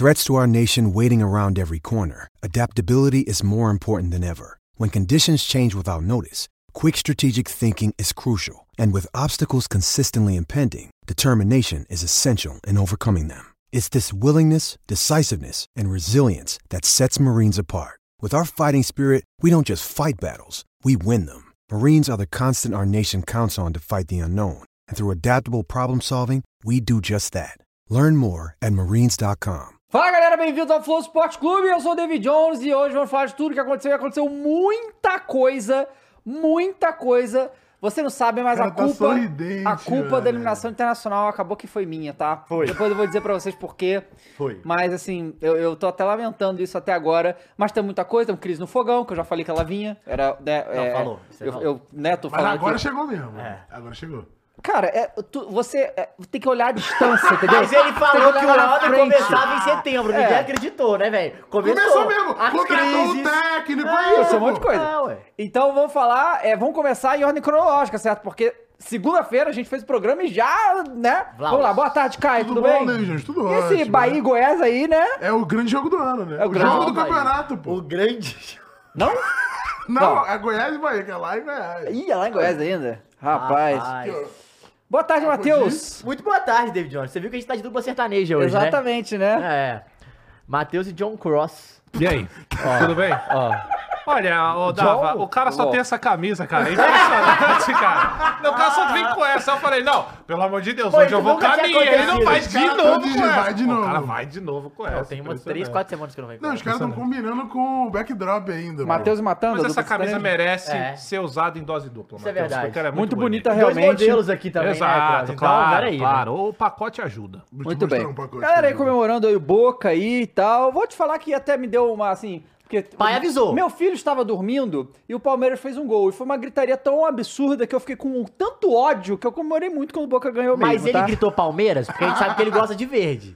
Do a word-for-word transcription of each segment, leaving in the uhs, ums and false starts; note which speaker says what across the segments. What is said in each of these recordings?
Speaker 1: threats to our nation waiting around every corner, adaptability is more important than ever. When conditions change without notice, quick strategic thinking is crucial. And with obstacles consistently impending, determination is essential in overcoming them. It's this willingness, decisiveness, and resilience that sets Marines apart. With our fighting spirit, we don't just fight battles, we win them. Marines are the constant our nation counts on to fight the unknown. And through adaptable problem solving, we do just that. Learn more at marines dot com.
Speaker 2: Fala galera, bem-vindos ao Flow Sport Clube, eu sou o David Jones e hoje vamos falar de tudo que aconteceu e aconteceu muita coisa, muita coisa. Você não sabe, mas
Speaker 3: Cara,
Speaker 2: a culpa,
Speaker 3: tá
Speaker 2: a culpa
Speaker 3: velho.
Speaker 2: da eliminação internacional acabou que foi minha, tá?
Speaker 4: Foi.
Speaker 2: Depois eu vou dizer pra vocês por quê.
Speaker 4: Foi.
Speaker 2: Mas assim, eu, eu tô até lamentando isso até agora, mas tem muita coisa, tem um crise no fogão, que eu já falei que ela vinha, era, né,
Speaker 4: Não,
Speaker 2: é,
Speaker 4: falou, você
Speaker 2: eu,
Speaker 4: falou.
Speaker 2: eu, né, tô
Speaker 3: Mas
Speaker 2: falando
Speaker 3: agora
Speaker 2: que...
Speaker 3: chegou mesmo.
Speaker 4: É.
Speaker 3: Agora chegou.
Speaker 2: Cara, é, tu- você é, tem que olhar a distância, entendeu?
Speaker 4: Mas ele falou
Speaker 2: Tem
Speaker 4: que o
Speaker 2: olhar na
Speaker 4: ano
Speaker 2: frente.
Speaker 4: começava em setembro, ninguém
Speaker 2: É.
Speaker 4: acreditou, né, velho?
Speaker 3: Começou mesmo.
Speaker 4: As
Speaker 3: Contratou
Speaker 4: crises.
Speaker 3: o técnico,
Speaker 4: Ah,
Speaker 3: é isso,
Speaker 2: Aconteceu um monte de
Speaker 3: pô.
Speaker 2: coisa.
Speaker 4: Ah, ué.
Speaker 2: Então vamos falar, é, vamos começar em ordem cronológica, certo? Porque segunda-feira a gente fez o programa e já, né?
Speaker 4: Vlaus.
Speaker 2: Vamos lá, boa tarde, Caio,
Speaker 3: Tudo
Speaker 2: tudo,
Speaker 3: bom,
Speaker 2: bem?
Speaker 3: né, gente? Tudo
Speaker 2: E esse
Speaker 3: ótimo,
Speaker 2: Bahia
Speaker 3: né?
Speaker 2: e Goiás aí, né?
Speaker 3: É o grande jogo do ano, né?
Speaker 2: É o
Speaker 3: o
Speaker 2: grande
Speaker 3: jogo
Speaker 2: jogo
Speaker 3: do
Speaker 4: Bahia.
Speaker 3: campeonato, pô.
Speaker 4: O grande...
Speaker 2: Não?
Speaker 3: Não,
Speaker 2: Não.
Speaker 3: é Goiás e Bahia, que é lá em Goiás.
Speaker 2: Ih, é lá em Goiás ainda? Rapaz.
Speaker 4: Rapaz.
Speaker 2: Boa tarde, Matheus.
Speaker 4: Muito boa tarde, David Jones. Você viu que a gente tá de dupla sertaneja hoje,
Speaker 2: Exatamente, né?
Speaker 4: né? É. Matheus e John Cross.
Speaker 5: E aí? Tudo bem? Olha, ô Dava,
Speaker 2: John?
Speaker 5: o cara só
Speaker 2: Ó.
Speaker 5: tem essa camisa, cara. É impressionante, cara. Não, o cara só vem com essa. Eu falei, não, pelo amor de Deus,
Speaker 4: Pô,
Speaker 5: hoje
Speaker 4: isso
Speaker 5: eu vou com
Speaker 4: nunca
Speaker 5: a
Speaker 4: tinha
Speaker 5: minha. Ele não
Speaker 4: acontecido.
Speaker 5: vai
Speaker 3: Os
Speaker 5: de
Speaker 3: caras
Speaker 5: novo
Speaker 3: tão
Speaker 5: com
Speaker 3: de-
Speaker 5: essa.
Speaker 3: vai de
Speaker 5: Pô,
Speaker 3: novo.
Speaker 5: O cara vai de novo com essa.
Speaker 4: Eu tenho umas três,
Speaker 5: impressionante.
Speaker 4: quatro semanas que eu não venho com
Speaker 3: Não, os
Speaker 4: ela.
Speaker 3: caras estão combinando com o backdrop ainda.
Speaker 2: Matheus e Matando.
Speaker 5: Mas essa
Speaker 2: dupla
Speaker 5: camisa
Speaker 2: sertaneja.
Speaker 5: merece
Speaker 4: É.
Speaker 5: ser usada em dose dupla,
Speaker 4: Isso é
Speaker 5: Matheus,
Speaker 4: verdade.
Speaker 5: porque ela é
Speaker 2: Muito
Speaker 5: bonita.
Speaker 2: bonita,
Speaker 4: Dois
Speaker 2: realmente.
Speaker 4: modelos aqui também, né,
Speaker 5: Exato,
Speaker 4: Cross? Então,
Speaker 5: claro,
Speaker 4: peraí, né?
Speaker 5: claro. O pacote ajuda.
Speaker 3: Vou te
Speaker 2: Muito
Speaker 3: mostrar
Speaker 2: bem.
Speaker 3: um pacote
Speaker 2: Galera aí
Speaker 3: também.
Speaker 2: comemorando aí o Boca aí e tal. Vou te falar que até me deu uma, assim... Porque
Speaker 4: Pai avisou.
Speaker 2: Meu filho estava dormindo e o Palmeiras fez um gol. E foi uma gritaria tão absurda que eu fiquei com tanto ódio que eu comemorei muito quando o Boca ganhou
Speaker 4: Mas
Speaker 2: mesmo,
Speaker 4: ele
Speaker 2: tá?
Speaker 4: gritou Palmeiras porque a gente sabe que ele gosta de verde.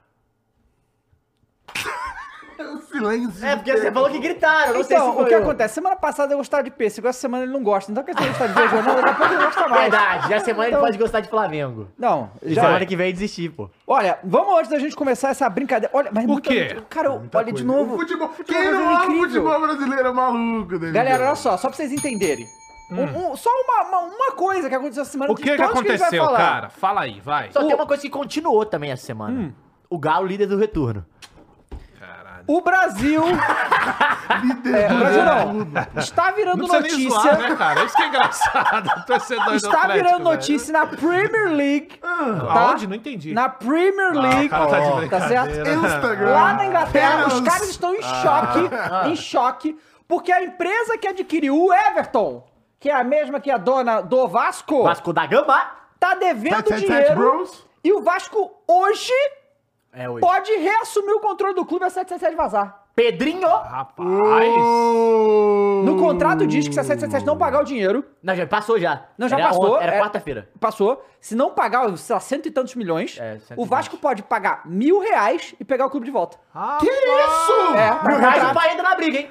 Speaker 3: Silêncio.
Speaker 4: É, porque você falou que gritaram, não sei se
Speaker 2: Então,
Speaker 4: foi
Speaker 2: o que
Speaker 4: eu.
Speaker 2: acontece? Semana passada eu gostava de pêssego, essa semana ele não gosta. Então, quer dizer, ele gosta de verde ou não, daqui a pouco ele gosta mais.
Speaker 4: Verdade, já semana
Speaker 2: Então-
Speaker 4: ele pode gostar de Flamengo.
Speaker 2: Não,
Speaker 4: E
Speaker 2: já.
Speaker 4: semana que vem desistir, pô.
Speaker 2: Olha, vamos antes da gente começar essa brincadeira. Olha, mas
Speaker 5: Por
Speaker 2: muita-
Speaker 5: quê?
Speaker 2: Cara,
Speaker 3: Muita
Speaker 2: olha de
Speaker 3: coisa.
Speaker 2: novo.
Speaker 3: O futebol.
Speaker 2: Futebol
Speaker 3: Quem não
Speaker 2: brasileiro
Speaker 3: ama o
Speaker 2: incrível.
Speaker 3: futebol brasileiro é maluco, David.
Speaker 2: Galera, olha só, só pra vocês entenderem. Um- um- só uma, uma, uma coisa que aconteceu essa semana.
Speaker 5: O
Speaker 2: de
Speaker 5: que que
Speaker 2: todos a gente vai
Speaker 5: aconteceu,
Speaker 2: falar.
Speaker 5: cara? Fala aí, vai.
Speaker 4: Só
Speaker 2: O-
Speaker 4: tem uma coisa que continuou também essa semana.
Speaker 2: Hum.
Speaker 4: O Galo, líder do retorno.
Speaker 5: Caralho.
Speaker 2: O Brasil. é, o Brasil não. Está virando
Speaker 5: Não precisa nem
Speaker 2: notícia.
Speaker 5: zoar, né, cara? Isso que é engraçado. Torcedor do
Speaker 2: Está
Speaker 5: Atlético,
Speaker 2: virando
Speaker 5: velho.
Speaker 2: notícia na Premier League. tá?
Speaker 5: Aonde? Não entendi.
Speaker 2: Na Premier League.
Speaker 5: o cara tá de
Speaker 2: tá
Speaker 5: brincadeira.
Speaker 2: certo?
Speaker 3: Instagram.
Speaker 2: Lá na Inglaterra, os
Speaker 3: Deus.
Speaker 2: caras estão em choque. Em choque. Porque a empresa que adquiriu o Everton, que é a mesma que a dona do Vasco,
Speaker 4: Vasco da Gama.
Speaker 2: tá devendo
Speaker 3: Tete, tete,
Speaker 2: dinheiro.
Speaker 3: bros.
Speaker 2: E o Vasco hoje
Speaker 4: É hoje.
Speaker 2: pode reassumir o controle do clube a sete sete sete vazar.
Speaker 4: Pedrinho.
Speaker 5: Rapaz.
Speaker 2: No contrato diz que se a sete sete sete não pagar o dinheiro,
Speaker 4: Não, já passou já.
Speaker 2: Não, já
Speaker 4: Era
Speaker 2: passou,
Speaker 4: ontem, Era
Speaker 2: é-
Speaker 4: quarta-feira.
Speaker 2: passou. Se não pagar, sei lá, cento e tantos milhões,
Speaker 4: É, cento e
Speaker 2: o
Speaker 4: vinte.
Speaker 2: Vasco pode pagar mil reais e pegar o clube de volta.
Speaker 3: Que isso?
Speaker 2: É,
Speaker 4: Mil
Speaker 2: no
Speaker 4: reais o
Speaker 2: contrato.
Speaker 4: pai entra na briga, hein?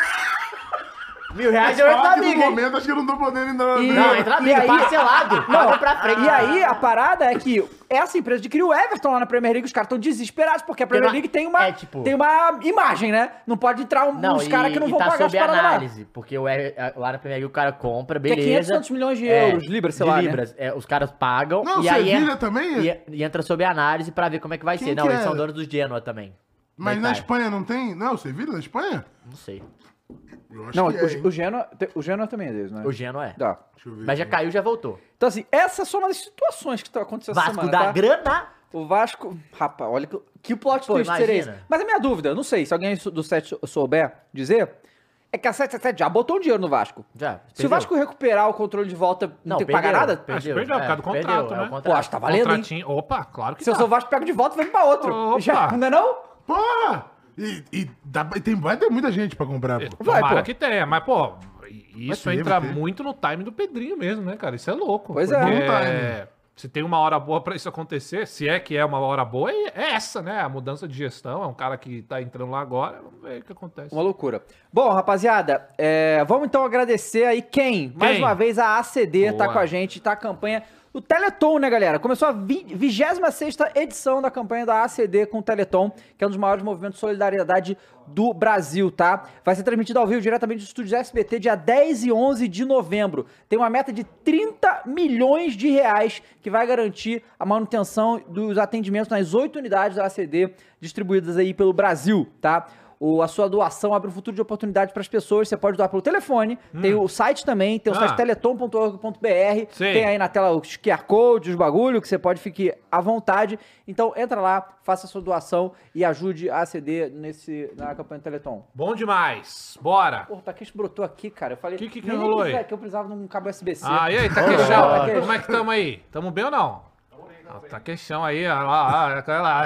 Speaker 4: Mil reais eu entro na
Speaker 3: Só que no
Speaker 4: briga, hein?
Speaker 3: momento acho que eu não tô podendo entrar na
Speaker 2: E-
Speaker 3: briga.
Speaker 4: Não, entra na
Speaker 2: E
Speaker 4: briga,
Speaker 2: aí-
Speaker 4: parcelado. Paga pra frente.
Speaker 2: E aí, a parada é que essa empresa adquiriu o Everton lá na Premier League, os caras estão desesperados, porque a Premier
Speaker 4: não-
Speaker 2: League tem uma,
Speaker 4: é, tipo-
Speaker 2: tem uma imagem, né? Não pode entrar um-
Speaker 4: Não,
Speaker 2: uns caras que não
Speaker 4: e
Speaker 2: vão
Speaker 4: tá
Speaker 2: pagar as
Speaker 4: sob
Speaker 2: paradas lá.
Speaker 4: análise, porque o, é- lá na Premier League o cara compra,
Speaker 2: Que é
Speaker 4: beleza.
Speaker 2: quinhentos e tantos milhões de euros, libras, sei
Speaker 4: de
Speaker 2: lá, né?
Speaker 4: libras. É, os caras pagam
Speaker 3: Não,
Speaker 4: e aí
Speaker 3: Sevilha
Speaker 4: é-
Speaker 3: também?
Speaker 4: e, e entra sob análise pra ver como é que vai
Speaker 3: Quem
Speaker 4: ser. Não,
Speaker 3: que
Speaker 4: eles
Speaker 3: é?
Speaker 4: são donos do Genoa também.
Speaker 3: Mas
Speaker 4: Da
Speaker 3: na
Speaker 4: Itália.
Speaker 3: Espanha não tem? Não, Sevilha na Espanha?
Speaker 4: Não sei.
Speaker 3: Eu acho
Speaker 2: Não,
Speaker 3: que é, hein?
Speaker 2: o, o, Genoa, o Genoa também é deles, né?
Speaker 4: O Genoa é.
Speaker 2: Tá.
Speaker 3: Deixa eu ver
Speaker 4: Mas já
Speaker 3: aqui.
Speaker 4: caiu, já voltou.
Speaker 2: Então, assim, essa é só uma das situações que estão acontecendo essa
Speaker 4: Vasco
Speaker 2: semana,
Speaker 4: da
Speaker 2: tá?
Speaker 4: grana.
Speaker 2: O Vasco... Rapaz, olha que, que plot
Speaker 4: Pô,
Speaker 2: twist seria esse.
Speaker 4: imagina.
Speaker 2: Mas a minha dúvida, eu não sei, se alguém do sete souber dizer, é que a sete sete sete já botou um dinheiro no Vasco.
Speaker 4: Já.
Speaker 2: Se o
Speaker 4: perdeu.
Speaker 2: Vasco recuperar o controle de volta, não,
Speaker 4: Não,
Speaker 2: tem que pagar
Speaker 4: perdeu,
Speaker 2: nada?
Speaker 4: perdeu.
Speaker 5: Acho que perdeu, por causa do
Speaker 4: perdeu,
Speaker 5: contrato,
Speaker 4: é o
Speaker 5: né?
Speaker 4: contrato.
Speaker 2: Pô, acho que tá valendo, hein?
Speaker 5: Contratinho. Opa, claro que
Speaker 2: Se eu
Speaker 5: tá.
Speaker 2: sou Vasco, pega de volta e vem pra outro.
Speaker 5: Opa.
Speaker 2: Já, não é não?
Speaker 3: Porra! E, e dá- e tem, vai ter muita gente pra comprar, pô.
Speaker 2: Vai,
Speaker 5: Tomara
Speaker 2: pô.
Speaker 5: que tenha, mas, pô, isso
Speaker 3: Vai ter,
Speaker 5: entra
Speaker 3: vai ter.
Speaker 5: muito no time do Pedrinho mesmo, né, cara? Isso é louco.
Speaker 2: Pois é.
Speaker 5: porque
Speaker 3: No time.
Speaker 5: Se tem uma hora boa pra isso acontecer, se é que é uma hora boa, é é essa, né? A mudança de gestão, é um cara que tá entrando lá agora, vamos ver o que acontece.
Speaker 2: Uma loucura. Bom, rapaziada, é, vamos então agradecer aí quem? Mais
Speaker 5: Quem?
Speaker 2: uma vez a A C D tá
Speaker 5: Boa.
Speaker 2: com a gente, tá a campanha O Teleton, né, galera? Começou a vigésima sexta edição da campanha da A C D com o Teleton, que é um dos maiores movimentos de solidariedade do Brasil, tá? Vai ser transmitido ao vivo diretamente dos estúdios S B T dia dez e onze de novembro. Tem uma meta de trinta milhões de reais que vai garantir a manutenção dos atendimentos nas oito unidades da A C D distribuídas aí pelo Brasil, tá? O, a sua doação abre um futuro de oportunidade para as pessoas. Você pode doar pelo telefone, hum. tem o site também, tem o ah. site teleton ponto org ponto br, tem aí na tela os Q R Codes, os bagulho, que você pode ficar à vontade. Então entra lá, faça a sua doação e ajude a A C D nesse, na campanha do Teleton.
Speaker 5: Bom demais, bora!
Speaker 2: Porra, o Takeshi brotou aqui, cara. Eu falei
Speaker 5: que que, que rolou aí?
Speaker 2: Que eu precisava de um cabo U S B C.
Speaker 5: Ah, e aí, Takeshão? Oh, como é que tamo aí? Tamo bem ou não? Tá queixão aí, ó lá,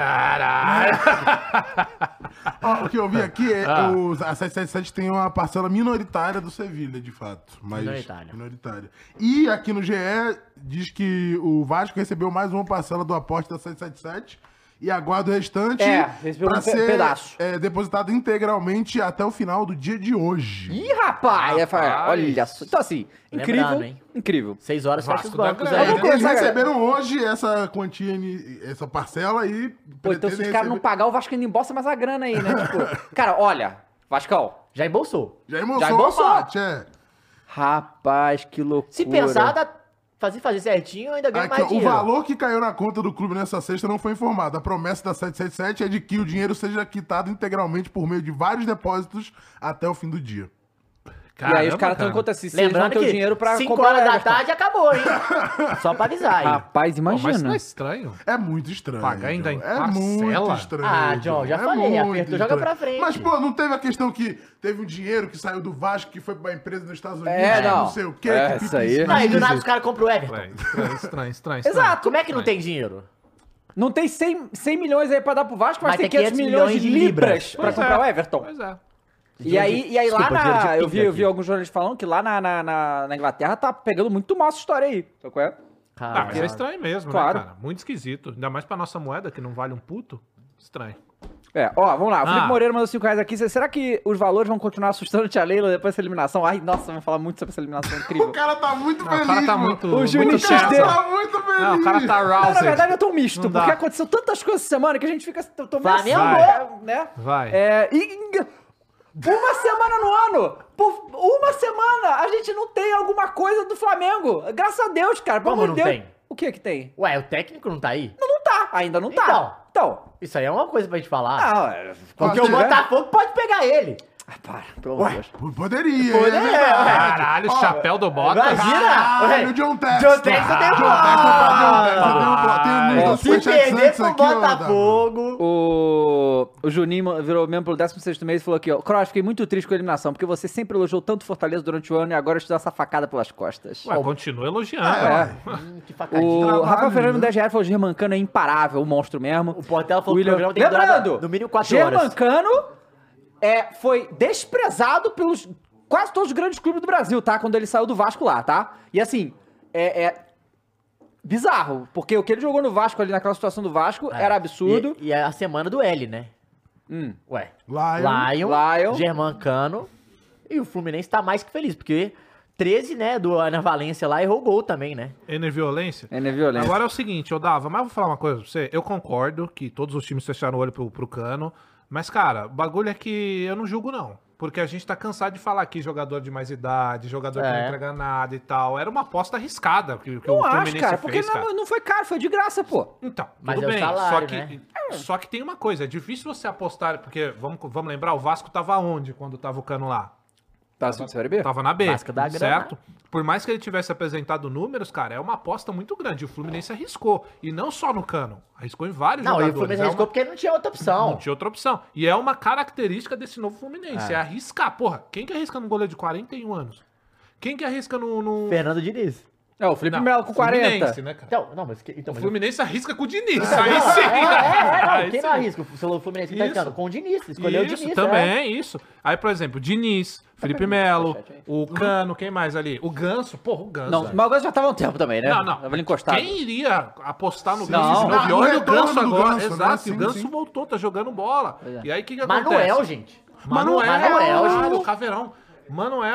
Speaker 3: ó. O que eu vi aqui é ah. o, a sete sete sete tem uma parcela minoritária do Sevilha, de fato. Mas minoritária. minoritária. E aqui no G E diz que o Vasco recebeu mais uma parcela do aporte da sete sete sete e aguarda o restante
Speaker 2: é, para um ser pedaço.
Speaker 3: É, depositado integralmente até o final do dia de hoje.
Speaker 2: Ih, rapaz! rapaz. Olha só. Então assim, incrível, Lembrando, hein? incrível.
Speaker 4: Seis horas fecha os bancos.
Speaker 3: É, eles receberam hoje essa quantia, essa parcela e...
Speaker 2: Pô, então se os caras receber... não pagar, o Vasco ainda embolsa mais a grana aí, né? Tipo, cara, olha, Vascão.
Speaker 4: Já embolsou.
Speaker 3: Já embolsou,
Speaker 2: Já embolsou.
Speaker 3: Parte, é.
Speaker 2: Rapaz, que loucura.
Speaker 4: Se pensar, dá... fazer, fazer certinho, ainda ganha
Speaker 3: Aqui,
Speaker 4: mais dinheiro.
Speaker 3: O valor que caiu na conta do clube nessa sexta não foi informado. A promessa da sete sete sete é de que o dinheiro seja quitado integralmente por meio de vários depósitos até o fim do dia.
Speaker 2: Caramba, e aí os caras estão enquanto assim, vocês vão ter o dinheiro pra
Speaker 4: cinco comprar horas da tarde acabou, hein? Só pra avisar aí.
Speaker 2: Rapaz, imagina.
Speaker 5: Pô, mas não é estranho?
Speaker 3: É muito estranho.
Speaker 5: Pagar ainda em
Speaker 3: É
Speaker 5: parcela?
Speaker 3: muito estranho.
Speaker 4: Ah, John, já
Speaker 3: é
Speaker 4: falei, apertou, joga pra frente.
Speaker 3: Mas, pô, não teve a questão que teve um dinheiro que saiu do Vasco, que foi pra uma empresa nos Estados Unidos,
Speaker 2: é, não.
Speaker 3: não sei o quê.
Speaker 2: É,
Speaker 3: que
Speaker 2: isso aí.
Speaker 4: Aí do nada os caras compram o Everton.
Speaker 5: Ué, estranho, estranho, estranho, estranho.
Speaker 2: Exato.
Speaker 4: Como é que não tem dinheiro?
Speaker 2: Não tem cem, cem milhões aí pra dar pro Vasco, mas,
Speaker 4: Mas
Speaker 2: tem
Speaker 4: tem
Speaker 2: quinhentos milhões de libras pra
Speaker 5: Pois
Speaker 2: comprar
Speaker 5: é.
Speaker 2: o Everton.
Speaker 5: Pois é.
Speaker 2: E aí, e aí
Speaker 4: Desculpa,
Speaker 2: lá
Speaker 4: dinheiro de
Speaker 2: na... Eu vi, eu vi
Speaker 4: aqui.
Speaker 2: alguns jornalistas falando que lá na, na, na, na Inglaterra tá pegando muito mal essa história aí. Sabe qual é?
Speaker 5: Ah, mas é estranho mesmo,
Speaker 2: Claro.
Speaker 5: né, cara? Muito esquisito. Ainda mais pra nossa moeda, que não vale um puto. Estranho.
Speaker 2: É, ó, vamos lá. O Felipe
Speaker 5: Ah.
Speaker 2: Moreira mandou cinco reais aqui. Será que os valores vão continuar assustando a Tia Leila depois dessa eliminação? Ai, nossa, vamos falar muito sobre essa eliminação incrível.
Speaker 3: O cara tá muito
Speaker 5: Não,
Speaker 3: feliz,
Speaker 5: o cara tá
Speaker 3: mano.
Speaker 5: muito,
Speaker 2: O Juninho
Speaker 5: muito
Speaker 3: O cara
Speaker 2: X D.
Speaker 3: tá muito feliz.
Speaker 5: Não, o cara tá
Speaker 2: Não,
Speaker 5: roused.
Speaker 2: na verdade eu tô misto,
Speaker 5: Não dá.
Speaker 2: porque aconteceu tantas coisas essa semana que a gente fica... Tô, tô meio
Speaker 4: Flamengo!
Speaker 2: assim, né?
Speaker 5: Vai.
Speaker 2: É, e... Uma semana no ano! Por uma semana a gente não tem alguma coisa do Flamengo. Graças a Deus, cara. Pelo
Speaker 4: Como
Speaker 2: amor de
Speaker 4: não
Speaker 2: Deus.
Speaker 4: tem?
Speaker 2: O que que tem?
Speaker 4: Ué, o técnico não tá aí?
Speaker 2: Não, não tá. Ainda não tá.
Speaker 4: Então.
Speaker 2: Então.
Speaker 4: Isso aí é uma coisa pra gente falar.
Speaker 2: Não, é...
Speaker 4: Porque
Speaker 3: Pode
Speaker 4: o
Speaker 3: tiver.
Speaker 4: Botafogo pode pegar ele.
Speaker 2: Ah, para. Pelo amor de Deus.
Speaker 3: P- Poderia,
Speaker 4: Poderia,
Speaker 3: é verdade.
Speaker 5: Caralho, o chapéu do Bottas.
Speaker 4: Imagina!
Speaker 3: Caralho,
Speaker 4: Ué,
Speaker 3: John Texton.
Speaker 4: John Texton tem
Speaker 3: John
Speaker 4: bola.
Speaker 3: Texton, John Texton tem um plot. Tem
Speaker 2: Ó,
Speaker 3: um dos
Speaker 4: Se
Speaker 3: superchats
Speaker 4: perder
Speaker 3: antes
Speaker 4: pro
Speaker 3: aqui, ó, Davi.
Speaker 4: Botafogo...
Speaker 2: O, o Juninho virou membro pelo décimo sexto mês e falou aqui, ó. Cross, fiquei muito triste com a eliminação, porque você sempre elogiou tanto Fortaleza durante o ano e agora te dá essa facada pelas costas.
Speaker 5: Ué, continua elogiando.
Speaker 2: É.
Speaker 4: Hum, que facadinha.
Speaker 2: O
Speaker 3: trabalho,
Speaker 2: Rafael Fernando
Speaker 3: né?
Speaker 2: dez reais falou: Germancano é imparável, um monstro mesmo.
Speaker 4: O Portela falou
Speaker 2: William...
Speaker 4: que o programa tem que durar
Speaker 2: Lembrando,
Speaker 4: no mínimo quatro horas.
Speaker 2: Germancano é, foi desprezado pelos quase todos os grandes clubes do Brasil, tá? Quando ele saiu do Vasco lá, tá? E assim, é, é bizarro, porque o que ele jogou no Vasco ali naquela situação do Vasco
Speaker 4: É.
Speaker 2: era absurdo.
Speaker 4: E, e é a semana do L, né?
Speaker 2: Hum.
Speaker 4: Ué.
Speaker 3: Lion.
Speaker 4: Lion,
Speaker 2: Lion.
Speaker 4: Germancano. E o Fluminense tá mais que feliz, porque treze, né, do Ana Valência lá errou gol também, né?
Speaker 5: Enerviolência.
Speaker 2: É na violência.
Speaker 5: Agora é o seguinte, eu Dava, mas eu vou falar uma coisa pra você. Eu concordo que todos os times fecharam o olho pro, pro Cano, mas, cara, o bagulho é que eu não julgo, não. Porque a gente tá cansado de falar aqui jogador de mais idade, jogador que
Speaker 4: É.
Speaker 5: não entrega nada e tal. Era uma aposta arriscada que, que
Speaker 2: Não
Speaker 5: o
Speaker 2: acho,
Speaker 5: Fluminense
Speaker 2: cara, porque
Speaker 5: fez, cara.
Speaker 2: não, não foi caro, foi de graça, pô.
Speaker 5: Então,
Speaker 4: Mas
Speaker 5: tudo
Speaker 4: é o
Speaker 5: bem.
Speaker 4: salário,
Speaker 5: só, que,
Speaker 4: né?
Speaker 5: só que tem uma coisa, é difícil você apostar, porque, vamos, vamos lembrar, o Vasco tava onde quando tava o Cano lá?
Speaker 2: Tá assim, Série B?
Speaker 5: Tava na B,
Speaker 4: Vasco da
Speaker 5: certo? Por mais que ele tivesse apresentado números, cara, é uma aposta muito grande. O Fluminense arriscou. E não só no Cano. Arriscou em vários
Speaker 4: Não, e o
Speaker 5: jogadores.
Speaker 4: Fluminense
Speaker 5: É
Speaker 4: arriscou
Speaker 5: uma-
Speaker 4: porque não tinha outra opção.
Speaker 5: Não tinha outra opção. E é uma característica desse novo Fluminense. É, arriscar. Porra, quem que arrisca num goleiro de quarenta e um anos? Quem que arrisca no... no...
Speaker 4: Fernando Diniz.
Speaker 2: É, o Felipe
Speaker 5: Não,
Speaker 2: Melo com quarenta.
Speaker 5: Fluminense, né, cara?
Speaker 4: Então, não, mas... que- Então,
Speaker 5: O
Speaker 4: mas
Speaker 5: Fluminense arrisca com o Diniz.
Speaker 4: Não,
Speaker 5: Aí
Speaker 4: é,
Speaker 5: sim.
Speaker 4: é, é, não,
Speaker 5: Aí
Speaker 4: quem
Speaker 5: sim.
Speaker 4: não arrisca? O Fluminense tá
Speaker 5: Isso.
Speaker 4: arriscando com o Diniz, escolheu
Speaker 5: Isso,
Speaker 4: o Diniz.
Speaker 5: também,
Speaker 4: é.
Speaker 5: isso. Aí, por exemplo, Diniz, Felipe Melo, o Cano, quem mais ali? O Ganso, porra, o Ganso.
Speaker 2: Não,
Speaker 5: velho.
Speaker 2: mas o Ganso já tava há um tempo também, né?
Speaker 5: Não, não.
Speaker 2: Tava ali encostado.
Speaker 5: Quem iria apostar no
Speaker 2: Não.
Speaker 5: Ganso?
Speaker 2: Não,
Speaker 5: E olha
Speaker 3: no
Speaker 5: o Ganso
Speaker 3: retorno do
Speaker 5: agora.
Speaker 3: Ganso, né?
Speaker 5: Exato, e o
Speaker 3: Sim,
Speaker 5: Ganso
Speaker 3: sim.
Speaker 5: voltou, tá jogando bola.
Speaker 2: Pois é.
Speaker 5: E aí, o que que acontece?
Speaker 4: Manuel, gente.
Speaker 5: Manuel,
Speaker 4: Manuel,
Speaker 5: claro,
Speaker 4: gente.
Speaker 5: o Caveirão. Manuel,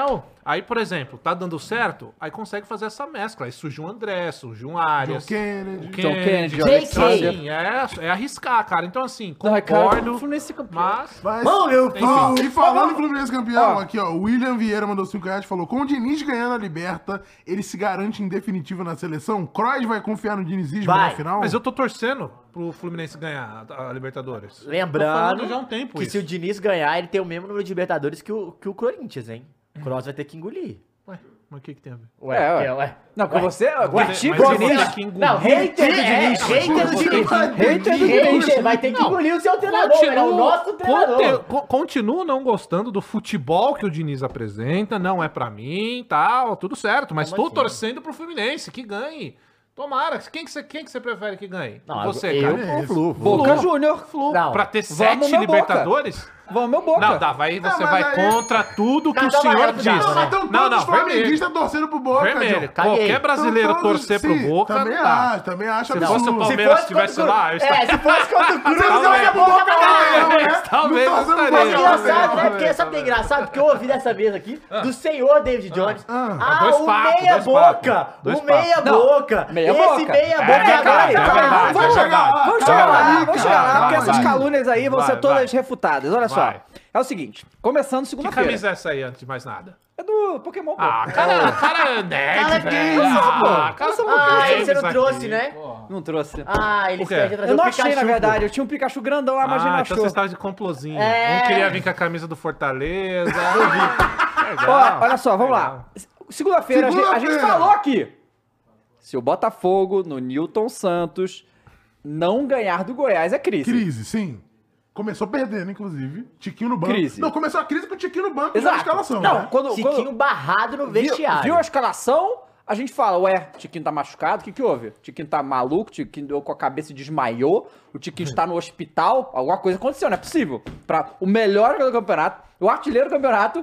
Speaker 5: Aí, por exemplo, tá dando certo, aí consegue fazer essa mescla. Aí surge um André, surge um Arias.
Speaker 3: John Kennedy.
Speaker 5: o
Speaker 2: John Kennedy,
Speaker 5: Então,
Speaker 2: Alex
Speaker 5: assim, é, é arriscar, cara. Então, assim,
Speaker 2: Não, cara,
Speaker 5: concordo,
Speaker 2: o Fluminense campeão.
Speaker 5: mas...
Speaker 3: Mas,
Speaker 4: Vamos, meu
Speaker 3: Ó, e falando em Fluminense campeão,
Speaker 2: Ó.
Speaker 3: aqui, ó, o William Vieira mandou cinco reais e falou: com o Diniz ganhando a Liberta, ele se garante em definitivo na seleção? Kroos vai confiar no dinizismo
Speaker 4: Vai.
Speaker 3: na final?
Speaker 5: Mas eu tô torcendo pro Fluminense ganhar a Libertadores. Tô
Speaker 4: Lembrando
Speaker 5: falando já há um tempo
Speaker 4: que
Speaker 5: isso.
Speaker 4: se o Diniz ganhar, ele tem o mesmo número de Libertadores que o, que o Corinthians, hein? O Kroos vai ter que engolir.
Speaker 5: Ué, mas o que que tem a ver?
Speaker 4: Ué,
Speaker 2: É, ué.
Speaker 4: porque, ué.
Speaker 2: Não, porque você
Speaker 4: Ué,
Speaker 2: critica
Speaker 5: mas
Speaker 2: o
Speaker 5: eu vou
Speaker 2: Diniz.
Speaker 5: ter que engolir.
Speaker 4: Não, hater do
Speaker 2: É,
Speaker 4: Diniz. Hater do Diniz.
Speaker 2: Hater do Diniz.
Speaker 4: Hater vai ter que engolir o seu treinador, é o nosso treinador.
Speaker 5: conte- co- continuo não gostando do futebol que o Diniz apresenta, não é pra mim, tal, tudo certo, mas
Speaker 4: Como
Speaker 5: tô
Speaker 4: assim?
Speaker 5: torcendo pro Fluminense, que ganhe. Tomara. Quem que você, quem que você prefere que ganhe?
Speaker 4: Não,
Speaker 5: você,
Speaker 4: eu,
Speaker 5: cara.
Speaker 4: eu, o Flu.
Speaker 2: Boca Júnior.
Speaker 5: Flu.
Speaker 4: Não.
Speaker 5: Pra ter
Speaker 2: Vamos,
Speaker 5: sete
Speaker 2: meu
Speaker 5: Libertadores?
Speaker 2: Vamos, meu Boca.
Speaker 5: Não, dá, vai, você
Speaker 3: mas
Speaker 5: vai
Speaker 3: aí-
Speaker 5: contra tudo que o
Speaker 4: Cartão
Speaker 5: senhor
Speaker 4: amarelo
Speaker 5: diz.
Speaker 4: dá,
Speaker 3: Não,
Speaker 4: né?
Speaker 3: mas estão
Speaker 5: Não,
Speaker 3: todos
Speaker 5: não,
Speaker 3: os
Speaker 5: vermelho.
Speaker 3: flamenguistas torcendo pro Boca,
Speaker 5: Vermelho.
Speaker 3: John.
Speaker 4: Caguei.
Speaker 5: Qualquer brasileiro
Speaker 3: Tão todos-
Speaker 5: torcer pro
Speaker 3: sim,
Speaker 5: Boca,
Speaker 3: também
Speaker 5: não dá.
Speaker 3: acho, também acho
Speaker 5: Se
Speaker 3: absurdo.
Speaker 5: fosse o
Speaker 4: Se
Speaker 5: Palmeiras
Speaker 4: fosse
Speaker 5: estivesse
Speaker 4: contra o-
Speaker 5: lá, eu
Speaker 4: É, se fosse contra o Cruz,
Speaker 5: Talvez.
Speaker 4: eu ia pro Boca pra caralho.
Speaker 3: Não, né?
Speaker 5: Talvez
Speaker 3: Não torcendo pro
Speaker 5: estaria.
Speaker 4: Mas
Speaker 3: Boca,
Speaker 4: engraçado,
Speaker 3: né?
Speaker 4: né? Porque sabe o que é engraçado? Porque eu ouvi dessa mesa aqui do senhor David Jones.
Speaker 3: ah.
Speaker 4: Ah,
Speaker 5: Dois
Speaker 4: o
Speaker 5: papos,
Speaker 4: meia
Speaker 5: dois
Speaker 4: boca.
Speaker 5: papos, dois
Speaker 4: O meia
Speaker 2: papos. Não,
Speaker 4: boca.
Speaker 2: meia
Speaker 4: Esse
Speaker 2: boca.
Speaker 4: meia
Speaker 5: É
Speaker 4: boca agora
Speaker 5: verdade,
Speaker 4: tá
Speaker 5: é verdade,
Speaker 2: Vamos
Speaker 5: é
Speaker 2: chegar
Speaker 5: verdade.
Speaker 2: lá, vamos
Speaker 5: Vai,
Speaker 2: chegar lá,
Speaker 5: vai,
Speaker 2: vamos chegar lá,
Speaker 5: vai,
Speaker 2: porque
Speaker 5: vai,
Speaker 2: essas
Speaker 5: vai.
Speaker 2: calúnias aí vão
Speaker 5: Vai,
Speaker 2: ser todas
Speaker 5: vai.
Speaker 2: refutadas. Olha só.
Speaker 5: Vai.
Speaker 2: É o seguinte, começando
Speaker 5: Que
Speaker 2: segunda-feira.
Speaker 5: camisa é essa aí, antes de mais nada?
Speaker 2: É do Pokémon, pô.
Speaker 5: Ah, cara, cara é nerd,
Speaker 4: Cara, que
Speaker 5: velho.
Speaker 4: isso,
Speaker 5: Ah,
Speaker 4: pô?
Speaker 5: cara,
Speaker 4: Ah,
Speaker 5: games
Speaker 4: você não
Speaker 5: aqui.
Speaker 4: trouxe, né?
Speaker 2: Não trouxe.
Speaker 4: Ah, ele
Speaker 5: O quê?
Speaker 4: quer trazer
Speaker 2: Eu
Speaker 4: o
Speaker 2: não
Speaker 4: Pikachu.
Speaker 2: achei, na
Speaker 4: pô.
Speaker 2: verdade. Eu tinha um Pikachu grandão lá, mas ele
Speaker 5: Ah,
Speaker 2: não
Speaker 5: então
Speaker 2: achou.
Speaker 5: você estava de complozinho.
Speaker 4: É.
Speaker 5: Um queria vir com a camisa do Fortaleza.
Speaker 2: Ó, olha só, vamos lá. Segunda-feira, a gente- a gente
Speaker 3: Segunda-feira.
Speaker 2: falou aqui. Se o Botafogo, no Newton Santos, não ganhar do Goiás, é crise.
Speaker 3: Crise, sim. Começou perdendo, inclusive. Tiquinho no banco.
Speaker 2: Crise.
Speaker 3: Não, começou a crise com o Tiquinho no banco já na
Speaker 2: Exato.
Speaker 3: escalação.
Speaker 2: Não,
Speaker 3: né?
Speaker 2: quando,
Speaker 4: Tiquinho
Speaker 2: quando
Speaker 4: barrado no
Speaker 2: viu,
Speaker 4: vestiário.
Speaker 2: viu a escalação, a gente fala, ué, o Tiquinho tá machucado, o que que houve? O Tiquinho tá maluco, o Tiquinho deu com a cabeça e desmaiou, o Tiquinho está no hospital, alguma coisa aconteceu, não é possível. Pra o melhor jogador do campeonato, o artilheiro do campeonato,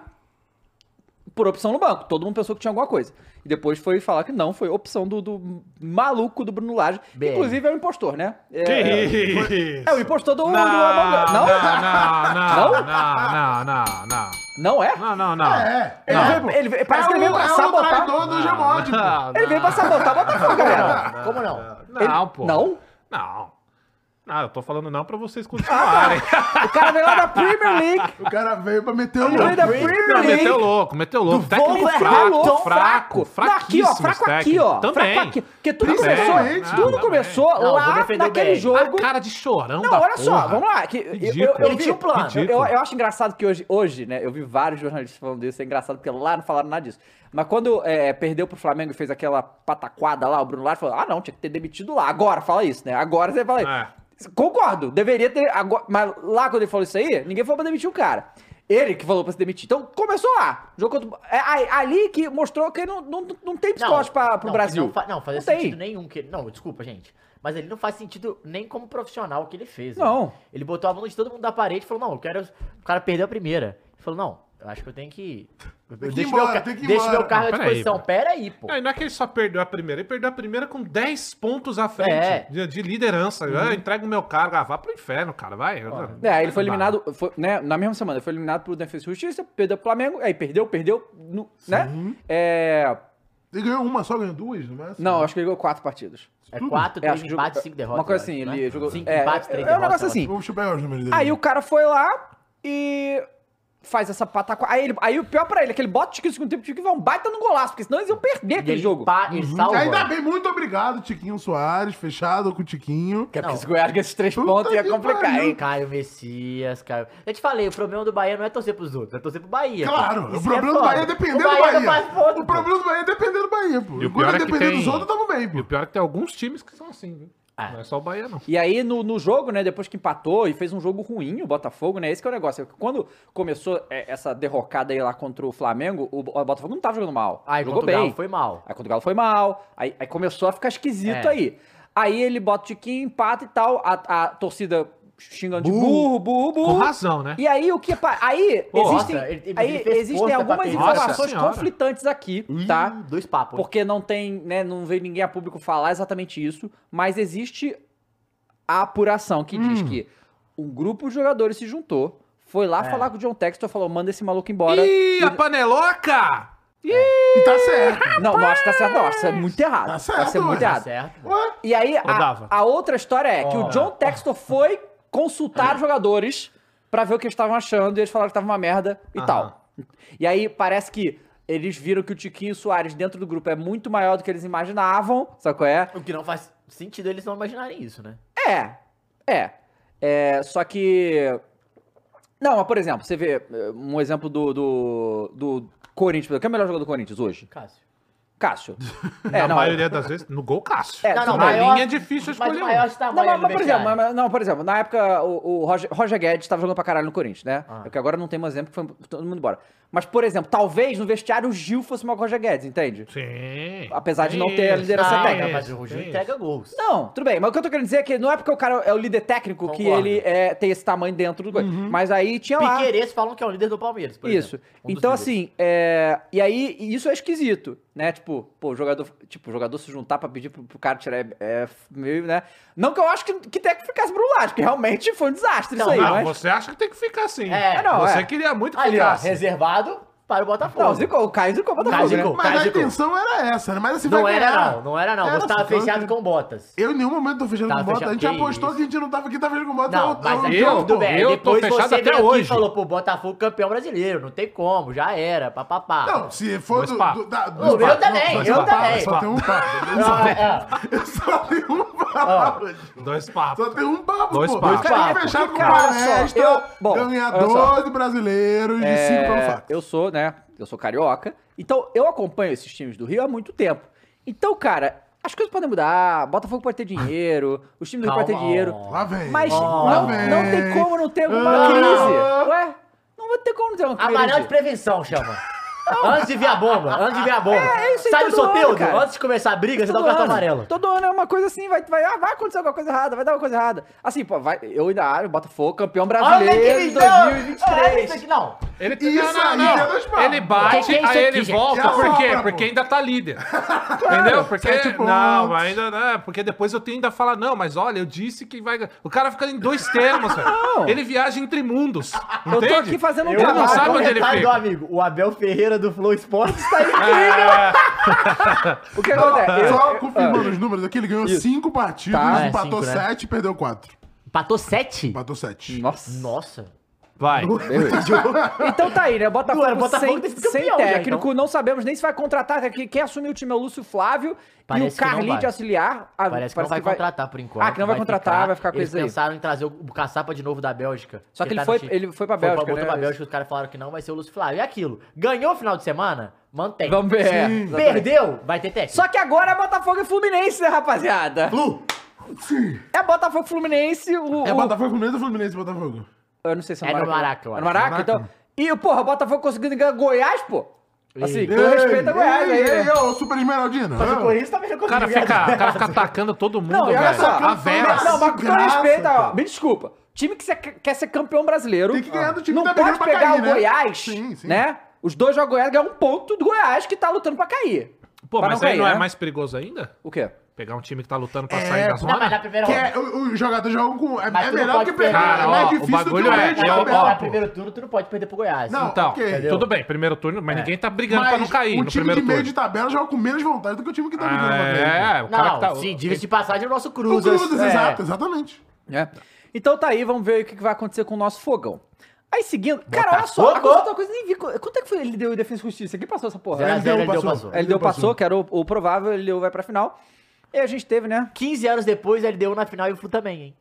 Speaker 2: por opção no banco. Todo mundo pensou que tinha alguma coisa. E depois foi falar que não, foi opção do, do maluco do Bruno Lage.
Speaker 4: B R.
Speaker 2: Inclusive é o impostor, né? É,
Speaker 5: Que
Speaker 2: é,
Speaker 5: isso?
Speaker 2: é o impostor do, do
Speaker 5: Não,
Speaker 2: Among Us.
Speaker 5: não,
Speaker 2: Não?
Speaker 5: não, não, não, não, não, não.
Speaker 2: Não é?
Speaker 5: Não, não, não.
Speaker 3: É.
Speaker 2: Ele
Speaker 3: é.
Speaker 2: veio- ele veio- parece
Speaker 3: é
Speaker 2: que ele veio
Speaker 3: o-
Speaker 2: pra
Speaker 3: é o
Speaker 2: sabotar.
Speaker 3: traidor do Gemod, pô.
Speaker 5: Não,
Speaker 2: Ele veio pra sabotar o Botafogo, galera.
Speaker 4: Como não?
Speaker 5: Não, pô.
Speaker 2: Não?
Speaker 5: Não. Não, eu tô falando não pra vocês continuarem.
Speaker 2: O cara veio lá da Premier League.
Speaker 3: O cara veio pra meter o
Speaker 2: Ele veio da
Speaker 3: louco.
Speaker 2: Premier
Speaker 5: Não,
Speaker 2: League.
Speaker 5: meteu louco, meteu louco. Técnico
Speaker 4: Wolverhampton,
Speaker 5: fraco, fraco,
Speaker 2: Não, aqui, ó,
Speaker 5: fraquíssimo
Speaker 2: fraco aqui,
Speaker 5: técnico.
Speaker 2: ó.
Speaker 5: Também.
Speaker 2: Fraco aqui. Porque tudo
Speaker 3: Também.
Speaker 2: começou,
Speaker 3: Não,
Speaker 2: tudo
Speaker 5: também.
Speaker 2: começou
Speaker 4: Não, vou
Speaker 2: lá
Speaker 4: defender o
Speaker 2: naquele
Speaker 4: B R.
Speaker 2: jogo.
Speaker 5: A cara de chorão
Speaker 2: Não,
Speaker 5: da
Speaker 2: olha só,
Speaker 5: porra.
Speaker 2: vamos lá. Que eu, eu,
Speaker 5: Ridículo.
Speaker 2: eu,
Speaker 4: Ele
Speaker 2: vi-
Speaker 4: tinha um plano.
Speaker 2: eu, eu, eu acho engraçado que hoje, hoje, né, eu vi vários jornalistas falando isso, é engraçado porque lá não falaram nada disso. Mas quando é, perdeu pro Flamengo e fez aquela pataquada lá, o Bruno Lage falou, ah não, tinha que ter demitido lá. Agora fala isso, né? Agora você fala isso.
Speaker 5: É.
Speaker 2: Concordo, deveria ter. Agora, mas lá quando ele falou isso aí, ninguém falou pra demitir o cara. Ele que falou pra se demitir. Então começou lá. Jogo contra, é aí- ali que mostrou que não, não, não tem psicológico pra, pro
Speaker 4: não,
Speaker 2: Brasil.
Speaker 4: Não, fa não fazia
Speaker 2: Não tem.
Speaker 4: sentido nenhum. Que, não, desculpa, gente. Mas ele não faz sentido nem como profissional o que ele fez.
Speaker 2: Não.
Speaker 4: né? Ele botou a mão de todo mundo da parede e falou, não, eu quero... O cara perdeu a primeira. Ele falou, não, eu acho que eu tenho que... Eu
Speaker 3: Tem que ir
Speaker 4: deixo
Speaker 3: embora,
Speaker 4: meu, ca-
Speaker 3: tem que ir
Speaker 4: deixo
Speaker 3: embora.
Speaker 4: meu cargo à
Speaker 5: Não, pera aí,
Speaker 4: disposição.
Speaker 5: pô.
Speaker 4: Pera aí, pô.
Speaker 5: Não, e não é que ele só perdeu a primeira, ele perdeu a primeira com dez pontos à frente
Speaker 4: É.
Speaker 5: de, de liderança. Ah, entrega o meu cargo, ah, vá pro inferno, cara, vai.
Speaker 2: É, ele foi eliminado, foi, né, na mesma semana, ele foi eliminado pro Defesa e Justiça, perdeu pro Flamengo, aí perdeu, perdeu, no- né? É,
Speaker 3: Ele ganhou uma, só ganhou duas, no máximo?
Speaker 2: não, acho que ele ganhou quatro partidas.
Speaker 4: É quatro,
Speaker 2: É,
Speaker 4: três
Speaker 2: acho que
Speaker 4: empates,
Speaker 2: jogou-
Speaker 4: cinco derrotas.
Speaker 2: Uma coisa
Speaker 4: eu
Speaker 2: assim,
Speaker 4: acho,
Speaker 2: ele
Speaker 4: né?
Speaker 2: jogou...
Speaker 4: Cinco
Speaker 2: é,
Speaker 4: empates, três
Speaker 2: é um
Speaker 4: derrotas.
Speaker 2: negócio
Speaker 4: eu
Speaker 2: assim.
Speaker 3: Deixa eu pegar os números dele.
Speaker 2: Aí o cara foi lá e faz essa pataquada. Aí, ele- aí o pior pra ele é que ele bota o Tiquinho no segundo tempo, o Tiquinho vai um baita no golaço, porque senão eles iam perder
Speaker 4: E
Speaker 2: aquele
Speaker 4: ele
Speaker 2: jogo.
Speaker 4: pa- ele salva.
Speaker 3: Ainda bem, muito obrigado, Tiquinho Soares, fechado com o Tiquinho.
Speaker 2: Que é porque
Speaker 4: Não.
Speaker 2: se Goiás com esses três
Speaker 3: Puta
Speaker 2: pontos ia
Speaker 3: que
Speaker 2: complicar,
Speaker 3: pariu.
Speaker 2: hein?
Speaker 4: Caio Messias, Caio... Eu te falei, o problema do Bahia não é torcer pros outros, é torcer pro Bahia. pô.
Speaker 3: Claro,
Speaker 4: Isso
Speaker 3: o
Speaker 4: que
Speaker 3: problema do
Speaker 4: foda.
Speaker 3: Bahia é depender
Speaker 4: O
Speaker 3: do
Speaker 4: Bahia
Speaker 3: Bahia.
Speaker 4: não faz ponto,
Speaker 3: O
Speaker 4: pô.
Speaker 3: problema do Bahia é depender do Bahia, pô.
Speaker 5: E o
Speaker 3: Quando
Speaker 5: pior
Speaker 3: é
Speaker 5: é que
Speaker 3: depender
Speaker 5: tem-
Speaker 3: dos outros, tamo bem,
Speaker 5: E
Speaker 3: pô.
Speaker 5: o pior é que tem alguns times que são assim, viu?
Speaker 4: Ah.
Speaker 5: Não é só o Bahia, não.
Speaker 2: E aí, no, no jogo, né, depois que empatou e fez um jogo ruim, o Botafogo, né, esse que é o negócio. Quando começou é, essa derrocada aí lá contra o Flamengo, o, o Botafogo não tava jogando mal.
Speaker 4: Aí
Speaker 2: jogou
Speaker 4: contra o
Speaker 2: bem.
Speaker 4: Galo foi mal.
Speaker 2: Aí contra o Galo foi mal, aí, aí começou a ficar esquisito
Speaker 4: É.
Speaker 2: aí. Aí ele bota o Tiquinho, empata e tal, a, a torcida xingando de burro, burro, burro.
Speaker 5: Com razão, né?
Speaker 2: E aí o que pa- aí
Speaker 5: Pô,
Speaker 2: existem,
Speaker 4: nossa, ele- ele
Speaker 2: aí
Speaker 4: fez
Speaker 2: existem
Speaker 4: força pra
Speaker 2: algumas
Speaker 4: perder.
Speaker 5: Nossa
Speaker 2: informações
Speaker 5: Senhora.
Speaker 2: conflitantes aqui,
Speaker 4: Ih,
Speaker 2: tá?
Speaker 4: Dois papos.
Speaker 2: Porque não tem, né, não veio ninguém a público falar exatamente isso, mas existe a apuração que diz que um grupo de jogadores se juntou, foi lá
Speaker 4: É.
Speaker 2: falar com o John Textor, falou, manda esse maluco embora.
Speaker 5: Ih,
Speaker 2: E-
Speaker 5: a paneloca!
Speaker 3: E tá certo.
Speaker 2: Não, não acho que tá certo, não. Acho que isso é muito errado.
Speaker 3: Tá certo,
Speaker 2: Vai ser muito
Speaker 3: ué.
Speaker 2: errado.
Speaker 4: Tá certo.
Speaker 3: Ué?
Speaker 2: E aí, a,
Speaker 5: Rodava.
Speaker 2: a outra história é que
Speaker 4: Ó.
Speaker 2: o John Textor foi consultar os jogadores pra ver o que eles estavam achando e eles falaram que tava uma merda e
Speaker 5: Aham.
Speaker 2: tal. E aí parece que eles viram que o Tiquinho Soares dentro do grupo é muito maior do que eles imaginavam, sabe qual é?
Speaker 4: O que não faz sentido eles não imaginarem isso, né?
Speaker 2: É, é. É, só que... Não, mas por exemplo, você vê eh, um exemplo do, do, do Corinthians. Quem é o melhor jogador do Corinthians hoje?
Speaker 4: Cássio.
Speaker 2: Cássio.
Speaker 5: Na maioria das vezes, no gol, Cássio.
Speaker 2: É,
Speaker 4: Não, não,
Speaker 2: tudo bem.
Speaker 5: Na
Speaker 4: maior-
Speaker 5: linha é difícil
Speaker 4: Mas
Speaker 5: escolher
Speaker 4: o
Speaker 5: um.
Speaker 4: maior tamanho
Speaker 2: Não, mas,
Speaker 4: do
Speaker 2: mas, por exemplo,
Speaker 4: vestiário.
Speaker 2: mas- não, por exemplo, na época o, o Roger, Roger Guedes tava jogando pra caralho no Corinthians, né?
Speaker 4: Ah.
Speaker 2: É que agora não tem mais exemplo, que foi todo mundo embora. Mas, por exemplo, talvez no vestiário o Gil fosse maior que o Roger Guedes, entende?
Speaker 5: Sim.
Speaker 2: Apesar de não ter a
Speaker 5: Isso,
Speaker 2: liderança
Speaker 4: Não,
Speaker 2: técnica.
Speaker 4: mas o Gil
Speaker 5: Isso.
Speaker 4: entrega gols.
Speaker 2: Não, tudo bem, mas o que eu tô querendo dizer é que não é porque o cara é o líder técnico que
Speaker 4: Concordo.
Speaker 2: ele é, tem esse tamanho dentro do coisa. Mas aí tinha lá...
Speaker 4: Piqueires falam que é o líder do Palmeiras, por
Speaker 2: Isso.
Speaker 4: exemplo. Um dos
Speaker 2: Então,
Speaker 4: líderes.
Speaker 2: assim, é... e aí, isso é esquisito, né? Tipo, pô, o jogador, tipo, o jogador se juntar pra pedir pro, pro cara tirar é, é meio, né? Não que eu acho que, que tem que ficar pro lado, porque realmente foi um desastre
Speaker 4: Não,
Speaker 2: isso aí,
Speaker 5: Não,
Speaker 2: mas...
Speaker 5: você acha que tem que ficar assim.
Speaker 4: É,
Speaker 2: não,
Speaker 5: você
Speaker 2: é.
Speaker 5: queria muito que
Speaker 4: Ali, ó,
Speaker 5: ficasse.
Speaker 4: reservado para o Botafogo.
Speaker 2: Não, zicou, o Caio zicou o Botafogo,
Speaker 4: Caio
Speaker 2: né?
Speaker 4: zicou.
Speaker 3: Mas a
Speaker 4: Cássio.
Speaker 3: intenção era essa, né? Mas assim,
Speaker 4: Não
Speaker 3: vai
Speaker 4: era
Speaker 3: ganhar.
Speaker 4: não, não era não.
Speaker 3: Era,
Speaker 4: Você tava
Speaker 3: só
Speaker 4: fechado
Speaker 3: que-
Speaker 4: com botas.
Speaker 3: Eu em nenhum momento tô fechando
Speaker 4: Tava
Speaker 3: com bota.
Speaker 4: fechado-
Speaker 3: A gente
Speaker 4: que
Speaker 3: apostou
Speaker 4: isso?
Speaker 3: que a gente não tava aqui, tava fechando com bota.
Speaker 4: Não,
Speaker 3: eu,
Speaker 4: mas aí
Speaker 5: eu-
Speaker 4: tudo bem.
Speaker 5: eu
Speaker 4: Aí
Speaker 5: tô
Speaker 4: depois
Speaker 5: fechado
Speaker 4: você
Speaker 5: até
Speaker 4: veio aqui
Speaker 5: hoje.
Speaker 4: e falou, pô, Botafogo campeão brasileiro. Não tem como, já era, papapá.
Speaker 3: Não, se for
Speaker 5: Dois
Speaker 3: do...
Speaker 5: papos.
Speaker 3: do, da, do
Speaker 4: O meu também,
Speaker 3: não,
Speaker 4: eu
Speaker 3: só
Speaker 4: também.
Speaker 3: Só tem um papo.
Speaker 4: Ah, é.
Speaker 3: Eu só tenho um papo.
Speaker 5: Dois papos.
Speaker 3: Só tem um papo,
Speaker 5: Dois
Speaker 3: pô.
Speaker 5: papos.
Speaker 3: Os caras
Speaker 4: Papo.
Speaker 3: fechado com
Speaker 2: Cara, olha só,
Speaker 3: palestra,
Speaker 2: eu- bom, olha
Speaker 3: ganhador
Speaker 2: só.
Speaker 3: de brasileiros de cinco pelo
Speaker 2: É,
Speaker 3: fato.
Speaker 2: eu sou, né? Eu sou carioca. Então, eu acompanho esses times do Rio há muito tempo. Então, cara, as coisas podem mudar. Botafogo pode ter dinheiro. Os times do Rio podem ter
Speaker 4: Calma,
Speaker 2: dinheiro.
Speaker 4: ó.
Speaker 3: Lá vem.
Speaker 2: Mas
Speaker 3: lá
Speaker 2: não,
Speaker 3: vem.
Speaker 2: não tem como não ter alguma
Speaker 3: Ah.
Speaker 2: crise. Ué? Não vai ter como não ter uma crise.
Speaker 4: Amarelo de prevenção, chama. Antes de vir a bomba, antes de vir a bomba.
Speaker 2: É, é isso aí
Speaker 4: Sabe o
Speaker 2: todo ano,
Speaker 4: Soteldo?
Speaker 2: cara.
Speaker 4: Antes de começar a briga, você dá o
Speaker 2: Todo
Speaker 4: cartão
Speaker 2: ano.
Speaker 4: amarelo.
Speaker 2: Todo ano é uma coisa assim, vai, vai, ah, vai acontecer alguma coisa errada, vai dar uma coisa errada. Assim, pô, vai, eu ainda acho, Botafogo, campeão brasileiro de dois mil e vinte e
Speaker 4: Olha
Speaker 2: três.
Speaker 4: isso aqui, não.
Speaker 5: Ele,
Speaker 3: Isso
Speaker 5: não,
Speaker 3: aí
Speaker 5: não,
Speaker 3: é dois papos.
Speaker 5: Ele bate,
Speaker 4: Quem que é isso
Speaker 5: aí
Speaker 4: aqui,
Speaker 5: ele
Speaker 4: gente?
Speaker 5: volta.
Speaker 3: É a
Speaker 5: Por quê?
Speaker 3: sobra,
Speaker 5: Porque
Speaker 3: pô.
Speaker 5: ainda tá líder. Entendeu? Porque.
Speaker 3: sete pontos.
Speaker 5: Não, mas ainda. Né, porque depois eu tenho ainda falar, não, mas olha, eu disse que vai. O cara fica em dois termos, velho. Ele viaja entre mundos.
Speaker 2: Eu tô
Speaker 5: Entende?
Speaker 2: aqui fazendo um
Speaker 5: Ele não
Speaker 2: trabalho.
Speaker 5: sabe onde ele
Speaker 4: Comentário do
Speaker 5: fica.
Speaker 4: amigo. O Abel Ferreira do Flow Esportes tá aí.
Speaker 5: É,
Speaker 2: O que acontece? Eu-
Speaker 3: Só
Speaker 2: eu-
Speaker 3: confirmando os números aqui, ele ganhou
Speaker 2: Isso.
Speaker 3: cinco partidas,
Speaker 2: Tá.
Speaker 4: É,
Speaker 3: empatou
Speaker 4: cinco, né?
Speaker 3: sete e perdeu quatro.
Speaker 4: Empatou sete?
Speaker 3: Empatou sete.
Speaker 2: Nossa.
Speaker 4: Nossa.
Speaker 5: vai.
Speaker 2: Então tá aí, né? Botafogo,
Speaker 4: Mano, Botafogo
Speaker 2: sem,
Speaker 4: tem que ser
Speaker 2: sem
Speaker 4: campeão já,
Speaker 2: técnico,
Speaker 4: então.
Speaker 2: não sabemos nem se vai contratar. Aqui, quem assumiu o time é o Lúcio Flávio
Speaker 4: Parece
Speaker 2: e
Speaker 4: que
Speaker 2: o
Speaker 4: não
Speaker 2: Carlinhos de
Speaker 4: vai.
Speaker 2: auxiliar. Ah,
Speaker 4: Parece que não vai contratar por enquanto.
Speaker 2: Ah, que não vai contratar, vai ficar com
Speaker 4: Eles
Speaker 2: isso aí.
Speaker 4: pensaram em trazer o Caçapa de novo da Bélgica.
Speaker 2: Só que ele
Speaker 4: tá
Speaker 2: foi-
Speaker 4: no time.
Speaker 2: ele foi pra Bélgica,
Speaker 4: Foi pra,
Speaker 2: né?
Speaker 4: pra Bélgica, os caras falaram que não vai ser o Lúcio Flávio. E aquilo, ganhou o final de semana, mantém.
Speaker 2: Vamos ver. é, exatamente.
Speaker 4: Perdeu, vai ter técnico.
Speaker 2: Só que agora é Botafogo e Fluminense, né, rapaziada?
Speaker 3: Flu! Sim.
Speaker 2: É Botafogo e Fluminense. O,
Speaker 3: É
Speaker 2: o-
Speaker 3: Botafogo Fluminense ou Fluminense e Botafogo?
Speaker 2: Eu não sei se é,
Speaker 4: É no
Speaker 2: Maracanã.
Speaker 4: Maraca, eu
Speaker 2: É no
Speaker 4: acho.
Speaker 2: Maraca,
Speaker 3: Maraca.
Speaker 2: então. E, porra, o Botafogo conseguindo ganhar Goiás, pô. Assim,
Speaker 3: Ei,
Speaker 2: com respeito a Goiás
Speaker 3: ei,
Speaker 2: aí,
Speaker 3: ei,
Speaker 2: né?
Speaker 3: ô, Super Esmeraldina.
Speaker 4: Mas o
Speaker 3: Ah.
Speaker 4: Corinthians tá mexendo com
Speaker 5: O cara fica, o cara fica atacando todo mundo,
Speaker 2: Não, e olha
Speaker 5: velho.
Speaker 2: só.
Speaker 5: A Vera.
Speaker 2: Não, mas com
Speaker 3: Graça,
Speaker 2: respeito, ó,
Speaker 3: cara.
Speaker 2: me desculpa. Time que cê quer ser campeão brasileiro.
Speaker 3: Tem que ganhar do time
Speaker 2: não
Speaker 3: que tá
Speaker 2: pode
Speaker 3: brigando pra
Speaker 2: pegar
Speaker 3: cair,
Speaker 2: o
Speaker 3: né?
Speaker 2: Goiás,
Speaker 3: Sim, sim.
Speaker 2: né? Os dois jogos Goiás ganham um ponto do Goiás que tá lutando pra cair.
Speaker 5: Pô,
Speaker 2: Pra
Speaker 5: mas
Speaker 2: não
Speaker 5: aí
Speaker 2: cair,
Speaker 5: não é
Speaker 2: né?
Speaker 5: mais perigoso ainda?
Speaker 2: O quê?
Speaker 5: Pegar um time que tá lutando pra
Speaker 3: É,
Speaker 5: sair da
Speaker 3: não,
Speaker 4: Não, mas
Speaker 5: zona?
Speaker 4: na primeira
Speaker 3: Que
Speaker 4: rodada.
Speaker 3: é, o- os jogadores jogam com... É,
Speaker 4: Mas
Speaker 3: é
Speaker 4: tu não
Speaker 3: melhor
Speaker 4: pode
Speaker 3: que pegar.
Speaker 4: pegar.
Speaker 3: É mais
Speaker 5: Ó, o
Speaker 3: difícil do que
Speaker 5: bagulho
Speaker 3: o
Speaker 5: é-
Speaker 3: meio de
Speaker 5: é o-
Speaker 3: tabela,
Speaker 5: ó,
Speaker 4: Na
Speaker 3: pô.
Speaker 4: primeiro turno, tu não pode perder pro Goiás.
Speaker 3: Não,
Speaker 5: Então,
Speaker 3: ok.
Speaker 4: entendeu?
Speaker 5: tudo bem, primeiro turno, mas ninguém tá brigando
Speaker 3: Mas
Speaker 5: pra não cair
Speaker 3: o
Speaker 5: no
Speaker 3: time
Speaker 5: primeiro
Speaker 3: de meio
Speaker 5: turno.
Speaker 3: de tabela joga com menos vontade do que o time que tá brigando
Speaker 5: Ah,
Speaker 3: pra cair.
Speaker 5: é, o cara
Speaker 4: Não,
Speaker 5: que tá...
Speaker 4: sim, diga-se de passagem, o nosso
Speaker 3: O
Speaker 4: Cruzas.
Speaker 3: Cruzes,
Speaker 4: é.
Speaker 3: exato, exatamente.
Speaker 2: É. Então tá aí, vamos ver o que que vai acontecer com o nosso fogão. Aí seguindo. Cara, olha só,
Speaker 4: Botafogo.
Speaker 2: a coisa, outra coisa nem vi. Quanto é que foi ele deu em Defesa e Justiça? Quem passou essa porra?
Speaker 4: zero a zero, ele deu,
Speaker 3: passou.
Speaker 4: passou.
Speaker 2: Ele deu, passou, que era o, o provável, ele deu, vai pra final. E a gente teve, né?
Speaker 4: quinze anos depois, ele deu na final e o Flu também, hein?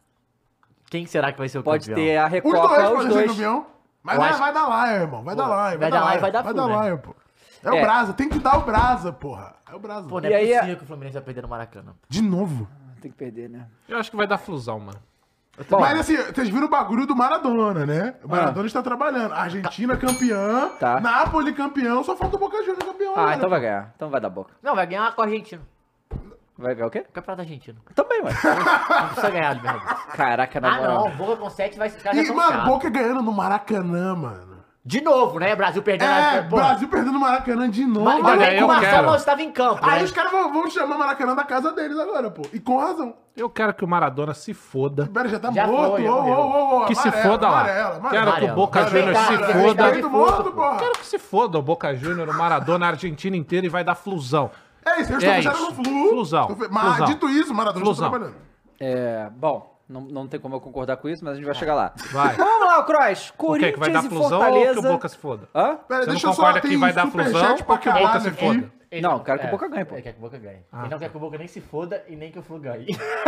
Speaker 4: Quem será que vai ser o
Speaker 2: Pode
Speaker 4: campeão?
Speaker 2: ter a
Speaker 3: Os
Speaker 2: Recopa,
Speaker 3: dois
Speaker 2: os
Speaker 3: podem ser
Speaker 2: dois.
Speaker 3: campeão. Mas
Speaker 4: Eu
Speaker 3: é,
Speaker 4: acho-
Speaker 3: vai dar lá, irmão. Vai dar
Speaker 4: Pô,
Speaker 3: lá.
Speaker 4: vai dar lá e vai dar
Speaker 3: Vai
Speaker 4: Flu,
Speaker 3: dar
Speaker 4: né?
Speaker 3: lá, pô. É o
Speaker 2: É.
Speaker 3: Brasa. Tem que dar o Brasa, porra. É o Brasa.
Speaker 4: Pô, não
Speaker 2: E
Speaker 4: é
Speaker 2: aí,
Speaker 4: possível que o Fluminense vai perder no Maracanã.
Speaker 3: De novo.
Speaker 2: Tem que perder, né?
Speaker 5: Eu acho que vai dar flusão, mano.
Speaker 2: Bom,
Speaker 3: Mas assim, vocês viram o bagulho do Maradona, né? O Maradona está trabalhando. Argentina campeã,
Speaker 2: Tá.
Speaker 3: Nápoles campeão, só falta o Boca Juniors campeão.
Speaker 2: ah,
Speaker 3: né?
Speaker 2: então vai ganhar. Então vai dar boca.
Speaker 4: Não, vai ganhar com a Argentina.
Speaker 2: Vai ganhar o quê?
Speaker 4: O campeonato argentino.
Speaker 2: Também, ué.
Speaker 4: Não precisa ganhar a Libertadores.
Speaker 2: Caraca, na
Speaker 4: Ah,
Speaker 2: moral.
Speaker 4: não. Boca com sete vai ficar já
Speaker 3: E,
Speaker 4: tão
Speaker 3: mano,
Speaker 4: chato.
Speaker 3: Boca ganhando no Maracanã, mano.
Speaker 4: De novo, né? Brasil perdendo.
Speaker 3: É,
Speaker 4: a...
Speaker 3: Brasil perdendo o Maracanã de novo.
Speaker 4: Mas,
Speaker 5: Olha,
Speaker 4: mas
Speaker 5: eu
Speaker 4: o Marcelo
Speaker 5: quero.
Speaker 4: não estava em campo,
Speaker 3: Aí
Speaker 4: né?
Speaker 3: os caras vão, vão chamar o Maracanã da casa deles agora, pô. E com razão.
Speaker 5: Eu quero que o Maradona se foda.
Speaker 3: Pera, já tá
Speaker 4: Já
Speaker 3: morto.
Speaker 4: foi, já
Speaker 3: Ô, ô,
Speaker 4: morreu.
Speaker 3: ô, ô,
Speaker 5: Que se
Speaker 3: amarelo,
Speaker 5: foda lá.
Speaker 3: amarelo, amarelo.
Speaker 5: Quero que o
Speaker 4: Amarelo.
Speaker 5: Boca
Speaker 4: Respeitar,
Speaker 5: Juniors se
Speaker 4: respeitar.
Speaker 5: foda.
Speaker 3: Respeito morto, porra.
Speaker 5: Quero que se foda o Boca Juniors, o Maradona, a Argentina inteira e vai dar flusão.
Speaker 3: É isso, eu
Speaker 5: É
Speaker 3: estou
Speaker 5: isso.
Speaker 3: fechando no flu.
Speaker 5: Flusão,
Speaker 3: Estou fe- Mas
Speaker 5: flusão.
Speaker 3: dito isso, Maradona está
Speaker 5: Flusão.
Speaker 3: trabalhando.
Speaker 2: É, bom, não, não tem como eu concordar com isso, mas a gente vai chegar lá.
Speaker 5: Vai.
Speaker 2: Vamos lá, Croix.
Speaker 5: O quê?
Speaker 2: Corinthians
Speaker 5: Que vai dar
Speaker 2: e
Speaker 5: flusão ou que
Speaker 2: Fortaleza.
Speaker 5: o Boca se foda?
Speaker 2: Hã?
Speaker 3: Pera,
Speaker 5: Você
Speaker 3: deixa
Speaker 5: não
Speaker 3: eu só,
Speaker 5: concorda que
Speaker 3: tem
Speaker 5: vai dar
Speaker 3: superchat
Speaker 5: flusão
Speaker 3: pra
Speaker 5: ou que o Boca
Speaker 3: caralho
Speaker 5: se
Speaker 3: aqui.
Speaker 5: foda?
Speaker 4: Ele
Speaker 2: Não, quero que o Boca ganhe, pô.
Speaker 4: Ele quer que o Boca ganhe.
Speaker 5: Ah,
Speaker 4: ele não
Speaker 5: tá.
Speaker 4: quer que o Boca nem se foda e nem que o Flu ganhe.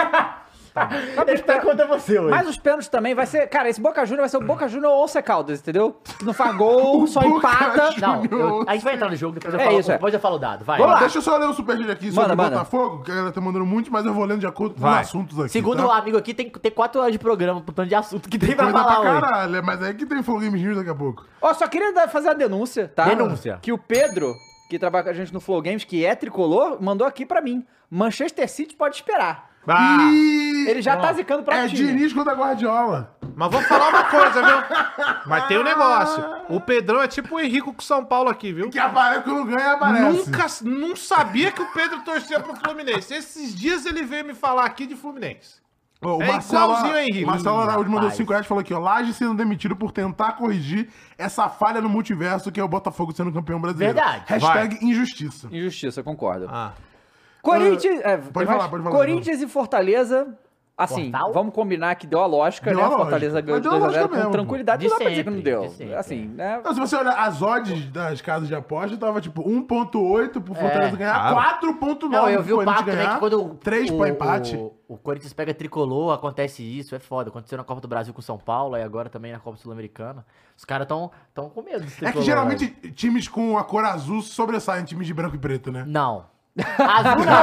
Speaker 4: Ele tá contra você hoje.
Speaker 2: Mas os pênaltis também vai ser... Cara, esse Boca Juniors vai ser o Boca Juniors ou o Once Caldas, entendeu? Que não faz gol, só
Speaker 3: Boca
Speaker 2: empata.
Speaker 4: Não, eu-
Speaker 3: Juniors.
Speaker 4: a gente vai entrar no jogo, depois eu
Speaker 2: É
Speaker 4: falo,
Speaker 2: isso, é.
Speaker 4: depois eu falo o dado. Vai.
Speaker 2: Vamos lá.
Speaker 3: Deixa eu só ler o superchat aqui sobre
Speaker 2: Manda,
Speaker 3: o
Speaker 2: manda.
Speaker 3: Botafogo, que a galera tá mandando muitos, mas eu vou lendo de acordo com
Speaker 5: Vai.
Speaker 3: os assuntos aqui.
Speaker 4: Segundo
Speaker 3: tá?
Speaker 4: o amigo aqui, tem que ter quatro horas de programa pro tanto de assunto que tem pra
Speaker 3: Coisa
Speaker 4: falar
Speaker 3: pra
Speaker 4: hoje.
Speaker 3: caralho, mas é que tem Flow Games News daqui a pouco.
Speaker 2: Ó, só queria dar- fazer a denúncia, tá?
Speaker 4: Denúncia.
Speaker 2: Que o Pedro, que trabalha com a gente no Flow Games, que é tricolor, mandou aqui pra mim. Manchester City pode esperar.
Speaker 5: Ah,
Speaker 3: E...
Speaker 2: Ele já tá zicando pra
Speaker 3: É
Speaker 2: time.
Speaker 3: Diniz contra Guardiola.
Speaker 5: mas vou falar uma coisa, viu? Mas tem um negócio. O Pedrão é tipo o Henrico com São Paulo aqui, viu?
Speaker 3: Que aparece quando ganha, aparece.
Speaker 5: Nunca, não sabia que o Pedro torcia pro Fluminense. Esses dias ele veio me falar aqui de Fluminense.
Speaker 3: Ó, o
Speaker 5: É
Speaker 3: Marcelo,
Speaker 5: igualzinho ao Henrique.
Speaker 3: o Marcelo Araújo mandou
Speaker 4: rapaz.
Speaker 3: cinco reais e falou aqui, ó. Laje sendo demitido por tentar corrigir essa falha no multiverso que é o Botafogo sendo campeão brasileiro.
Speaker 4: Verdade.
Speaker 3: Hashtag injustiça.
Speaker 2: Injustiça, concordo.
Speaker 5: Ah,
Speaker 2: Corinthians... é, tem
Speaker 3: pode
Speaker 2: mais?
Speaker 3: falar, pode falar,
Speaker 2: Corinthians e Fortaleza... Assim,
Speaker 4: Portal?
Speaker 2: vamos combinar que deu a lógica,
Speaker 3: Deu
Speaker 2: né?
Speaker 3: a lógica.
Speaker 2: Fortaleza ganhou
Speaker 3: Mas
Speaker 2: de
Speaker 3: deu a
Speaker 2: dois a zero
Speaker 3: lógica
Speaker 2: com
Speaker 3: mesmo,
Speaker 2: tranquilidade.
Speaker 4: De
Speaker 2: Não dá pra dizer que não
Speaker 4: sempre,
Speaker 2: deu.
Speaker 4: de sempre,
Speaker 2: Assim, né?
Speaker 3: Então, se você olhar as odds das casas de aposta, tava tipo um ponto oito pro Fortaleza
Speaker 4: É,
Speaker 3: ganhar,
Speaker 5: claro.
Speaker 3: quatro ponto nove
Speaker 4: Não, eu vi
Speaker 3: pro
Speaker 4: o papo
Speaker 3: Corinthians
Speaker 4: também que quando o,
Speaker 3: três
Speaker 4: o,
Speaker 3: pra empate.
Speaker 4: O, o Corinthians pega tricolor, acontece isso, é foda. Aconteceu na Copa do Brasil com o São Paulo e agora também na Copa Sul-Americana. Os caras tão, tão com medo desse
Speaker 3: É que
Speaker 4: tricolor,
Speaker 3: geralmente
Speaker 4: velho.
Speaker 3: times com a cor azul sobressaem times de branco e preto, né?
Speaker 4: Não. Azul não,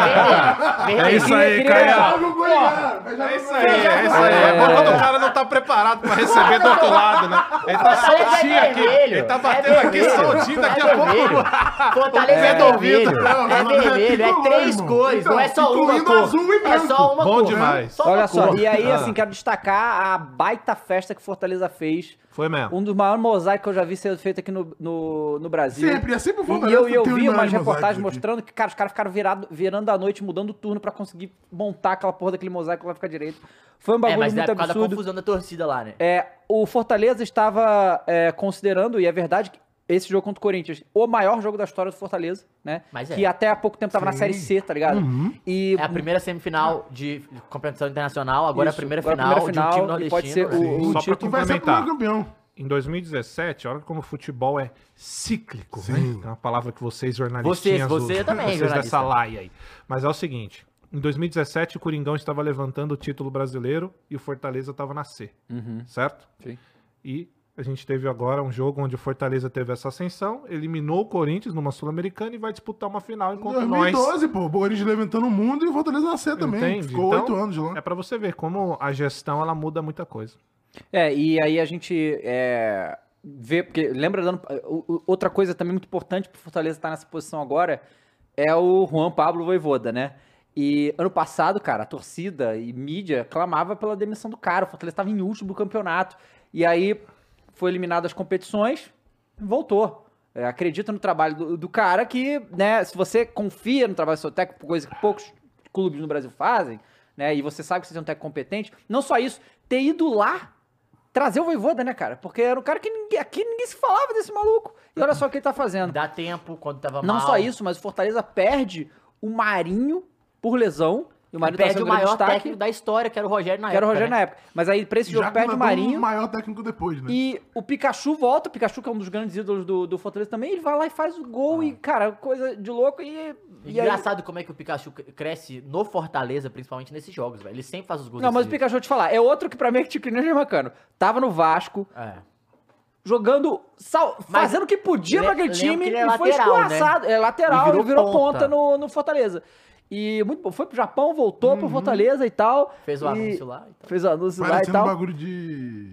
Speaker 4: é vermelho.
Speaker 5: é isso aí,
Speaker 2: queria-
Speaker 5: Caio.
Speaker 3: Joga o goleiro, vai jogar
Speaker 5: É
Speaker 3: o
Speaker 5: isso aí,
Speaker 3: goleiro.
Speaker 5: é isso aí. É bom quando o cara não tá preparado pra receber do outro lado, né? Ele tá
Speaker 4: Fortaleza
Speaker 5: soltinho
Speaker 4: é
Speaker 5: aqui.
Speaker 4: vermelho,
Speaker 5: Ele tá
Speaker 4: é
Speaker 5: batendo aqui
Speaker 4: vermelho,
Speaker 5: soltinho, daqui
Speaker 4: é
Speaker 5: a pouco.
Speaker 4: vermelho. Fortaleza
Speaker 5: É
Speaker 4: é vermelho,
Speaker 5: ouvido.
Speaker 3: Não,
Speaker 4: é
Speaker 3: não, não, é
Speaker 4: vermelho, é
Speaker 3: tricolor,
Speaker 4: três
Speaker 3: irmão.
Speaker 4: cores, não é
Speaker 3: Então,
Speaker 4: só uma
Speaker 3: incluindo
Speaker 4: cor.
Speaker 3: azul e
Speaker 4: É
Speaker 3: branco.
Speaker 4: só uma
Speaker 5: Bom
Speaker 4: cor.
Speaker 5: demais.
Speaker 4: Só uma
Speaker 2: Olha só,
Speaker 4: cor.
Speaker 2: e aí,
Speaker 5: Ah.
Speaker 2: assim, quero destacar a baita festa que Fortaleza fez.
Speaker 5: Foi mesmo.
Speaker 2: Um dos maiores mosaicos que eu já vi sendo feito aqui no, no, no Brasil.
Speaker 3: Sempre, é sempre o
Speaker 2: E
Speaker 3: Fortaleza
Speaker 2: eu, e eu
Speaker 3: tem um
Speaker 2: vi
Speaker 3: dos
Speaker 2: umas
Speaker 3: melhores
Speaker 2: reportagens
Speaker 3: mosaicos aqui.
Speaker 2: mostrando que, cara, os caras ficaram virado, virando a noite, mudando o turno pra conseguir montar aquela porra daquele mosaico lá ficar direito. Foi um
Speaker 4: É,
Speaker 2: bagulho
Speaker 4: mas é
Speaker 2: muito
Speaker 4: por causa da
Speaker 2: absurdo.
Speaker 4: confusão da torcida lá, né?
Speaker 2: É, o Fortaleza estava é, considerando, e é verdade, que esse jogo contra o Corinthians, o maior jogo da história do Fortaleza, né?
Speaker 4: Mas é.
Speaker 2: Que até há pouco tempo tava na
Speaker 3: Sim.
Speaker 2: Série C, tá ligado? E
Speaker 4: É a primeira semifinal de competição internacional, agora é a
Speaker 2: Isso,
Speaker 4: primeira
Speaker 2: agora
Speaker 4: final,
Speaker 2: a primeira
Speaker 4: de um time
Speaker 2: final, e pode ser
Speaker 4: nordestino.
Speaker 2: o, o
Speaker 5: Só pra
Speaker 2: título.
Speaker 3: E vai ser o
Speaker 5: complementar.
Speaker 3: primeiro campeão.
Speaker 5: Em dois mil e dezessete, olha como o futebol é cíclico,
Speaker 3: Sim.
Speaker 5: né? É uma palavra que vocês jornalistinhas
Speaker 4: Vocês, você
Speaker 5: usam,
Speaker 4: também,
Speaker 5: vocês
Speaker 4: jornalista.
Speaker 5: dessa laia aí. Mas é o seguinte, em dois mil e dezessete o Coringão estava levantando o título brasileiro e o Fortaleza estava na C, certo?
Speaker 2: Sim.
Speaker 5: E a gente teve agora um jogo onde o Fortaleza teve essa ascensão, eliminou o Corinthians numa Sul-Americana e vai disputar uma final enquanto
Speaker 3: dois mil e
Speaker 5: nós...
Speaker 3: doze, pô. O Corinthians levantando o mundo e o Fortaleza nascer também.
Speaker 5: Entende?
Speaker 3: Ficou
Speaker 5: Então,
Speaker 3: oito anos de lá.
Speaker 5: É pra você ver como a gestão ela muda muita coisa.
Speaker 2: É, e aí a gente é, vê, porque lembra, dando, o- o- outra coisa também muito importante pro Fortaleza estar nessa posição agora é o Juan Pablo Vojvoda, né? E ano passado, cara, a torcida e mídia clamava pela demissão do cara. O Fortaleza estava em último do campeonato. E aí foi eliminado das competições, voltou. É, acredita no trabalho do, do cara que, né, se você confia no trabalho do seu técnico, coisa que poucos clubes no Brasil fazem, né, e você sabe que você tem um técnico competente, não só isso, ter ido lá trazer o Vojvoda, né, cara? Porque era um cara que ninguém, aqui ninguém se falava desse maluco. E olha só o que ele tá fazendo.
Speaker 4: Dá tempo quando tava
Speaker 2: Não
Speaker 4: mal.
Speaker 2: só isso, mas o Fortaleza perde o Marinho por lesão. E o Marinho tá
Speaker 4: Perde
Speaker 2: sendo
Speaker 4: o
Speaker 2: um grande
Speaker 4: maior
Speaker 2: destaque,
Speaker 4: técnico da história, que era o Rogério na
Speaker 2: que era o
Speaker 4: época,
Speaker 2: Rogério
Speaker 4: né?
Speaker 2: na época. Mas aí, pra esse jogo,
Speaker 3: Já
Speaker 2: perde o
Speaker 3: contratou
Speaker 2: Marinho.
Speaker 3: o maior técnico depois, né?
Speaker 2: E o Pikachu volta, o Pikachu que é um dos grandes ídolos do, do Fortaleza também, ele vai lá e faz o gol e, cara, coisa de louco e... e aí-
Speaker 4: Engraçado como é que o Pikachu cresce no Fortaleza, principalmente nesses jogos, velho. Ele sempre faz os gols
Speaker 2: Não, mas o
Speaker 4: decisivos.
Speaker 2: Pikachu, eu te falar, é outro que pra mim é tipo que nem o Macano. Tava no Vasco,
Speaker 4: É.
Speaker 2: jogando, sal-
Speaker 4: Mas
Speaker 2: fazendo o que podia
Speaker 4: le-
Speaker 2: pra aquele
Speaker 4: lembra
Speaker 2: time
Speaker 4: que ele
Speaker 2: e
Speaker 4: é
Speaker 2: foi
Speaker 4: lateral, né?
Speaker 2: escorraçado. É lateral,
Speaker 4: E
Speaker 2: e
Speaker 4: virou
Speaker 2: virou, ponta,
Speaker 4: ponta.
Speaker 2: no, no Fortaleza. E muito bom, foi pro Japão, voltou pro Fortaleza e tal.
Speaker 4: Fez o
Speaker 2: e
Speaker 4: anúncio lá. Então.
Speaker 2: Fez o anúncio lá e
Speaker 3: Parecendo um
Speaker 2: tal.
Speaker 3: bagulho de, de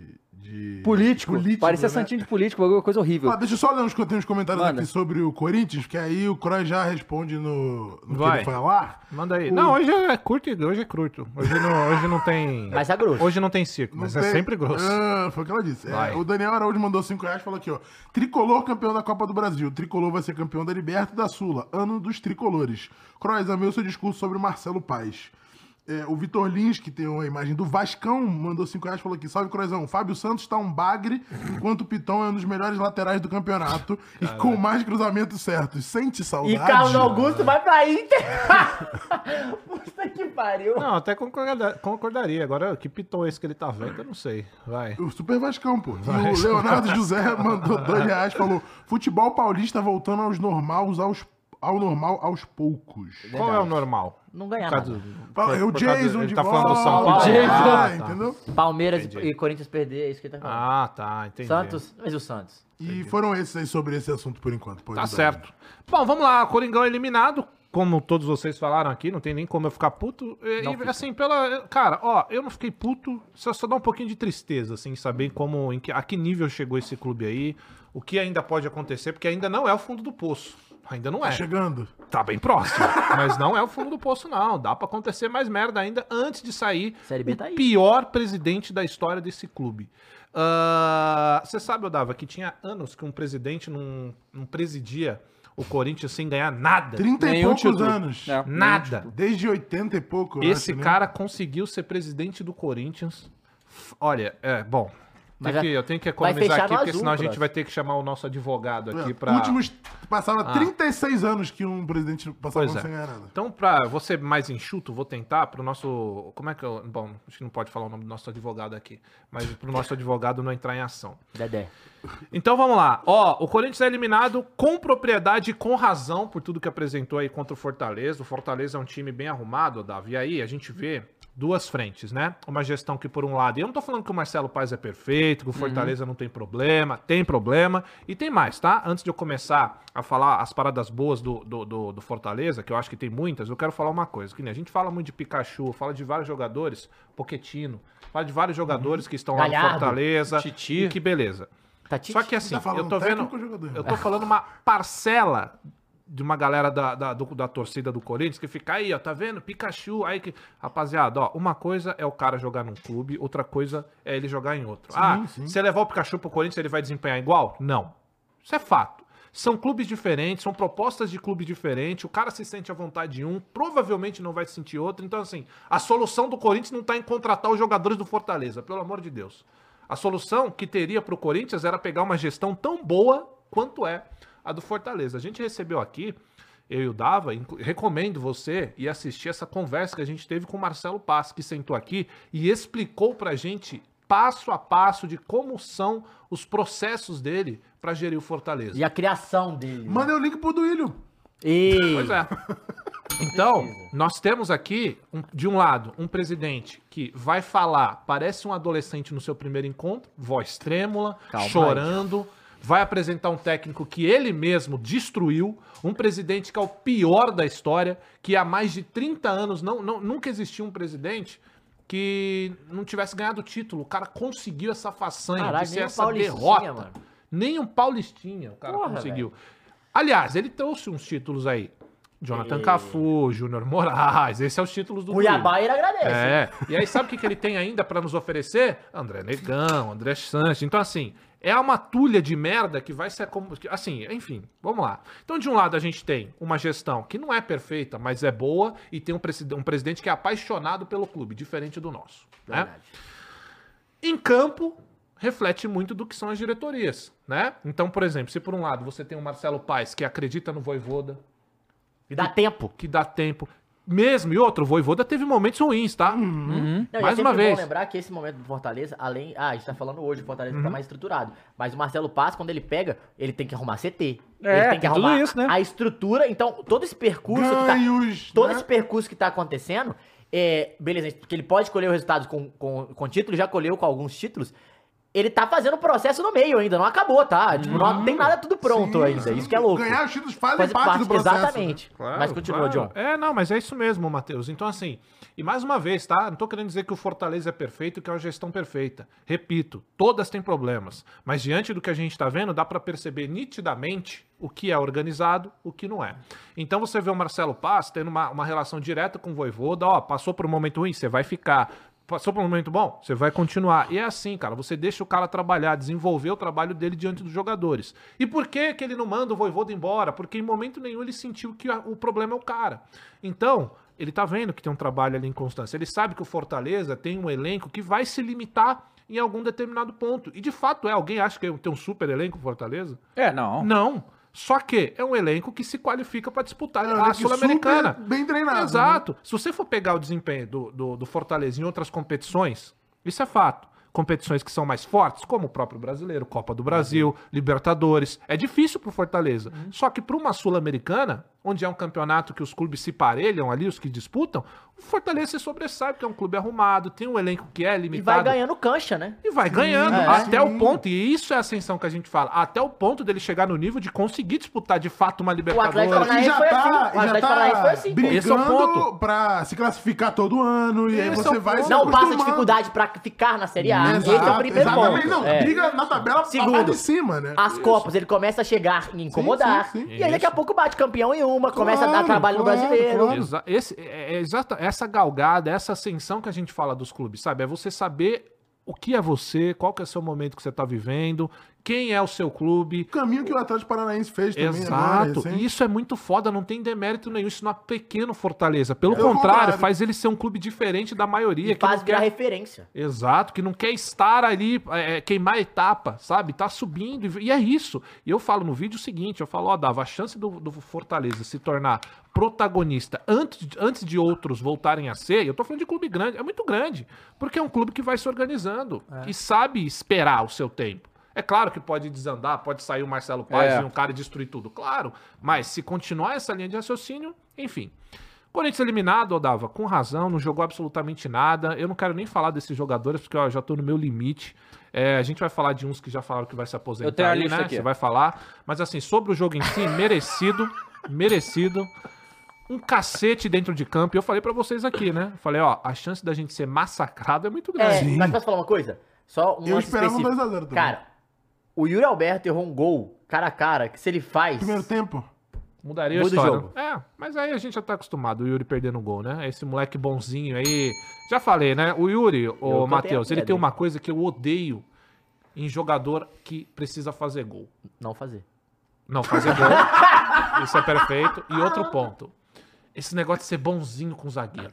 Speaker 3: de...
Speaker 2: Político.
Speaker 3: político
Speaker 2: Parecia
Speaker 3: né?
Speaker 2: santinho de político, uma coisa horrível.
Speaker 3: Ah, deixa eu só ler uns, tem uns comentários
Speaker 2: Manda.
Speaker 3: aqui sobre o Corinthians, que aí o Kroos já responde no, no que
Speaker 5: Vai.
Speaker 3: ele falar.
Speaker 5: Manda aí.
Speaker 3: O-
Speaker 5: Não, hoje é curto, hoje é curto. Hoje não, hoje não tem...
Speaker 4: Mas é grosso.
Speaker 5: Hoje não tem circo, mas
Speaker 3: Não
Speaker 5: é
Speaker 3: tem-
Speaker 5: sempre grosso.
Speaker 3: Ah, foi o que ela disse. É,
Speaker 5: Vai.
Speaker 3: o Daniel Araújo mandou cinco reais e falou aqui, ó. Tricolor campeão da Copa do Brasil. Tricolor vai ser campeão da Liberta e da Sula. Ano dos tricolores. Kroos, amei o seu discurso sobre Marcelo Paes. É, o Vitor Lins, que tem uma imagem do Vascão, mandou cinco reais e falou aqui. Salve, Croizão. Fábio Santos tá um bagre, enquanto o Pitão é um dos melhores laterais do campeonato. E com mais cruzamentos certos. Sente saudade?
Speaker 4: E Carlos Augusto vai pra Inter. Puta que pariu.
Speaker 5: Não, até concorda- concordaria. Agora, que piton esse que ele tá vendo, eu não sei. Vai.
Speaker 3: O Super Vascão, pô. E o Leonardo José mandou dois reais, falou: futebol paulista voltando aos normais, aos, ao normal aos poucos.
Speaker 5: Qual é o normal?
Speaker 4: Não ganha
Speaker 5: Por causa
Speaker 4: nada.
Speaker 5: do-
Speaker 3: Fala, é o
Speaker 5: por causa-
Speaker 3: Jason
Speaker 5: ele
Speaker 3: de
Speaker 5: tá
Speaker 3: volta.
Speaker 5: falando do São Paulo.
Speaker 3: Ah,
Speaker 4: Jason.
Speaker 3: tá,
Speaker 5: Ah, tá.
Speaker 3: entendeu?
Speaker 4: Palmeiras
Speaker 5: Entendi.
Speaker 4: e Corinthians perder, é isso que ele tá falando.
Speaker 5: Ah, tá, entendi.
Speaker 4: Santos, mas e o Santos?
Speaker 3: E foram esses aí sobre esse assunto por enquanto. Pode
Speaker 5: Tá
Speaker 3: dar.
Speaker 5: certo. Bom, vamos lá. Coringão eliminado. Como todos vocês falaram aqui, não tem nem como eu ficar puto. E,
Speaker 4: Não
Speaker 5: e,
Speaker 4: fica.
Speaker 5: assim, pela. Cara, ó, eu não fiquei puto. Só, só dá um pouquinho de tristeza, assim, saber como, em que, a que nível chegou esse clube aí. O que ainda pode acontecer, porque ainda não é o fundo do poço. Ainda não é.
Speaker 3: Tá chegando.
Speaker 5: Tá bem próximo. Mas não é o fundo do poço, não. Dá pra acontecer mais merda ainda antes de sair
Speaker 4: Série B
Speaker 5: o
Speaker 4: tá aí.
Speaker 5: pior presidente da história desse clube. Ah, Você sabe, Odava, que tinha anos que um presidente não, não presidia o Corinthians sem ganhar nada.
Speaker 3: trinta e
Speaker 2: Nenhum
Speaker 3: poucos
Speaker 2: título.
Speaker 3: anos.
Speaker 2: É.
Speaker 5: Nada.
Speaker 3: Desde oitenta e pouco. eu
Speaker 5: Esse
Speaker 3: acho, né?
Speaker 5: cara conseguiu ser presidente do Corinthians. F- Olha, é, bom.
Speaker 4: Mas
Speaker 5: tem que-
Speaker 4: é-
Speaker 5: eu tenho que
Speaker 4: vai
Speaker 5: economizar
Speaker 4: fechar
Speaker 5: aqui,
Speaker 4: no
Speaker 5: porque
Speaker 4: azul,
Speaker 5: senão a gente
Speaker 4: próximo.
Speaker 5: vai ter que chamar o nosso advogado aqui
Speaker 3: É,
Speaker 5: pra...
Speaker 3: Últimos. Passava
Speaker 5: Ah.
Speaker 3: trinta e seis anos que um presidente passava
Speaker 5: Pois é.
Speaker 3: sem ganhar nada.
Speaker 5: Então, pra você mais enxuto, vou tentar pro nosso... Como é que eu... Bom, acho que não pode falar o nome do nosso advogado aqui. Mas pro nosso advogado não entrar em ação.
Speaker 4: Dedé.
Speaker 5: Então vamos lá. Ó, o Corinthians é eliminado com propriedade e com razão por tudo que apresentou aí contra o Fortaleza. O Fortaleza é um time bem arrumado, Davi. E aí a gente vê duas frentes, né? Uma gestão que, por um lado, e eu não tô falando que o Marcelo Paes é perfeito, que o Fortaleza não tem problema, tem problema, e tem mais, tá? Antes de eu começar a falar as paradas boas do, do, do, do Fortaleza, que eu acho que tem muitas, eu quero falar uma coisa, que nem a gente fala muito de Pikachu, fala de vários jogadores, Pochettino, fala de vários jogadores que estão lá no
Speaker 4: Galhardo,
Speaker 5: Fortaleza,
Speaker 2: Titi.
Speaker 5: e que beleza.
Speaker 4: Tati.
Speaker 5: Só que assim,
Speaker 3: Tá falando
Speaker 5: eu tô vendo.
Speaker 3: técnico ou jogador?
Speaker 5: Eu tô falando uma parcela de uma galera da, da, do- da torcida do Corinthians que fica aí, ó, tá vendo? Pikachu, aí que. Rapaziada, ó, uma coisa é o cara jogar num clube, outra coisa é ele jogar em outro. ah,
Speaker 3: sim.
Speaker 5: se levar o Pikachu pro Corinthians, ele vai desempenhar igual? Não. Isso é fato. São clubes diferentes, são propostas de clube diferentes, o cara se sente à vontade em um, provavelmente não vai se sentir outro. Então, assim, a solução do Corinthians não tá em contratar os jogadores do Fortaleza, pelo amor de Deus. A solução que teria pro Corinthians era pegar uma gestão tão boa quanto é a do Fortaleza. A gente recebeu aqui, eu e o Dava, inclu- recomendo você ir assistir essa conversa que a gente teve com o Marcelo Paes, que sentou aqui e explicou pra gente passo a passo de como são os processos dele pra gerir o Fortaleza.
Speaker 4: E a criação dele.
Speaker 3: Manda o link pro Duílio.
Speaker 4: E...
Speaker 5: Pois é. Então, nós temos aqui, um- de um lado, um presidente que vai falar, parece um adolescente no seu primeiro encontro, voz trêmula,
Speaker 4: Calma aí.
Speaker 5: chorando, vai apresentar um técnico que ele mesmo destruiu, um presidente que é o pior da história, que há mais de trinta anos não, não- nunca existiu um presidente que não tivesse ganhado o título. O cara conseguiu essa façanha
Speaker 4: Caralho,
Speaker 5: de ser
Speaker 4: nem um
Speaker 5: essa
Speaker 4: paulistinha,
Speaker 5: derrota.
Speaker 4: mano.
Speaker 5: Nem um paulistinha o cara
Speaker 4: Porra,
Speaker 5: conseguiu. Aliás, ele trouxe uns títulos aí. Jonathan
Speaker 4: E-
Speaker 5: Cafu, Júnior Moraes, esses são os títulos do
Speaker 4: Cuiabá
Speaker 5: Duílio.
Speaker 4: ele agradece.
Speaker 5: É, e aí sabe o que, que ele tem ainda pra nos oferecer? André Negão, André Sanches. Então, assim, é uma tulha de merda que vai ser como. Assim, enfim, vamos lá. Então, de um lado, a gente tem uma gestão que não é perfeita, mas é boa, e tem um, preside- um presidente que é apaixonado pelo clube, diferente do nosso. Né?
Speaker 4: Verdade.
Speaker 5: Em campo, reflete muito do que são as diretorias, né? Então, por exemplo, se por um lado você tem o Marcelo Paes, que acredita no Voivoda,
Speaker 4: E dá tempo.
Speaker 5: que dá tempo. Mesmo, e outro, o Voivoda teve momentos ruins, tá?
Speaker 4: Não, e
Speaker 5: Mais
Speaker 4: é
Speaker 5: uma
Speaker 4: sempre
Speaker 5: vez.
Speaker 4: bom lembrar que esse momento do Fortaleza, além... Ah, a gente tá falando hoje, o Fortaleza
Speaker 5: Uhum.
Speaker 4: tá mais estruturado. Mas o Marcelo Paes, quando ele pega, ele tem que arrumar C T.
Speaker 2: É,
Speaker 4: ele tem que
Speaker 2: tem tudo
Speaker 4: arrumar
Speaker 2: isso, né?
Speaker 4: a estrutura. Então, todo esse percurso que tá...
Speaker 3: Ganhos.
Speaker 4: Todo
Speaker 3: né?
Speaker 4: esse percurso que tá acontecendo, é, beleza, porque ele pode colher os resultados com, com, com título, já colheu com alguns títulos, ele tá fazendo o processo no meio ainda, não acabou, tá? Tipo,
Speaker 3: Hum,
Speaker 4: não tem nada tudo pronto
Speaker 3: sim,
Speaker 4: ainda,
Speaker 3: sim.
Speaker 4: isso que é louco.
Speaker 3: Ganhar os títulos fazem
Speaker 4: Faz
Speaker 3: parte,
Speaker 4: parte
Speaker 3: do processo.
Speaker 4: Exatamente.
Speaker 5: Claro,
Speaker 4: Mas continua,
Speaker 5: claro.
Speaker 4: John.
Speaker 5: É, não, mas é isso mesmo, Matheus. Então, assim, e mais uma vez, tá? Não tô querendo dizer que o Fortaleza é perfeito, que é uma gestão perfeita. Repito, todas têm problemas. Mas diante do que a gente tá vendo, dá pra perceber nitidamente o que é organizado, o que não é. Então você vê o Marcelo Paz tendo uma, uma relação direta com o Vojvoda, ó, passou por um momento ruim, você vai ficar. Passou por um momento bom, você vai continuar. E é assim, cara, você deixa o cara trabalhar, desenvolver o trabalho dele diante dos jogadores. E por que que ele não manda o Vojvoda embora? Porque em momento nenhum ele sentiu que a, o problema é o cara. Então, ele tá vendo que tem um trabalho ali em constância. Ele sabe que o Fortaleza tem um elenco que vai se limitar em algum determinado ponto. E de fato é. Alguém acha que tem um super elenco Fortaleza?
Speaker 2: É, não.
Speaker 5: Não. Só que é um elenco que se qualifica para disputar
Speaker 3: É um
Speaker 5: a
Speaker 3: elenco
Speaker 5: Sul-Americana.
Speaker 3: super bem treinado,
Speaker 5: Exato. Se você for pegar o desempenho do, do, do Fortaleza em outras competições, isso é fato. Competições que são mais fortes, como o próprio Brasileiro, Copa do Brasil, Libertadores. É difícil pro Fortaleza.
Speaker 3: Uhum.
Speaker 5: Só que para uma Sul-Americana, onde é um campeonato que os clubes se parelham ali, os que disputam, o Fortaleza se sobressai, porque é um clube arrumado, tem um elenco que é
Speaker 4: E
Speaker 5: limitado.
Speaker 4: vai ganhando cancha, né?
Speaker 5: E vai ganhando,
Speaker 4: é.
Speaker 5: até
Speaker 3: Sim.
Speaker 5: o ponto, e isso é a ascensão que a gente fala, até o ponto dele chegar no nível de conseguir disputar de fato uma
Speaker 4: O Atlético
Speaker 5: Libertadores.
Speaker 4: Paranaense
Speaker 3: E já
Speaker 4: foi
Speaker 3: tá,
Speaker 4: assim. O
Speaker 3: e já
Speaker 4: Atlético Paranaense foi assim, pô.
Speaker 3: brigando
Speaker 5: Esse é o ponto.
Speaker 3: pra se classificar todo ano, e aí
Speaker 5: Esse é
Speaker 3: você
Speaker 5: o
Speaker 3: vai
Speaker 5: ponto.
Speaker 3: se
Speaker 4: Não passa
Speaker 3: acostumando.
Speaker 4: dificuldade pra ficar na Série A.
Speaker 3: Exato,
Speaker 4: Esse é o primeiro
Speaker 3: exatamente.
Speaker 4: ponto.
Speaker 3: Não,
Speaker 4: É.
Speaker 3: briga na tabela
Speaker 4: Segundo,
Speaker 3: lá de cima, né?
Speaker 4: As Copas, ele começa a chegar e incomodar.
Speaker 3: sim, sim.
Speaker 4: E aí daqui a pouco bate campeão em uma, começa a dar
Speaker 3: Claro,
Speaker 4: trabalho no
Speaker 3: claro,
Speaker 4: brasileiro.
Speaker 3: claro.
Speaker 5: Exa esse, é, é exata, essa galgada, essa ascensão que a gente fala dos clubes, sabe? É você saber o que é você, qual que é o seu momento que você tá vivendo, quem é o seu clube.
Speaker 3: O caminho que o Atlético Paranaense fez também
Speaker 5: Exato.
Speaker 3: agora,
Speaker 5: E
Speaker 3: recente.
Speaker 5: isso é muito foda, não tem demérito nenhum. Isso não é pequeno Fortaleza. Pelo
Speaker 3: Pelo
Speaker 5: contrário,
Speaker 3: contrário.
Speaker 5: faz ele ser um clube diferente da maioria.
Speaker 4: E
Speaker 5: que
Speaker 4: faz
Speaker 5: não
Speaker 4: virar
Speaker 5: quer...
Speaker 4: referência.
Speaker 5: Exato, que não quer estar ali, é, queimar etapa, sabe? Tá subindo, e, e é isso. E eu falo no vídeo o seguinte, eu falo, ó, Dava, a chance do, do Fortaleza se tornar protagonista antes, antes de outros voltarem a ser, eu tô falando de clube grande, é muito grande, porque é um clube que vai se organizando, que sabe esperar o seu tempo. É claro que pode desandar, pode sair o Marcelo Paes
Speaker 2: É.
Speaker 5: e um cara destruir tudo, claro, mas se continuar essa linha de raciocínio, enfim... Corinthians eliminado, Odava, com razão, não jogou absolutamente nada. Eu não quero nem falar desses jogadores, porque ó, eu já tô no meu limite. É, a gente vai falar de uns que já falaram que vai se aposentar
Speaker 2: Eu tenho a
Speaker 5: aí,
Speaker 2: lista
Speaker 5: né?
Speaker 2: aqui.
Speaker 5: Você vai falar. Mas assim, sobre o jogo em si, merecido, merecido. Um cacete dentro de campo. E eu falei pra vocês aqui, né? Eu falei, ó, a chance da gente ser massacrado é muito
Speaker 4: É,
Speaker 5: grande.
Speaker 4: mas posso falar uma coisa? Só um
Speaker 3: Eu
Speaker 4: lance
Speaker 3: esperava um
Speaker 4: específico.
Speaker 3: dois a zero também.
Speaker 4: Cara, o Yuri Alberto errou um gol, cara a cara, que se ele faz...
Speaker 3: Primeiro tempo.
Speaker 5: Mudaria a
Speaker 4: Muda o
Speaker 5: história.
Speaker 4: jogo.
Speaker 5: É, mas aí a gente já tá acostumado, o Yuri perdendo gol, né? Esse moleque bonzinho aí. Já falei, né? O Yuri, o Matheus, ele tem uma coisa que eu odeio em jogador que precisa fazer gol.
Speaker 4: Não fazer.
Speaker 5: Não fazer gol. Isso é perfeito. E outro ponto. Esse negócio de ser bonzinho com o zagueiro.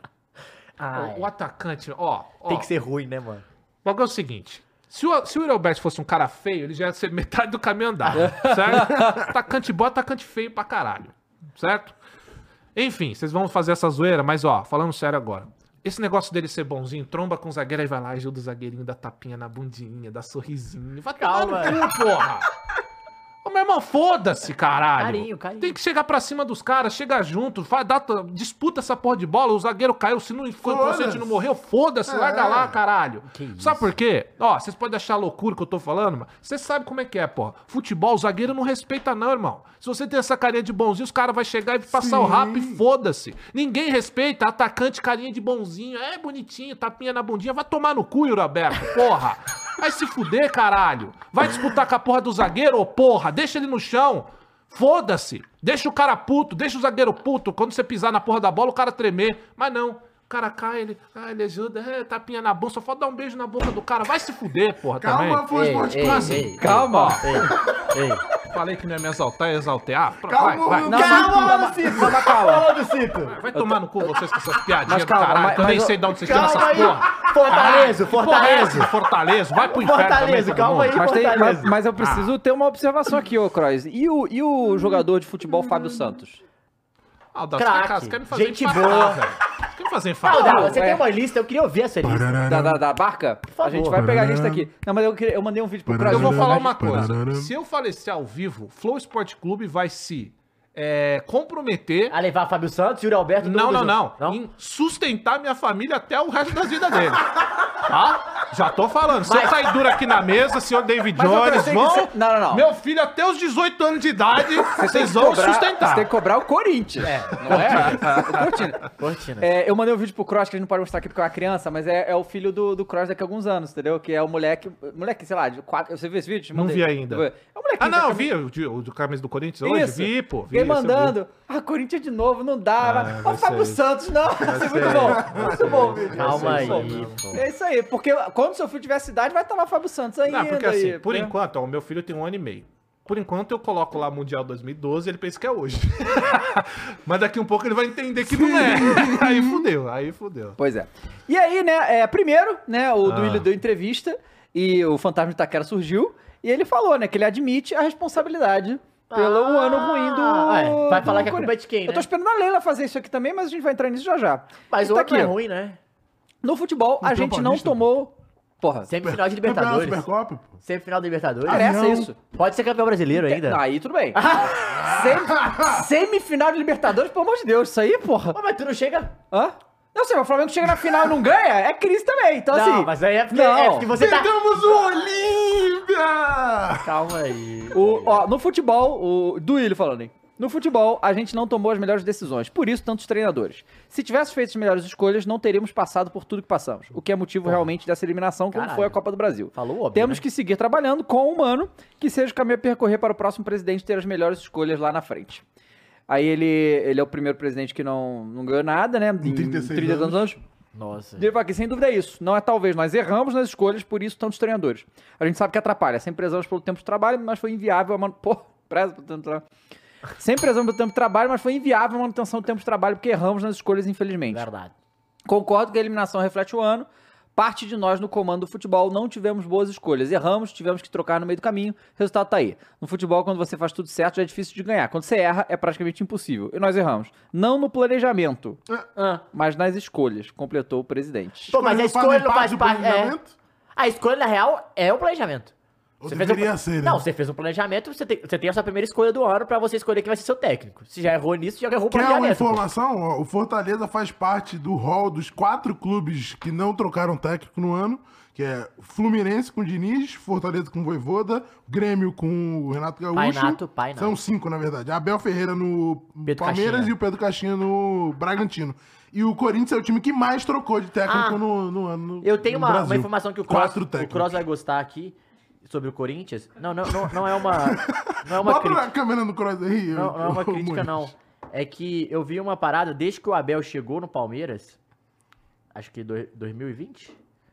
Speaker 4: Ah,
Speaker 5: o, o atacante, ó, ó.
Speaker 4: Tem que ser ruim, né, mano?
Speaker 5: O bagulho é o seguinte. Se o, se o Yuri Alberto fosse um cara feio, ele já ia ser metade do caminho andado, certo? Atacante bom, atacante feio pra caralho, certo? Enfim, vocês vão fazer essa zoeira, mas ó, falando sério agora. Esse negócio dele ser bonzinho, tromba com o zagueiro, aí vai lá, ajuda o zagueirinho, dá tapinha na bundinha, dá sorrisinho. Vai
Speaker 4: Calma.
Speaker 5: tomar no cu, porra! Ô, meu irmão, foda-se, caralho.
Speaker 4: Carinho, carinho.
Speaker 5: Tem que chegar pra cima dos caras, chega junto, faz, dá, disputa essa porra de bola, o zagueiro caiu, se não ficou
Speaker 3: Foda-se.
Speaker 5: inconsciente, não morreu, foda-se,
Speaker 3: É.
Speaker 5: larga lá, caralho.
Speaker 4: Que isso.
Speaker 5: Sabe por quê? Ó, vocês podem achar loucura que eu tô falando, mas vocês sabem como é que é, porra. Futebol, o zagueiro não respeita não, irmão. Se você tem essa carinha de bonzinho, os caras vão chegar e passar
Speaker 3: Sim.
Speaker 5: o rap e foda-se. Ninguém respeita atacante carinha de bonzinho. É bonitinho, tapinha na bundinha. Vai tomar no cu, Yuri Alberto, porra. Vai se fuder, caralho. Vai disputar com a porra do zagueiro, ô porra. Deixa ele no chão. Foda-se. Deixa o cara puto, deixa o zagueiro puto. Quando você pisar na porra da bola, o cara tremer. Mas não. O cara cai, ele, ah, ele ajuda, é, tapinha na boca, só falta dar um beijo na boca do cara. Vai se fuder, porra, também.
Speaker 3: Calma, foi
Speaker 4: Ei,
Speaker 3: esporte
Speaker 4: ei,
Speaker 3: clássico.
Speaker 4: ei,
Speaker 2: Calma.
Speaker 4: Ei, ei.
Speaker 5: Falei que não ia me exaltar, ia exaltar. Ah, pronto,
Speaker 3: Calma,
Speaker 5: vai, vai.
Speaker 3: não,
Speaker 2: Não,
Speaker 4: Calma,
Speaker 2: mas-
Speaker 4: Cito.
Speaker 2: mas calma.
Speaker 4: Fala do Cito.
Speaker 5: Vai tomar no cu vocês com essas piadinhas
Speaker 2: Mas
Speaker 5: do
Speaker 2: calma,
Speaker 5: caralho,
Speaker 2: mas-
Speaker 5: que eu nem
Speaker 2: mas-
Speaker 5: sei de onde vocês tiram
Speaker 4: Calma
Speaker 5: essas
Speaker 4: aí.
Speaker 5: porra.
Speaker 4: Fortaleza,
Speaker 5: Que porra é
Speaker 4: Fortaleza.
Speaker 5: essa? Fortaleza, vai pro inferno
Speaker 4: Fortaleza,
Speaker 5: também, todo
Speaker 4: calma
Speaker 5: mundo.
Speaker 4: aí.
Speaker 2: Mas, tem-
Speaker 4: Fortaleza.
Speaker 2: mas- mas eu preciso ter uma observação aqui, ô Croix. E o, e o jogador de futebol Fábio Santos?
Speaker 5: Ah, o Davi,
Speaker 4: Craque,
Speaker 5: você quer me fazer
Speaker 4: gente
Speaker 5: empatar,
Speaker 4: boa.
Speaker 5: velho. Você quer me fazer
Speaker 4: Ah,
Speaker 5: empatar?
Speaker 4: Dava, você
Speaker 2: é.
Speaker 4: tem uma lista, eu queria ouvir essa lista.
Speaker 2: Da, da, da barca?
Speaker 4: favor.
Speaker 2: A gente vai pegar a lista aqui. Não, mas eu, queria- eu mandei um vídeo pro Croix.
Speaker 5: Eu vou
Speaker 2: né?
Speaker 5: falar uma coisa. Se eu falecer ao vivo, Flow Esporte Clube vai se é, comprometer...
Speaker 4: A levar Fábio Santos, Yuri Alberto... todo
Speaker 5: Não,
Speaker 4: mundo
Speaker 5: não,
Speaker 4: junto.
Speaker 5: não. Em sustentar minha família até o resto da vida dele. Tá? Já tô falando. Se eu sair duro aqui na mesa, senhor David
Speaker 2: Mas,
Speaker 5: Jones,
Speaker 2: tem que
Speaker 5: vão...
Speaker 2: ser- Não, não, não.
Speaker 5: Meu filho, até os dezoito anos de idade,
Speaker 2: Você tem
Speaker 5: vocês
Speaker 2: que
Speaker 5: vão
Speaker 2: cobrar-
Speaker 5: sustentar.
Speaker 2: Você tem que cobrar o Corinthians. É, não é? O Cortina.
Speaker 4: Cortina.
Speaker 2: É, eu mandei um vídeo pro Cross, que a gente não pode mostrar aqui porque é uma criança, mas é, é o filho do, do Cross daqui a alguns anos, entendeu? Que é o moleque, moleque, sei lá, de quatro... Você viu esse vídeo?
Speaker 5: Não
Speaker 2: Mandei.
Speaker 5: vi ainda.
Speaker 2: É o moleque
Speaker 5: Ah, não, vi o, de- o do camisa do Corinthians hoje?
Speaker 2: Isso.
Speaker 5: Vi, pô. Vi,
Speaker 2: Fiquei
Speaker 5: esse eu vi.
Speaker 2: mandando. Ah, Corinthians de novo, não dá.
Speaker 5: Ah,
Speaker 2: vai. Ó,
Speaker 5: vai
Speaker 2: o Fábio
Speaker 5: ser
Speaker 2: Santos, não. Vai ser muito
Speaker 5: ser
Speaker 2: bom. Muito bom o vídeo.
Speaker 4: Calma
Speaker 2: vai
Speaker 4: aí,
Speaker 2: ser muito bom.
Speaker 4: pô.
Speaker 2: É isso aí, porque quando seu filho tiver cidade, vai estar lá o Fábio Santos ainda.
Speaker 5: Não, porque assim,
Speaker 2: aí,
Speaker 5: por
Speaker 2: né?
Speaker 5: enquanto, ó, o meu filho tem um ano e meio. Por enquanto eu coloco lá Mundial dois mil e doze, ele pensa que é hoje. Mas daqui um pouco ele vai entender que não é. Aí fudeu, aí fudeu.
Speaker 2: Pois é. E aí, né, é, primeiro, né, o
Speaker 5: Ah.
Speaker 2: Duílio deu entrevista e o Fantasma de Itaquera surgiu e ele falou, né, que ele admite a responsabilidade pelo
Speaker 4: Ah,
Speaker 2: ano ruim do...
Speaker 4: é, vai falar
Speaker 2: do
Speaker 4: que a culpa é de quem,
Speaker 2: Eu tô
Speaker 4: né?
Speaker 2: esperando a Leila fazer isso aqui também, mas a gente vai entrar nisso já já.
Speaker 4: Mas
Speaker 2: E
Speaker 4: o
Speaker 2: tá
Speaker 4: outro
Speaker 2: aqui,
Speaker 4: é
Speaker 2: ó.
Speaker 4: ruim, né?
Speaker 2: No futebol, a
Speaker 3: No
Speaker 2: gente não
Speaker 3: Paulista,
Speaker 2: tomou... Porra,
Speaker 4: Semifinal de
Speaker 3: Campeonato
Speaker 4: Libertadores.
Speaker 3: Supercopa, pô.
Speaker 4: Semifinal da Libertadores.
Speaker 2: interessa
Speaker 3: não.
Speaker 2: isso.
Speaker 4: Pode ser campeão brasileiro ainda.
Speaker 2: Não, aí tudo bem. Sem- Semifinal de Libertadores, pelo amor de Deus, isso aí, porra.
Speaker 4: Pô, mas tu não chega...
Speaker 2: Hã? Não sei, mas o Flamengo chega na final e não ganha, é crise também. Então, assim.
Speaker 4: Não, mas aí é porque,
Speaker 2: não.
Speaker 4: é porque você tá...
Speaker 3: Pegamos o Olímpia!
Speaker 4: Calma aí.
Speaker 2: O, ó, no futebol, o Duílio falando, hein? No futebol, a gente não tomou as melhores decisões, por isso tantos treinadores. Se tivesse feito as melhores escolhas, não teríamos passado por tudo que passamos, o que é motivo realmente dessa eliminação, como
Speaker 4: Caralho.
Speaker 2: foi a Copa do Brasil.
Speaker 4: Falou óbvio,
Speaker 2: Temos
Speaker 4: né?
Speaker 2: que seguir trabalhando com o humano, que seja o caminho a percorrer para o próximo presidente ter as melhores escolhas lá na frente. Aí ele, ele é o primeiro presidente que não, não ganhou nada, né? Em
Speaker 3: trinta e seis
Speaker 2: trinta anos.
Speaker 3: anos.
Speaker 4: Nossa.
Speaker 2: Ele fala que sem dúvida é isso. Não é talvez, nós erramos nas escolhas, por isso tantos treinadores. A gente sabe que atrapalha. Sempre prezamos pelo tempo de trabalho, mas foi inviável a man... Pô, preza pelo tempo de trabalho. Sempre prezamos pelo tempo de trabalho, mas foi inviável a manutenção do tempo de trabalho, porque erramos nas escolhas, infelizmente.
Speaker 4: Verdade.
Speaker 2: Concordo que a eliminação reflete o ano. Parte de nós no comando do futebol não tivemos boas escolhas. Erramos, tivemos que trocar no meio do caminho. O resultado tá aí. No futebol, quando você faz tudo certo, já é difícil de ganhar. Quando você erra, é praticamente impossível. E nós erramos. Não no planejamento,
Speaker 4: Ah.
Speaker 2: mas nas escolhas, completou o presidente.
Speaker 4: Pô, mas a
Speaker 3: Não
Speaker 4: escolha não faz
Speaker 3: do
Speaker 4: parte... É.
Speaker 3: planejamento?
Speaker 4: A escolha, na real, é o planejamento.
Speaker 3: Ou
Speaker 4: Você fez um...
Speaker 3: deveria ser, né?
Speaker 4: Não, você fez um planejamento, você tem, você tem a sua primeira escolha do ano pra você escolher quem vai ser seu técnico. Se já errou nisso, já errou o
Speaker 3: Quer uma
Speaker 4: planejamento. pô.
Speaker 3: informação? Ó, o Fortaleza faz parte do hall dos quatro clubes que não trocaram técnico no ano, que é Fluminense com Diniz, Fortaleza com Voivoda, Grêmio com o Renato Gaúcho.
Speaker 4: Painato, Painato.
Speaker 3: São cinco, na verdade. Abel Ferreira no
Speaker 4: Pedro
Speaker 3: Palmeiras
Speaker 4: Caixinha.
Speaker 3: e o Pedro Caixinha no Bragantino. E o Corinthians é o time que mais trocou de técnico
Speaker 4: Ah,
Speaker 3: no, no ano.
Speaker 4: Eu tenho
Speaker 3: no
Speaker 4: uma,
Speaker 3: Brasil.
Speaker 4: uma informação que o Cross,
Speaker 3: Quatro
Speaker 4: o
Speaker 3: técnicos.
Speaker 4: Cross vai gostar aqui sobre o Corinthians. Não, não, não, não é uma, não é uma
Speaker 3: Bota
Speaker 4: crítica.
Speaker 3: a câmera no Cross aí.
Speaker 4: Não, não é uma
Speaker 3: ô,
Speaker 4: crítica,
Speaker 3: Muniz.
Speaker 4: não. É que eu vi uma parada desde que o Abel chegou no Palmeiras. Acho que do, dois mil e vinte.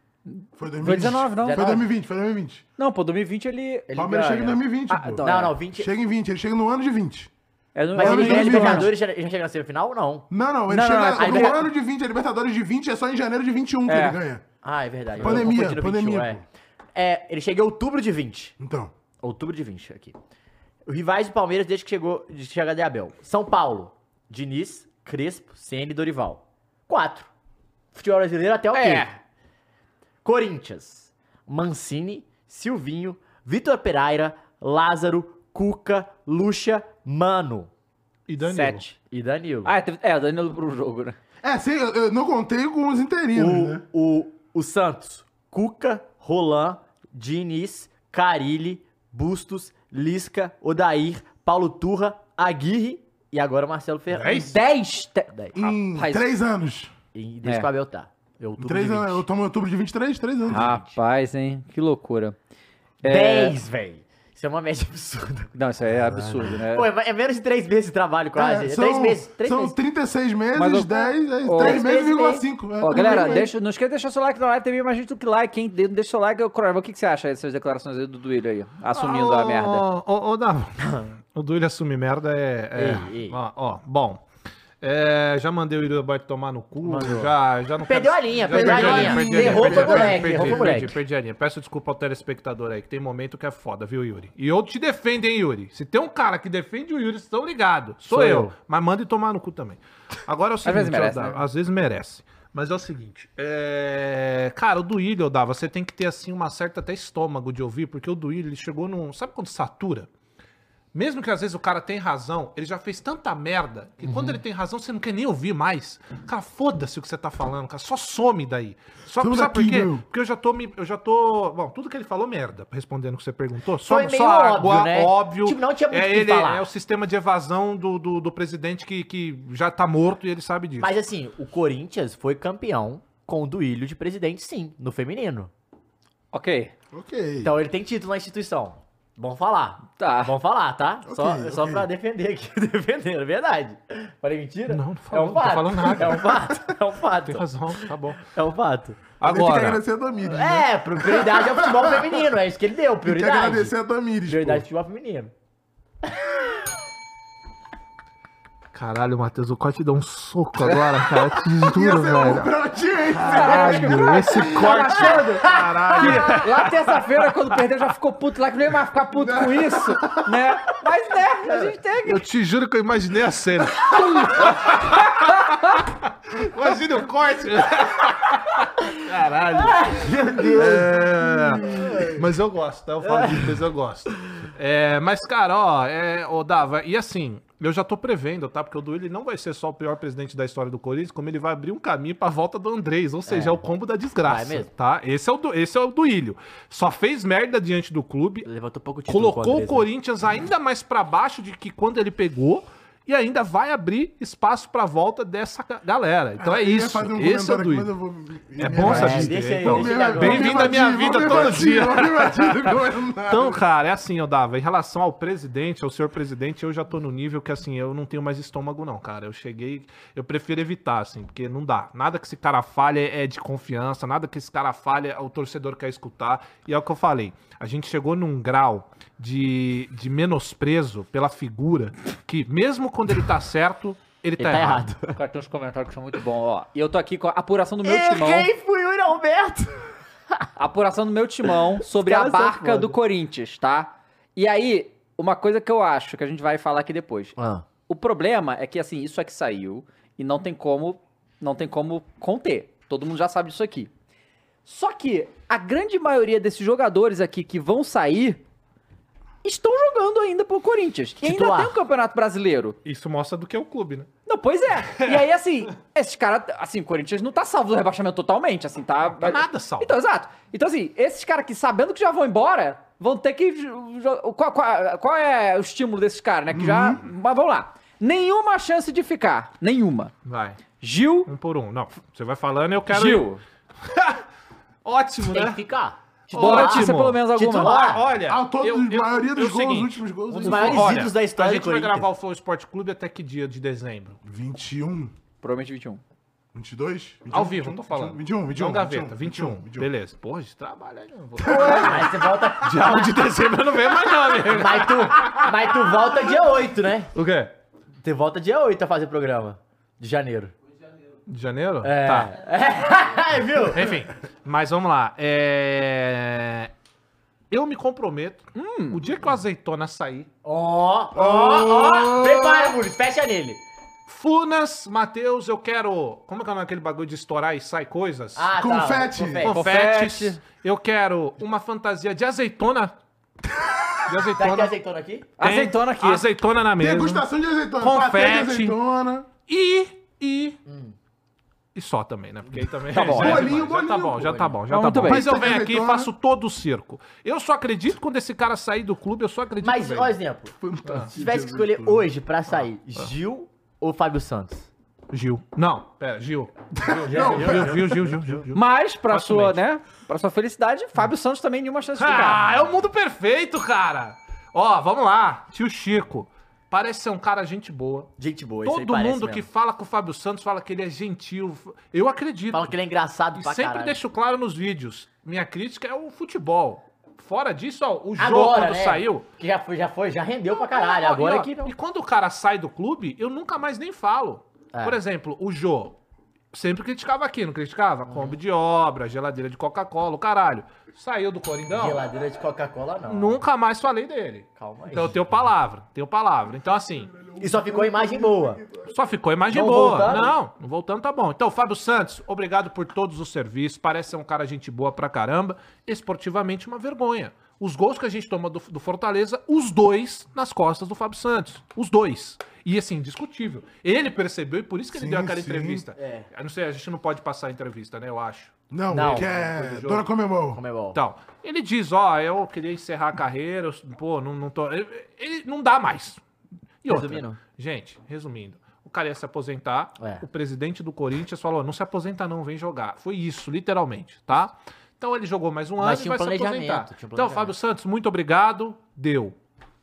Speaker 3: Foi dois mil e vinte.
Speaker 2: Foi dezenove, não?
Speaker 3: Foi dois mil e vinte, foi dois mil e vinte.
Speaker 2: Não, pô, dois mil e vinte ele...
Speaker 4: Ele
Speaker 3: Palmeiras
Speaker 4: ganha.
Speaker 3: chega em dois mil e vinte,
Speaker 2: Ah,
Speaker 3: pô.
Speaker 2: então,
Speaker 4: Não,
Speaker 2: é.
Speaker 4: não, vinte.
Speaker 3: Chega em vinte, ele chega no ano de vinte.
Speaker 2: É no,
Speaker 4: Mas
Speaker 2: é
Speaker 3: ano
Speaker 4: ele
Speaker 3: de
Speaker 4: ganha a
Speaker 3: dois mil e vinte.
Speaker 4: Libertadores já, já chega na semifinal ou não?
Speaker 3: Não, não, ele
Speaker 2: Não, não,
Speaker 3: chega
Speaker 2: não, é
Speaker 3: no
Speaker 2: Liberta-
Speaker 3: ano de vinte, a Libertadores de vinte é só em janeiro de vinte e um que
Speaker 2: É.
Speaker 3: ele ganha.
Speaker 4: Ah, é verdade. eu
Speaker 3: Pandemia,
Speaker 4: confundi no
Speaker 3: pandemia,
Speaker 4: vinte e um, é. É, ele chega em outubro de vinte.
Speaker 3: Então,
Speaker 4: Outubro de vinte aqui. Os rivais do Palmeiras desde que chegou de chegada de Abel. São Paulo, Diniz, Crespo, Ceni e Dorival. Quatro. Futebol brasileiro até o
Speaker 2: É.
Speaker 4: quê? Corinthians, Mancini, Silvinho, Vitor Pereira, Lázaro, Cuca, Lucha, Mano
Speaker 5: E Danilo.
Speaker 2: sete.
Speaker 4: e Danilo.
Speaker 2: Ah, teve, é, o Danilo pro jogo, né?
Speaker 3: é, sim, eu, eu não contei com os interinos, né?
Speaker 4: O, o, o Santos, Cuca, Roland, Diniz, Carilli, Bustos, Lisca, Odair, Paulo Turra, Aguirre e agora Marcelo Fernandes.
Speaker 2: dez. Te...
Speaker 3: Em
Speaker 2: Rapaz.
Speaker 3: três anos.
Speaker 4: E desde
Speaker 2: É.
Speaker 4: que o Abel tá. Eu,
Speaker 3: Em
Speaker 4: outubro
Speaker 3: três
Speaker 4: de
Speaker 3: anos.
Speaker 4: vinte.
Speaker 3: Eu tomo em outubro de vinte e três, três anos.
Speaker 2: Rapaz, hein? Que loucura.
Speaker 4: dez, velho. Isso é uma média absurda.
Speaker 2: Não, isso aí é absurdo, né?
Speaker 4: Pô, é é menos de três meses de trabalho quase. É,
Speaker 3: são,
Speaker 4: três meses. Três
Speaker 3: são
Speaker 4: meses.
Speaker 3: trinta e seis meses,
Speaker 2: Mas eu-
Speaker 3: dez, é,
Speaker 2: Ó,
Speaker 3: três
Speaker 4: três
Speaker 3: meses, vírgula
Speaker 4: meses,
Speaker 3: cinco. é,
Speaker 2: Ó,
Speaker 3: tudo
Speaker 2: galera,
Speaker 3: bem,
Speaker 2: deixa, não esqueça de deixar seu like na live, tem mais gente do que like, hein? De- Deixa seu like, eu o que, que você acha dessas declarações aí do Duílio aí? Assumindo a merda.
Speaker 5: Ô, ô, ô, Dava, o Duílio assumir merda é... é
Speaker 4: Ei, ei.
Speaker 5: Ó, ó, bom. É, já mandei o Yuri Alberto tomar no cu,
Speaker 4: Mandou.
Speaker 5: já, já não
Speaker 4: Perdeu
Speaker 5: quero-
Speaker 4: a linha,
Speaker 5: já
Speaker 4: perdeu a
Speaker 5: perdi
Speaker 4: linha.
Speaker 5: perdi
Speaker 4: Errou
Speaker 5: perdi
Speaker 4: pro
Speaker 5: a linha,
Speaker 4: moleque,
Speaker 5: perdi,
Speaker 4: errou pro
Speaker 5: perdi,
Speaker 4: moleque.
Speaker 5: perdi a linha. Peço desculpa ao telespectador aí, que tem momento que é foda, viu, Yuri? E eu te defendo, hein, Yuri? Se tem um cara que defende o Yuri, vocês estão ligados. Sou,
Speaker 4: Sou
Speaker 5: eu.
Speaker 4: eu.
Speaker 5: Mas manda e tomar no cu também. Agora é o seguinte,
Speaker 2: vezes merece,
Speaker 5: ó, Dava,
Speaker 2: né?
Speaker 5: às vezes merece. Mas é o seguinte, é... cara, o Duílio, Dava, você tem que ter, assim, uma certa até estômago de ouvir, porque o Duílio, ele chegou num... Sabe quando satura? mesmo que às vezes o cara tem razão, ele já fez tanta merda que uhum. quando ele tem razão, você não quer nem ouvir mais. Cara, foda-se o que você tá falando, cara. Só some daí. Só, sabe
Speaker 3: aqui,
Speaker 5: por quê?
Speaker 3: meu.
Speaker 5: Porque eu já tô. Eu já tô. Bom, tudo que ele falou, merda. Respondendo o que você perguntou. Só,
Speaker 4: Foi meio
Speaker 5: só água,
Speaker 4: óbvio, né?
Speaker 5: óbvio.
Speaker 4: Tipo, não tinha muito
Speaker 5: é,
Speaker 4: o que
Speaker 5: ele,
Speaker 4: falar.
Speaker 5: é o sistema de evasão do, do, do presidente que, que já tá morto e ele sabe disso.
Speaker 4: Mas assim, o Corinthians foi campeão com o duílio de presidente, sim, no feminino.
Speaker 2: Ok.
Speaker 3: Ok.
Speaker 4: Então ele tem título na instituição. Vamos falar.
Speaker 2: Tá.
Speaker 4: Vamos falar, tá?
Speaker 3: Okay,
Speaker 4: só
Speaker 3: okay.
Speaker 4: só pra defender aqui. Defender, é verdade. Falei mentira?
Speaker 5: Não, não falou,
Speaker 4: é um fato.
Speaker 5: não tô falando nada.
Speaker 4: É um fato. É um fato.
Speaker 5: Tem razão, tá bom.
Speaker 4: É um fato.
Speaker 3: Ele tem que
Speaker 5: Agora,
Speaker 3: agradecer a Tamires, né?
Speaker 4: É, prioridade é o futebol feminino. É isso que ele deu,
Speaker 3: Tem que
Speaker 4: prioridade.
Speaker 3: agradecer a Tamires,
Speaker 4: Prioridade do
Speaker 3: pô.
Speaker 4: futebol feminino.
Speaker 5: caralho, Matheus, o corte deu um soco agora, cara. Te
Speaker 3: Ia
Speaker 5: juro,
Speaker 3: ser um
Speaker 5: velho.
Speaker 3: brote, hein?
Speaker 5: Caralho, esse corte.
Speaker 2: Caralho. Que lá terça-feira, quando perdeu, já ficou puto lá, que nem mais ficar puto com isso, né? Mas, né, a gente tem que...
Speaker 5: Eu te juro que eu imaginei a cena. Imagina o corte. Caralho. Meu Deus. É... Mas eu gosto, tá? Eu falo de mas eu gosto. É... Mas, cara, ó, é... Ô, Dava, e assim, eu já tô prevendo, tá? Porque o Duílio não vai ser só o pior presidente da história do Corinthians, como ele vai abrir um caminho pra volta do Andrés, ou seja, é, é o combo da desgraça,
Speaker 4: vai mesmo.
Speaker 5: tá? Esse é, o do... Esse é o Duílio. Só fez merda diante do clube,
Speaker 4: Levantou pouco título
Speaker 5: colocou
Speaker 4: com o
Speaker 5: o
Speaker 4: Andrés, né?
Speaker 5: Corinthians ainda mais pra baixo de que quando ele pegou, e ainda vai abrir espaço pra volta dessa ga- galera. Então
Speaker 3: Ah,
Speaker 5: é
Speaker 3: eu ia
Speaker 5: isso.
Speaker 3: fazer um
Speaker 5: Esse é o
Speaker 3: comentário aqui,
Speaker 5: Duílio.
Speaker 3: mas eu vou-
Speaker 5: É bom essa
Speaker 4: É,
Speaker 5: gente.
Speaker 4: deixa aí,
Speaker 5: Então,
Speaker 4: deixa ele agora.
Speaker 5: bem-vindo à minha vida
Speaker 3: Vamos
Speaker 5: todo
Speaker 3: debatir,
Speaker 5: dia.
Speaker 3: vamos debatir, comentário.
Speaker 5: Então, cara, é assim, eu dava. Em relação ao presidente, ao senhor presidente, eu já tô no nível que, assim, eu não tenho mais estômago, não, cara. Eu cheguei, eu prefiro evitar, assim, porque não dá. Nada que esse cara fale é de confiança, nada que esse cara fale o torcedor quer escutar. E é o que eu falei. A gente chegou num grau de, de menosprezo pela figura que, mesmo quando ele tá certo, ele,
Speaker 4: Ele
Speaker 5: tá,
Speaker 4: tá
Speaker 5: errado.
Speaker 4: errado.
Speaker 2: Cara, tem uns comentários que são muito bons, ó. E eu tô aqui com a apuração do meu
Speaker 4: E
Speaker 2: timão.
Speaker 4: quem foi o Yuri Alberto?
Speaker 2: A apuração do meu timão sobre
Speaker 4: Os
Speaker 2: a
Speaker 4: caras são
Speaker 2: barca
Speaker 4: foda.
Speaker 2: do Corinthians, tá? E aí, uma coisa que eu acho, que a gente vai falar aqui depois.
Speaker 4: Ah.
Speaker 2: O problema é que, assim, isso aqui saiu e não tem como, não tem como conter. Todo mundo já sabe disso aqui. Só que a grande maioria desses jogadores aqui que vão sair estão jogando ainda pro Corinthians. E ainda
Speaker 4: Titular.
Speaker 2: tem o Campeonato Brasileiro.
Speaker 5: Isso mostra do que é o clube, né?
Speaker 2: Não, pois é. E aí, assim, esses caras, assim, o Corinthians não tá salvo do rebaixamento totalmente, assim, tá...
Speaker 5: Tá nada salvo.
Speaker 2: Então, exato. Então, assim, esses caras aqui, sabendo que já vão embora, vão ter que... jo- jo- Qual, qual- qual é o estímulo desses caras, né? Que já... Mas vamos lá. Nenhuma chance de ficar. Nenhuma.
Speaker 5: Vai.
Speaker 2: Gil...
Speaker 5: Um por um. Não, você vai falando e eu quero...
Speaker 2: Gil.
Speaker 5: Ótimo,
Speaker 4: Tem
Speaker 5: né?
Speaker 4: que ficar.
Speaker 2: Boa
Speaker 5: Ótimo.
Speaker 2: notícia, pelo menos alguma.
Speaker 4: Titular.
Speaker 5: Olha,
Speaker 3: Ah, todos,
Speaker 5: eu-
Speaker 3: a
Speaker 5: eu-
Speaker 3: maioria dos
Speaker 5: eu-
Speaker 3: gols,
Speaker 5: seguinte,
Speaker 3: os últimos gols.
Speaker 4: Um dos
Speaker 3: do-
Speaker 4: maiores
Speaker 5: olha,
Speaker 4: ídolos da história
Speaker 5: a
Speaker 4: do
Speaker 5: gente vai
Speaker 4: Corinthians.
Speaker 5: gravar o Flow Esporte Clube até que dia de dezembro?
Speaker 3: vinte e um,
Speaker 2: Provavelmente vinte e um.
Speaker 3: vinte e dois? vinte e um,
Speaker 5: Ao vivo,
Speaker 3: vinte e um,
Speaker 5: tô falando.
Speaker 3: vinte e um, vinte e um.
Speaker 5: Não gaveta, vinte e um.
Speaker 3: vinte e um.
Speaker 5: Beleza. Porra, de trabalho aí, não vou...
Speaker 4: Aí você volta.
Speaker 5: Dia um de dezembro eu não venho mais não, amigo.
Speaker 4: Mas tu, mas tu volta dia oito, né?
Speaker 5: O quê?
Speaker 4: Tu volta dia oito a fazer programa. De janeiro.
Speaker 5: De janeiro?
Speaker 4: É.
Speaker 5: Tá.
Speaker 4: É, viu?
Speaker 5: Enfim, mas vamos lá. É... Eu me comprometo, o dia que o Azeitona sair,
Speaker 4: Ó, ó, ó. Prepara, Muris. Fecha nele.
Speaker 5: Funas, Matheus, eu quero... Como é que é aquele bagulho de estourar e sai coisas?
Speaker 4: Ah,
Speaker 3: Confete.
Speaker 4: Tá,
Speaker 5: Confetes. Eu quero uma fantasia de azeitona. De
Speaker 4: Tá aqui
Speaker 5: azeitona.
Speaker 4: azeitona aqui?
Speaker 5: Tem
Speaker 2: Azeitona aqui.
Speaker 5: Azeitona na mesa.
Speaker 3: Degustação de azeitona.
Speaker 5: Confete.
Speaker 3: Paté de azeitona.
Speaker 5: E, e... E só também, né? Porque aí também...
Speaker 2: Tá bom.
Speaker 5: já é
Speaker 3: Bolinho,
Speaker 5: demais. Já tá
Speaker 3: bolinho,
Speaker 5: bom, já tá bom, já
Speaker 2: Tá
Speaker 5: tá
Speaker 2: muito
Speaker 5: bom.
Speaker 2: bem.
Speaker 5: Mas eu venho
Speaker 3: Tem
Speaker 5: aqui e
Speaker 3: azeitona.
Speaker 5: faço todo o circo. Eu só acredito quando esse cara sair do clube, eu só acredito
Speaker 4: Mas,
Speaker 5: que
Speaker 4: ó,
Speaker 5: vem.
Speaker 4: exemplo.
Speaker 3: Fantasia
Speaker 4: Se tivesse que
Speaker 3: de
Speaker 4: escolher
Speaker 3: azeitona.
Speaker 4: hoje pra sair, Gil ou Fábio Santos?
Speaker 5: Gil. Não, pera, Gil. Gil, Gil, Gil, Gil, Gil, Gil, Gil.
Speaker 2: Mas, pra sua,
Speaker 5: Facilmente.
Speaker 2: né? Pra sua felicidade, Fábio Santos também nenhuma chance de ficar.
Speaker 5: Ah, é o mundo perfeito, cara. Ó, vamos lá. Tio Chico. Parece ser um cara gente boa.
Speaker 4: Gente boa, isso aí
Speaker 5: Todo
Speaker 4: parece
Speaker 5: mundo que
Speaker 4: mesmo.
Speaker 5: fala com o Fábio Santos fala que ele é gentil. Eu acredito.
Speaker 4: Falam que ele é engraçado
Speaker 5: E
Speaker 4: pra
Speaker 5: sempre
Speaker 4: caralho.
Speaker 5: deixo claro nos vídeos. Minha crítica é o futebol. Fora disso, ó, o jogo
Speaker 4: Agora,
Speaker 5: quando
Speaker 4: né?
Speaker 5: saiu.
Speaker 4: Que já foi, já foi, já rendeu pra caralho.
Speaker 5: Ó,
Speaker 4: Agora
Speaker 5: e, ó,
Speaker 4: que não.
Speaker 5: E quando o cara sai do clube, eu nunca mais nem falo.
Speaker 4: É.
Speaker 5: Por exemplo, o Jô. Sempre criticava aqui, não criticava? Kombi de obra, geladeira de Coca-Cola, o caralho. Saiu do Coringão,
Speaker 4: Geladeira de Coca-Cola, não.
Speaker 5: nunca mais falei dele.
Speaker 4: Calma aí.
Speaker 5: Então eu tenho palavra, tenho palavra. Então assim,
Speaker 4: E só ficou a imagem boa.
Speaker 5: só ficou a imagem
Speaker 4: Não
Speaker 5: boa.
Speaker 4: voltando?
Speaker 5: Não, não voltando tá bom. Então, Fábio Santos, obrigado por todos os serviços. Parece ser um cara gente boa pra caramba. Esportivamente, uma vergonha. Os gols que a gente toma do, do Fortaleza, os dois nas costas do Fábio Santos. Os dois. E assim, indiscutível. Ele percebeu e por isso que ele
Speaker 3: Sim,
Speaker 5: deu aquela
Speaker 3: sim.
Speaker 5: entrevista.
Speaker 4: É.
Speaker 5: Eu não sei, a gente não pode passar a entrevista, né? Eu acho.
Speaker 3: Não,
Speaker 4: Não.
Speaker 3: que é
Speaker 5: Depois do jogo.
Speaker 3: Dona Comemol.
Speaker 4: Comebol.
Speaker 5: Então, ele diz, ó, eu queria encerrar a carreira, eu- pô, não, não tô... Ele, ele não dá mais. E outra,
Speaker 4: Resumindo.
Speaker 5: gente, resumindo, o cara ia se aposentar,
Speaker 4: É.
Speaker 5: o presidente do Corinthians falou, não se aposenta não, vem jogar. Foi isso, literalmente, tá? Então ele jogou mais um
Speaker 4: Mas
Speaker 5: ano e
Speaker 4: tinha um
Speaker 5: vai se aposentar.
Speaker 4: planejamento, tinha um
Speaker 5: Então,
Speaker 4: planejamento.
Speaker 5: Fábio Santos, muito obrigado, deu.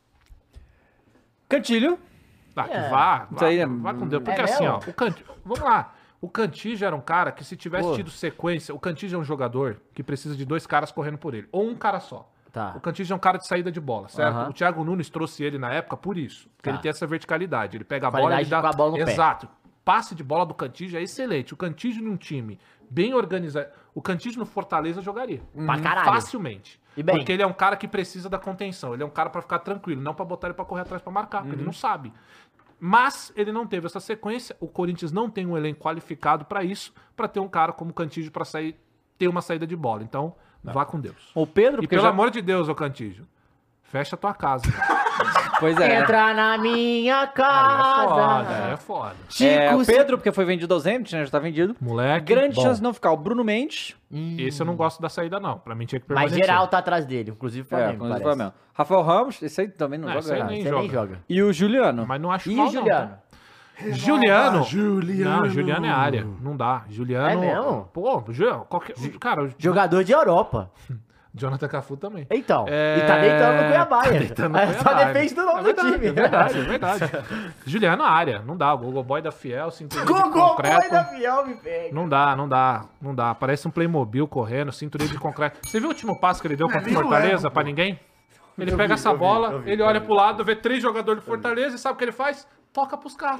Speaker 2: Cantilho.
Speaker 5: Tá, que
Speaker 4: É.
Speaker 5: vá,
Speaker 2: Isso
Speaker 5: vá,
Speaker 2: aí é-
Speaker 5: vá com Deus.
Speaker 4: É
Speaker 5: Porque assim,
Speaker 4: mesmo?
Speaker 5: ó, o Cantilho, vamos lá. O Cantillo era um cara que se tivesse
Speaker 2: Pô.
Speaker 5: tido sequência, o Cantillo é um jogador que precisa de dois caras correndo por ele, ou um cara só.
Speaker 4: Tá.
Speaker 5: O Cantillo é um cara de saída de bola, certo?
Speaker 4: Aham.
Speaker 5: O Thiago Nunes trouxe ele na época por isso, porque
Speaker 4: Tá.
Speaker 5: ele tem essa verticalidade, ele pega a bola
Speaker 4: Qualidade
Speaker 5: e dá...
Speaker 4: com a bola no pé.
Speaker 5: Exato. Passe de bola do Cantillo é excelente. O Cantillo num time bem organizado, o Cantillo no Fortaleza jogaria.
Speaker 4: Pra caralho.
Speaker 5: Facilmente.
Speaker 4: E bem.
Speaker 5: Porque ele é um cara que precisa da contenção, ele é um cara pra ficar tranquilo, não pra botar ele pra correr atrás pra marcar, porque ele não sabe. Mas ele não teve essa sequência, o Corinthians não tem um elenco qualificado pra isso, pra ter um cara como o Cantillo pra sair, ter uma saída de bola. Então, vá com Deus.
Speaker 2: O Pedro,
Speaker 5: E
Speaker 2: porque
Speaker 5: pelo
Speaker 2: já...
Speaker 5: amor de Deus, ô Cantillo, fecha a tua casa.
Speaker 2: Pois é. né?
Speaker 4: Entra na minha
Speaker 5: Aí é
Speaker 4: casa.
Speaker 5: foda, aí é foda.
Speaker 2: É, o
Speaker 4: Chico,
Speaker 2: Pedro, porque foi vendido ao Zenit, né? Já tá vendido.
Speaker 5: Moleque,
Speaker 2: Grande
Speaker 5: bom.
Speaker 2: chance de não ficar. O Bruno Mendes.
Speaker 5: Esse eu não gosto da saída, não. Pra mim tinha que
Speaker 4: Mas
Speaker 5: permanecer.
Speaker 4: geral tá atrás dele, inclusive o
Speaker 2: É,
Speaker 4: Flamengo,
Speaker 2: como
Speaker 4: parece.
Speaker 2: Flamengo. Rafael Ramos, esse aí também não
Speaker 5: É,
Speaker 2: joga.
Speaker 5: esse aí
Speaker 2: nada.
Speaker 5: nem
Speaker 4: Você nem
Speaker 5: joga.
Speaker 4: joga.
Speaker 2: E o Juliano.
Speaker 5: Mas não acho
Speaker 4: E
Speaker 5: mal,
Speaker 4: o Juliano?
Speaker 5: não. Juliano.
Speaker 3: Juliano.
Speaker 5: Não, Juliano é área. Não dá. Juliano.
Speaker 4: É mesmo?
Speaker 5: Pô, Juliano, qualquer. Cara, o
Speaker 4: Jogador de Europa.
Speaker 5: Jonathan Cafu também.
Speaker 4: Então,
Speaker 5: É,
Speaker 4: e tá deitando no Cuiabá.
Speaker 5: tá
Speaker 4: né?
Speaker 5: deitando no
Speaker 4: É,
Speaker 5: Cuiabá,
Speaker 4: Só
Speaker 5: né?
Speaker 4: depende do nome
Speaker 5: É
Speaker 4: do
Speaker 5: verdade,
Speaker 4: time.
Speaker 5: É verdade, é verdade. Juliano área. Não dá. O Google Boy da Fiel, cinturinha de
Speaker 4: Gogol
Speaker 5: concreto.
Speaker 4: Boy da Fiel me pega.
Speaker 5: Não dá, não dá, não dá. Parece um Playmobil correndo, cinturinha de concreto. Você viu o último passo que ele deu contra o
Speaker 3: nem
Speaker 5: Fortaleza
Speaker 3: lembro,
Speaker 5: pra
Speaker 3: pô.
Speaker 5: ninguém? Ele
Speaker 4: Eu
Speaker 5: pega
Speaker 4: vi,
Speaker 5: essa
Speaker 4: eu vi,
Speaker 5: bola,
Speaker 4: eu vi,
Speaker 5: ele
Speaker 4: eu
Speaker 5: olha
Speaker 4: vi.
Speaker 5: pro lado, vê três jogadores do Fortaleza e sabe o que ele faz? Toca pros caras.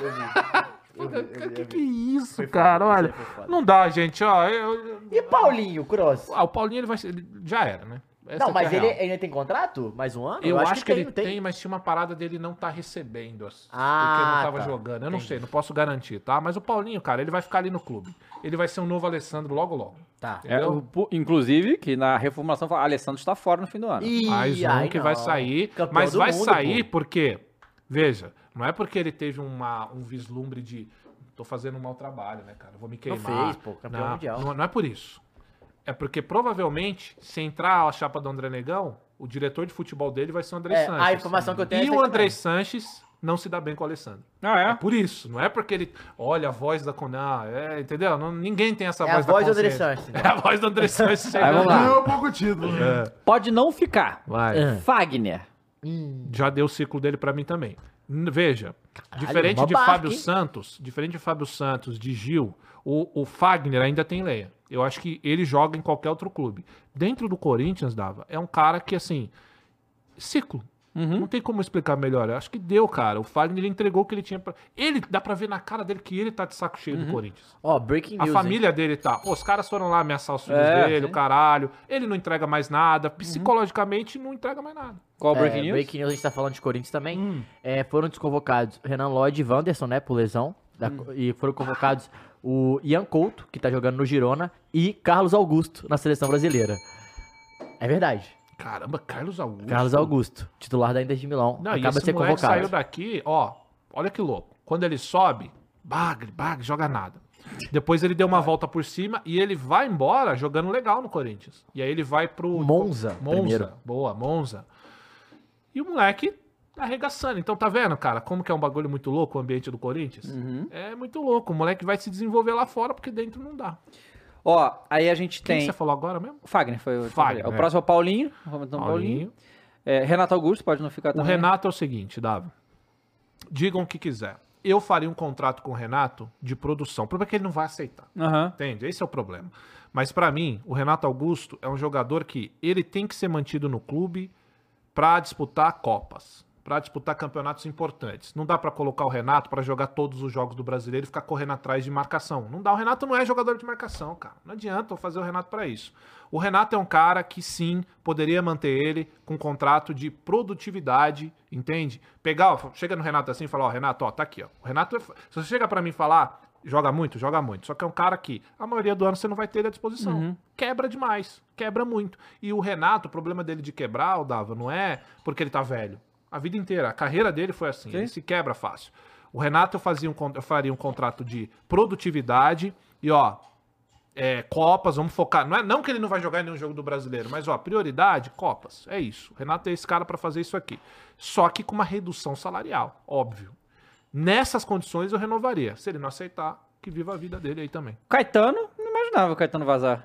Speaker 5: Que que é isso, cara? Olha, não dá, gente, ó. eu- eu-
Speaker 4: E Paulinho, Cross?
Speaker 5: Ah, o Paulinho ele vai ser, ele já era, né? Essa
Speaker 4: Não,
Speaker 5: que é
Speaker 4: mas
Speaker 5: a
Speaker 4: ele
Speaker 5: real.
Speaker 4: ainda tem contrato? Mais um ano?
Speaker 5: Eu, acho, que, ele tem, mas tinha uma parada dele não tá recebendo, as-
Speaker 4: Ah,
Speaker 5: porque não tava
Speaker 4: tá.
Speaker 5: jogando. Eu não
Speaker 4: Entendi.
Speaker 5: sei, não posso garantir, tá? Mas o Paulinho, cara, ele vai ficar ali no clube. Ele vai ser um novo Alessandro logo logo.
Speaker 4: Tá.
Speaker 2: É,
Speaker 5: Entendeu?
Speaker 2: o- pu- inclusive, que na reformulação fala, Alessandro está fora no fim do ano.
Speaker 4: Ih,
Speaker 5: Mais um
Speaker 4: ai,
Speaker 5: que
Speaker 4: não.
Speaker 5: vai sair,
Speaker 4: Campeão
Speaker 5: mas
Speaker 4: do
Speaker 5: vai
Speaker 4: mundo,
Speaker 5: sair
Speaker 4: pô.
Speaker 5: porque, veja, não é porque ele teve uma, um vislumbre de tô fazendo um mau trabalho, né, cara? Vou me queimar.
Speaker 4: fez, pô, campeão
Speaker 5: não,
Speaker 4: mundial.
Speaker 5: Não, não é por isso. É porque provavelmente, se entrar a chapa do André Negão, o diretor de futebol dele vai ser o André
Speaker 4: É,
Speaker 5: Sanches.
Speaker 4: a informação que eu tenho é
Speaker 5: E
Speaker 4: essa
Speaker 5: o
Speaker 4: aí
Speaker 5: André
Speaker 4: também.
Speaker 5: Sanches não se dá bem com o Alessandro.
Speaker 2: Ah,
Speaker 5: É
Speaker 2: é?
Speaker 5: por isso, não é porque ele. Olha a voz da Conan, é, entendeu? Não- ninguém tem essa
Speaker 4: É a
Speaker 5: voz
Speaker 4: voz do
Speaker 5: da
Speaker 4: André
Speaker 5: consciência.
Speaker 4: Sanches,
Speaker 5: É a voz do André Sanches chegando.
Speaker 2: vamos lá.
Speaker 3: Ganhou pouco título. né?
Speaker 2: Pode não ficar.
Speaker 5: Vai.
Speaker 4: É.
Speaker 2: Fagner.
Speaker 5: Já deu o ciclo dele pra mim também. N- Veja, diferente
Speaker 4: uma
Speaker 5: de
Speaker 4: barca,
Speaker 5: Fábio
Speaker 4: hein?
Speaker 5: Santos, diferente de Fábio Santos, de Gil, o, o Fagner ainda tem leia. Eu acho que ele joga em qualquer outro clube. Dentro do Corinthians, Dava, é um cara que, assim, ciclo. Não tem como explicar melhor. Eu acho que deu, cara. O Fagner ele entregou o que ele tinha pra... Ele, dá pra ver na cara dele que ele tá de saco cheio do Corinthians.
Speaker 4: Ó, breaking
Speaker 5: A
Speaker 4: news.
Speaker 5: família dele tá. Pô, os caras foram lá ameaçar os filhos
Speaker 2: É,
Speaker 5: dele,
Speaker 2: sim.
Speaker 5: o caralho. Ele não entrega mais nada. Psicologicamente, não entrega mais nada.
Speaker 2: Qual o
Speaker 4: É,
Speaker 2: breaking news?
Speaker 4: breaking news, a gente tá falando de Corinthians também.
Speaker 5: Hum.
Speaker 4: É, foram desconvocados Renan Lodge e Wanderson, né, por lesão. da-
Speaker 5: Hum.
Speaker 4: E foram convocados o Ian Couto, que tá jogando no Girona, e Carlos Augusto, na seleção brasileira. É verdade.
Speaker 5: Caramba, Carlos Augusto.
Speaker 4: Carlos Augusto, titular da Inter de Milão,
Speaker 5: Não, e
Speaker 4: acaba de
Speaker 5: esse
Speaker 4: ser
Speaker 5: moleque
Speaker 4: convocado.
Speaker 5: saiu daqui, ó, olha que louco. Quando ele sobe, bagre, bagre, joga nada. Depois ele deu uma volta por cima e ele vai embora jogando legal no Corinthians. E aí ele vai pro...
Speaker 4: Monza,
Speaker 5: Monza,
Speaker 4: primeiro.
Speaker 5: boa, Monza. E o moleque arregaçando. Então tá vendo, cara, como que é um bagulho muito louco o ambiente do Corinthians?
Speaker 2: Uhum.
Speaker 5: É muito louco. O moleque vai se desenvolver lá fora porque dentro não dá.
Speaker 2: Ó, aí a gente
Speaker 5: Quem
Speaker 2: tem...
Speaker 5: você falou agora mesmo?
Speaker 2: Fagner foi o...
Speaker 5: Fagner,
Speaker 2: O
Speaker 5: é.
Speaker 2: próximo é o Paulinho. Vamos então, Paulinho.
Speaker 5: Paulinho.
Speaker 2: É, Renato Augusto, pode não ficar
Speaker 5: O
Speaker 2: também.
Speaker 5: Renato é o seguinte, Davi. Digam o que quiser. Eu faria um contrato com o Renato de produção. O problema é que ele não vai aceitar.
Speaker 2: Aham.
Speaker 5: Entende? Esse é o problema. Mas pra mim, o Renato Augusto é um jogador que ele tem que ser mantido no clube pra disputar Copas, pra disputar campeonatos importantes. Não dá pra colocar o Renato pra jogar todos os jogos do Brasileiro e ficar correndo atrás de marcação. Não dá. O Renato não é jogador de marcação, cara. Não adianta eu fazer o Renato pra isso. O Renato é um cara que sim, poderia manter ele com um contrato de produtividade, entende? Pegar, ó, chega no Renato assim e falar, ó, Renato, ó, tá aqui, ó. O Renato, é... se você chega pra mim e falar, Joga muito? Joga muito. Só que é um cara que a maioria do ano você não vai ter ele à disposição.
Speaker 2: Uhum.
Speaker 5: Quebra demais. Quebra muito. E o Renato, o problema dele de quebrar, o Dava, não é porque ele tá velho. A vida inteira. A carreira dele foi assim. Sim. Ele se quebra fácil. O Renato eu, fazia um, eu faria um contrato de produtividade e, ó, é, Copas, vamos focar. Não é não que ele não vai jogar em nenhum jogo do Brasileiro, mas, ó, prioridade, Copas. É isso. O Renato é esse cara pra fazer isso aqui. Só que com uma redução salarial, óbvio. Nessas condições eu renovaria. Se ele não aceitar, que viva a vida dele aí também.
Speaker 2: Caetano, não imaginava o Caetano vazar.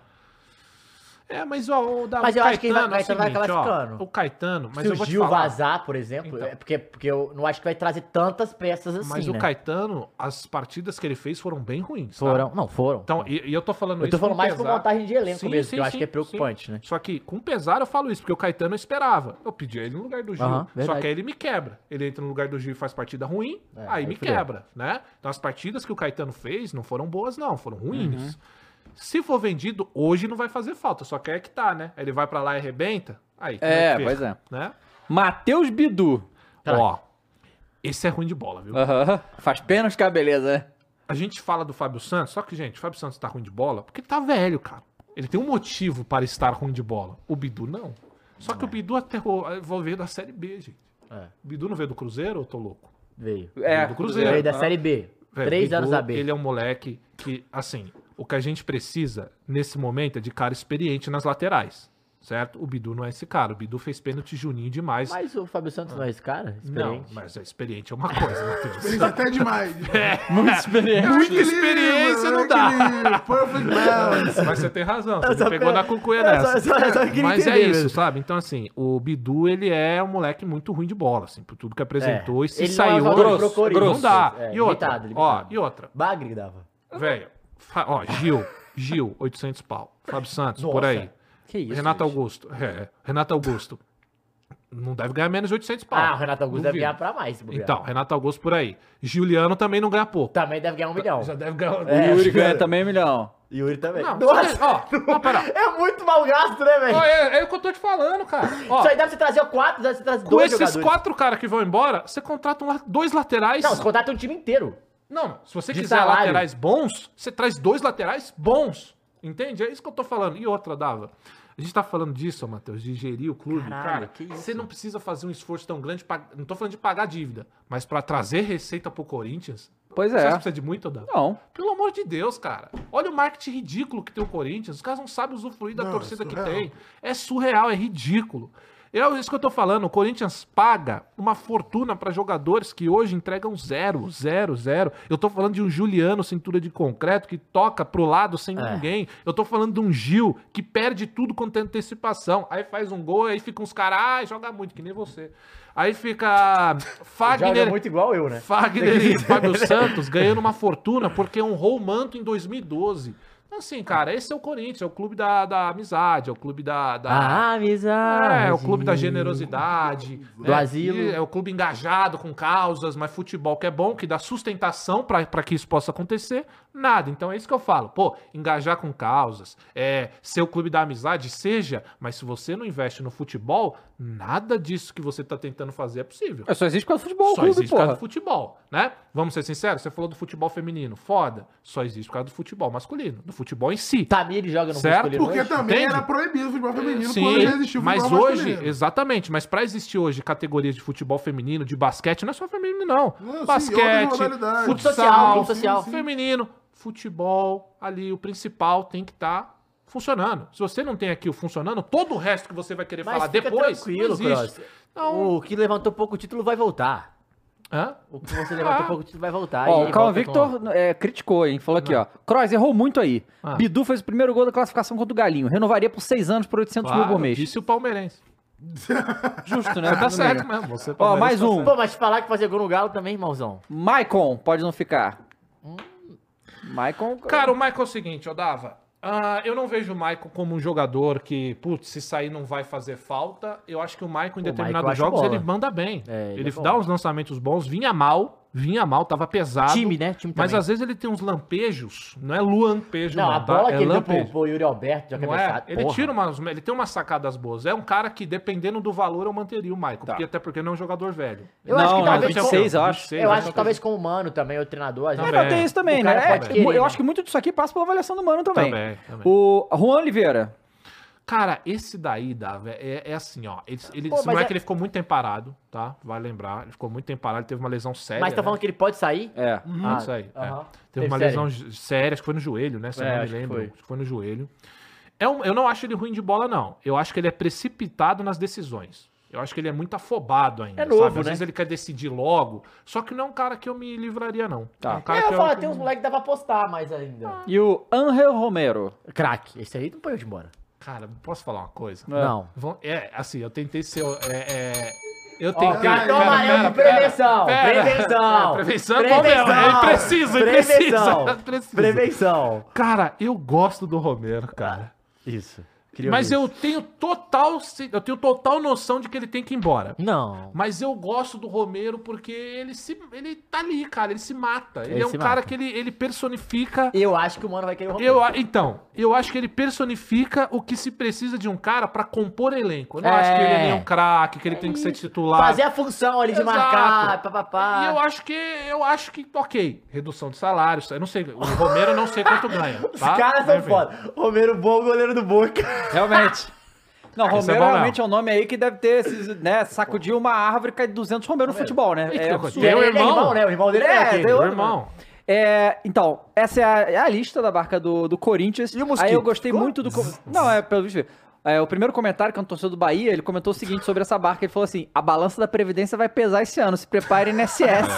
Speaker 5: É, mas ó, o da,
Speaker 4: Mas eu
Speaker 5: o
Speaker 4: acho que ele vai,
Speaker 5: Caetano é o
Speaker 4: Caetano vai
Speaker 5: seguinte,
Speaker 4: acabar
Speaker 5: ó,
Speaker 4: ficando.
Speaker 5: o Caetano, mas
Speaker 4: Se
Speaker 5: eu
Speaker 4: o
Speaker 5: vou te
Speaker 4: Gil
Speaker 5: falar.
Speaker 4: vazar, por exemplo,
Speaker 5: Então.
Speaker 4: é porque, porque eu não acho que vai trazer tantas peças assim,
Speaker 5: Mas
Speaker 4: né?
Speaker 5: o Caetano, as partidas que ele fez foram bem ruins, tá?
Speaker 4: Foram, não, foram.
Speaker 5: Então, e, e eu tô falando
Speaker 4: eu tô
Speaker 5: isso
Speaker 4: falando
Speaker 5: com
Speaker 4: mais
Speaker 5: pesar.
Speaker 4: por montagem de elenco
Speaker 5: Sim,
Speaker 4: mesmo,
Speaker 5: sim,
Speaker 4: que eu acho
Speaker 5: sim,
Speaker 4: que é preocupante,
Speaker 5: sim.
Speaker 4: né?
Speaker 5: Só que com pesar eu falo isso, porque o Caetano eu esperava. Eu pedi ele no lugar do Gil.
Speaker 4: Aham,
Speaker 5: Só
Speaker 4: verdade.
Speaker 5: que aí ele me quebra. Ele entra no lugar do Gil e faz partida ruim,
Speaker 4: É,
Speaker 5: aí,
Speaker 4: aí
Speaker 5: me
Speaker 4: fudeu.
Speaker 5: quebra, né? Então as partidas que o Caetano fez não foram boas, não, foram ruins.
Speaker 4: Uhum.
Speaker 5: Se for vendido, hoje não vai fazer falta, só que é que tá, né? Aí ele vai pra lá e arrebenta, aí como
Speaker 2: É,
Speaker 5: que
Speaker 2: pois
Speaker 5: fica,
Speaker 2: é.
Speaker 5: Né?
Speaker 2: Matheus Bidu.
Speaker 4: Craque.
Speaker 5: Ó, esse é ruim de bola, viu?
Speaker 2: Aham. Faz pênalti que é beleza, né?
Speaker 5: A gente fala do Fábio Santos, só que, gente, o Fábio Santos tá ruim de bola porque ele tá velho, cara. Ele tem um motivo para estar ruim de bola. O Bidu não. Só que o Bidu até veio da Série B, gente.
Speaker 4: É,
Speaker 5: O Bidu não veio do Cruzeiro ou eu tô louco?
Speaker 4: veio.
Speaker 2: É,
Speaker 5: do Cruzeiro.
Speaker 4: Veio da
Speaker 5: Ah.
Speaker 4: Série B.
Speaker 5: Velho,
Speaker 4: Três
Speaker 5: Bidu,
Speaker 4: anos a B.
Speaker 5: Ele é um moleque que, assim, o que a gente precisa nesse momento é de cara experiente nas laterais, certo? O Bidu não é esse cara. O Bidu fez pênalti Juninho demais.
Speaker 4: Mas o Fábio Santos não é esse cara?
Speaker 5: Não,
Speaker 4: Experiente?
Speaker 5: mas é experiente é uma coisa, Matheus.
Speaker 3: Isso é até demais.
Speaker 2: Muito experiente.
Speaker 5: Muita experiência não dá.
Speaker 3: Perfect balance.
Speaker 5: Mas você tem razão, você
Speaker 4: Eu só
Speaker 5: me pegou
Speaker 4: quero-
Speaker 5: na cucuia
Speaker 4: eu
Speaker 5: nessa.
Speaker 4: só- eu só- eu só queria
Speaker 5: Mas é
Speaker 4: entender
Speaker 5: isso,
Speaker 4: mesmo.
Speaker 5: sabe? Então, assim, o Bidu, ele é um moleque muito ruim de bola, assim, por tudo que apresentou.
Speaker 4: É.
Speaker 5: E se
Speaker 4: Ele não é
Speaker 5: saiu,
Speaker 4: jogador
Speaker 5: grosso,
Speaker 4: pro Corinthians.
Speaker 5: não dá.
Speaker 4: É,
Speaker 5: e outra,
Speaker 4: limitado,
Speaker 5: ó,
Speaker 4: limitado.
Speaker 5: e outra,
Speaker 4: Bagre dava.
Speaker 5: velho, fa- ó, Gil, Gil, oitocentos pau. Fábio Santos, por
Speaker 4: Nossa.
Speaker 5: aí.
Speaker 2: Que isso,
Speaker 5: Renato
Speaker 2: gente.
Speaker 5: Augusto, é, Renato Augusto. Não deve ganhar menos de oitocentos pau.
Speaker 4: Ah, o Renato Augusto deve
Speaker 5: Duvido.
Speaker 4: ganhar pra mais. se bobear.
Speaker 5: Então, Renato Augusto por aí. Juliano também não ganha pouco.
Speaker 4: Também deve ganhar um milhão.
Speaker 5: Já deve ganhar.
Speaker 4: É,
Speaker 2: Yuri ganha também um milhão.
Speaker 4: Yuri também.
Speaker 5: Não,
Speaker 4: Nossa,
Speaker 5: ó, não, pera.
Speaker 4: é muito mal gasto, né, velho?
Speaker 5: Ó, é, é o que eu tô te falando, cara. Ó,
Speaker 4: Isso aí deve você trazer quatro, deve você trazer
Speaker 5: com
Speaker 4: dois
Speaker 5: esses
Speaker 4: jogadores.
Speaker 5: quatro caras que vão embora, você contrata um la- dois laterais.
Speaker 4: Não, você contrata um time inteiro.
Speaker 5: Não, se você
Speaker 4: De
Speaker 5: quiser
Speaker 4: salário.
Speaker 5: laterais bons, você traz dois laterais bons. Entende? É isso que eu tô falando. E outra, Dava. A gente tá falando disso, ó, Matheus, de gerir o clube.
Speaker 4: Caralho,
Speaker 5: cara,
Speaker 4: que isso?
Speaker 5: você não precisa fazer um esforço tão grande. Pra, não tô falando de pagar dívida, mas pra trazer receita pro Corinthians.
Speaker 2: Pois
Speaker 5: Você acha
Speaker 2: é.
Speaker 5: que precisa de muito, Dava?
Speaker 2: Não.
Speaker 5: Pelo amor de Deus, cara. Olha o marketing ridículo que tem o Corinthians. Os caras não sabem usufruir da
Speaker 3: Não,
Speaker 5: torcida
Speaker 3: é
Speaker 5: que
Speaker 3: surreal.
Speaker 5: tem. É surreal, é ridículo. É isso que eu tô falando. O Corinthians paga uma fortuna pra jogadores que hoje entregam zero, zero, zero. Eu tô falando de um Juliano, cintura de concreto, que toca pro lado sem
Speaker 4: É.
Speaker 5: ninguém. Eu tô falando de um Gil, que perde tudo quando tem antecipação. Aí faz um gol, aí fica uns caras, ah, joga muito, que nem você. Aí fica Fagner...
Speaker 4: Joga muito igual eu, né?
Speaker 5: Fagner e Fábio Santos ganhando uma fortuna porque honrou o manto em dois mil e doze. Então, assim, cara, esse é o Corinthians, é o clube da, da amizade, é o clube da... da...
Speaker 4: Ah, amizade.
Speaker 5: É, é o clube da generosidade.
Speaker 4: Do
Speaker 5: né?
Speaker 4: asilo.
Speaker 5: E É o clube engajado com causas, mas futebol que é bom, que dá sustentação pra pra que isso possa acontecer, nada. Então é isso que eu falo. Pô, engajar com causas, é, ser o clube da amizade, seja, mas se você não investe no futebol, nada disso que você tá tentando fazer é possível.
Speaker 2: É, só existe por causa do futebol, o
Speaker 5: Só
Speaker 2: clube,
Speaker 5: existe por causa
Speaker 2: porra.
Speaker 5: do futebol, né? Vamos ser sinceros, você falou do futebol feminino, foda. Só existe por causa do futebol masculino, do futebol em si.
Speaker 4: Tamir joga no
Speaker 5: Certo?
Speaker 4: masculino
Speaker 3: Porque
Speaker 4: hoje?
Speaker 3: também
Speaker 5: Entende?
Speaker 3: era proibido o futebol feminino quando
Speaker 5: Sim,
Speaker 3: já existiu o
Speaker 5: mas
Speaker 3: futebol
Speaker 5: hoje,
Speaker 3: masculino.
Speaker 5: exatamente, mas pra existir hoje categorias de futebol feminino, de basquete, não é só feminino não.
Speaker 3: Não, sim,
Speaker 5: basquete,
Speaker 3: outras modalidades.
Speaker 5: futsal,
Speaker 4: Social, clube social.
Speaker 5: feminino, futebol, ali o principal tem que estar funcionando. Se você não tem aqui o funcionando, todo o resto que você vai querer
Speaker 4: Mas
Speaker 5: falar
Speaker 4: fica
Speaker 5: depois,
Speaker 4: tranquilo,
Speaker 5: não existe.
Speaker 4: Cross.
Speaker 5: Não.
Speaker 4: O que levantou pouco título vai voltar.
Speaker 5: Hã?
Speaker 4: O que você levantou
Speaker 5: Ah.
Speaker 4: pouco título vai voltar.
Speaker 2: Ó,
Speaker 4: e
Speaker 2: o Calma
Speaker 4: volta
Speaker 2: Victor
Speaker 4: com-
Speaker 2: é, criticou, hein? Falou aqui, ó. Kroos errou muito aí.
Speaker 5: Ah.
Speaker 2: Bidu fez o primeiro gol da classificação contra o Galinho. Renovaria por seis anos por oitocentos mil por
Speaker 5: Claro,
Speaker 2: mês.
Speaker 5: disse o palmeirense.
Speaker 2: Justo, né?
Speaker 5: Tá
Speaker 2: Tudo
Speaker 5: certo
Speaker 2: bem.
Speaker 5: mesmo. Você,
Speaker 2: Ó,
Speaker 5: Palmeiras,
Speaker 2: mais
Speaker 5: tá
Speaker 2: um.
Speaker 5: certo.
Speaker 4: Pô, mas te falar que fazer gol no Galo também, irmãozão.
Speaker 2: Maicon, pode não ficar. Maicon...
Speaker 5: Cara, o Michael é o seguinte, Odava. Ah, eu não vejo o Michael como um jogador que, putz, se sair não vai fazer falta. Eu acho que o Michael, em
Speaker 4: Pô, o
Speaker 5: determinados
Speaker 4: Michael acha
Speaker 5: jogos,
Speaker 4: bola.
Speaker 5: ele manda bem.
Speaker 4: É, ele
Speaker 5: ele
Speaker 4: é bom.
Speaker 5: dá uns lançamentos bons, vinha mal, Vinha mal, tava pesado.
Speaker 4: Time, né? Time
Speaker 5: mas
Speaker 4: também.
Speaker 5: às vezes ele tem uns lampejos. Não é lampejo,
Speaker 4: Não,
Speaker 5: não.
Speaker 4: a bola
Speaker 5: tá?
Speaker 4: que
Speaker 5: é
Speaker 4: ele deu
Speaker 5: lampejo.
Speaker 4: pro, pro Yuri Alberto, já
Speaker 5: Não é?
Speaker 4: cabeçado.
Speaker 5: Ele
Speaker 4: porra.
Speaker 5: tira umas. Ele tem umas sacadas boas. É um cara que, dependendo do valor, eu manteria o Michael. Porque, até porque não é um jogador velho.
Speaker 4: Eu acho que
Speaker 2: não,
Speaker 4: talvez
Speaker 2: vinte e seis, eu acho.
Speaker 5: vinte e seis,
Speaker 4: Eu
Speaker 5: né?
Speaker 4: acho que talvez com o Mano também, o treinador. Às
Speaker 2: É,
Speaker 4: vezes,
Speaker 2: não, tem isso também,
Speaker 4: O
Speaker 2: né?
Speaker 4: cara
Speaker 2: É,
Speaker 4: pode querer,
Speaker 2: eu
Speaker 4: né?
Speaker 2: acho que muito disso aqui passa pela avaliação do Mano também.
Speaker 5: Também, também.
Speaker 2: O Juan Oliveira.
Speaker 5: Cara, esse daí, Davi, é, é assim, ó. Ele, ele,
Speaker 4: Pô,
Speaker 5: esse
Speaker 4: mas
Speaker 5: moleque
Speaker 4: é-
Speaker 5: ele ficou muito tempo parado, tá? Vai lembrar. Ele ficou muito tempo parado, ele teve uma lesão séria.
Speaker 4: Mas tá falando
Speaker 5: né?
Speaker 4: que ele pode sair?
Speaker 2: É.
Speaker 5: Ah, isso aí. é.
Speaker 4: aham.
Speaker 5: Teve
Speaker 4: Teve
Speaker 5: uma
Speaker 4: séria.
Speaker 5: lesão j- séria, acho que foi no joelho, né? Se eu
Speaker 4: É,
Speaker 5: não me
Speaker 4: acho que
Speaker 5: lembro.
Speaker 4: foi.
Speaker 5: Acho que foi no joelho. É um- eu não acho ele ruim de bola, não. Eu acho que ele é precipitado nas decisões. Eu acho que ele é muito afobado ainda,
Speaker 4: É novo,
Speaker 5: sabe? Às
Speaker 4: né?
Speaker 5: vezes ele quer decidir logo. Só que não é um cara que eu me livraria, não.
Speaker 2: Tá.
Speaker 5: É um cara
Speaker 4: É,
Speaker 5: que
Speaker 4: eu
Speaker 5: eu-
Speaker 4: falo, tem uns moleques que dá pra apostar mais ainda.
Speaker 2: E o Angel Romero.
Speaker 4: Craque. Esse aí não põe eu de embora.
Speaker 5: Cara, posso falar uma coisa?
Speaker 4: Não.
Speaker 5: Vão- É, assim, eu tentei ser... É, é, eu
Speaker 4: Ó,
Speaker 5: tentei...
Speaker 4: cartão amarelo de prevenção.
Speaker 5: pera.
Speaker 4: Prevenção.
Speaker 5: É, prevenção é bom mesmo. Ele precisa, ele
Speaker 4: Prevenção.
Speaker 5: precisa. precisa.
Speaker 4: Prevenção.
Speaker 5: Cara, eu gosto do Romero, cara.
Speaker 4: Isso. Queria
Speaker 5: Mas
Speaker 4: ouvir
Speaker 5: eu
Speaker 4: isso.
Speaker 5: tenho total, eu tenho total noção de que ele tem que ir embora.
Speaker 4: Não.
Speaker 5: Mas eu gosto do Romero porque ele se, ele tá ali, cara, ele se mata. Ele,
Speaker 4: Ele
Speaker 5: é um
Speaker 4: se
Speaker 5: cara
Speaker 4: mata.
Speaker 5: que ele, ele personifica.
Speaker 4: Eu acho que o Mano vai querer o
Speaker 5: Eu,
Speaker 4: Romero.
Speaker 5: a- então, eu acho que ele personifica o que se precisa de um cara pra compor elenco. Eu não
Speaker 4: É.
Speaker 5: acho que ele é um craque, que ele tem que ser titular.
Speaker 4: Fazer a função ali de
Speaker 5: Exato.
Speaker 4: marcar, papapá.
Speaker 5: E eu acho que, eu acho que, ok, redução de salários, eu não sei, o Romero eu não sei quanto ganha,
Speaker 4: Os
Speaker 5: tá?
Speaker 4: caras
Speaker 5: Mas,
Speaker 4: são
Speaker 5: enfim.
Speaker 4: foda. Romero bom, goleiro do Boca.
Speaker 2: Realmente. Não,
Speaker 5: Esse é
Speaker 2: Romero
Speaker 5: bom
Speaker 2: realmente
Speaker 5: mesmo.
Speaker 2: é um nome aí que deve ter, esses, né, sacudir uma árvore e cair duzentos Romero no futebol, né?
Speaker 5: E
Speaker 2: É
Speaker 5: que-
Speaker 2: absurdo.
Speaker 5: Tem o
Speaker 4: Ele é
Speaker 5: irmão?
Speaker 4: né? O irmão dele é,
Speaker 2: É,
Speaker 4: aquele.
Speaker 2: tem
Speaker 5: Meu
Speaker 2: outro,
Speaker 5: irmão.
Speaker 2: É, então, essa é a, é a lista da barca do, do Corinthians.
Speaker 4: E o Mosquito?
Speaker 2: Aí eu gostei
Speaker 4: Ficou?
Speaker 2: muito do... com- Não, é pelo visto. É, o primeiro comentário, que é um torcedor do Bahia, ele comentou o seguinte sobre essa barca. Ele falou assim, a balança da Previdência vai pesar esse ano, se prepare N S S.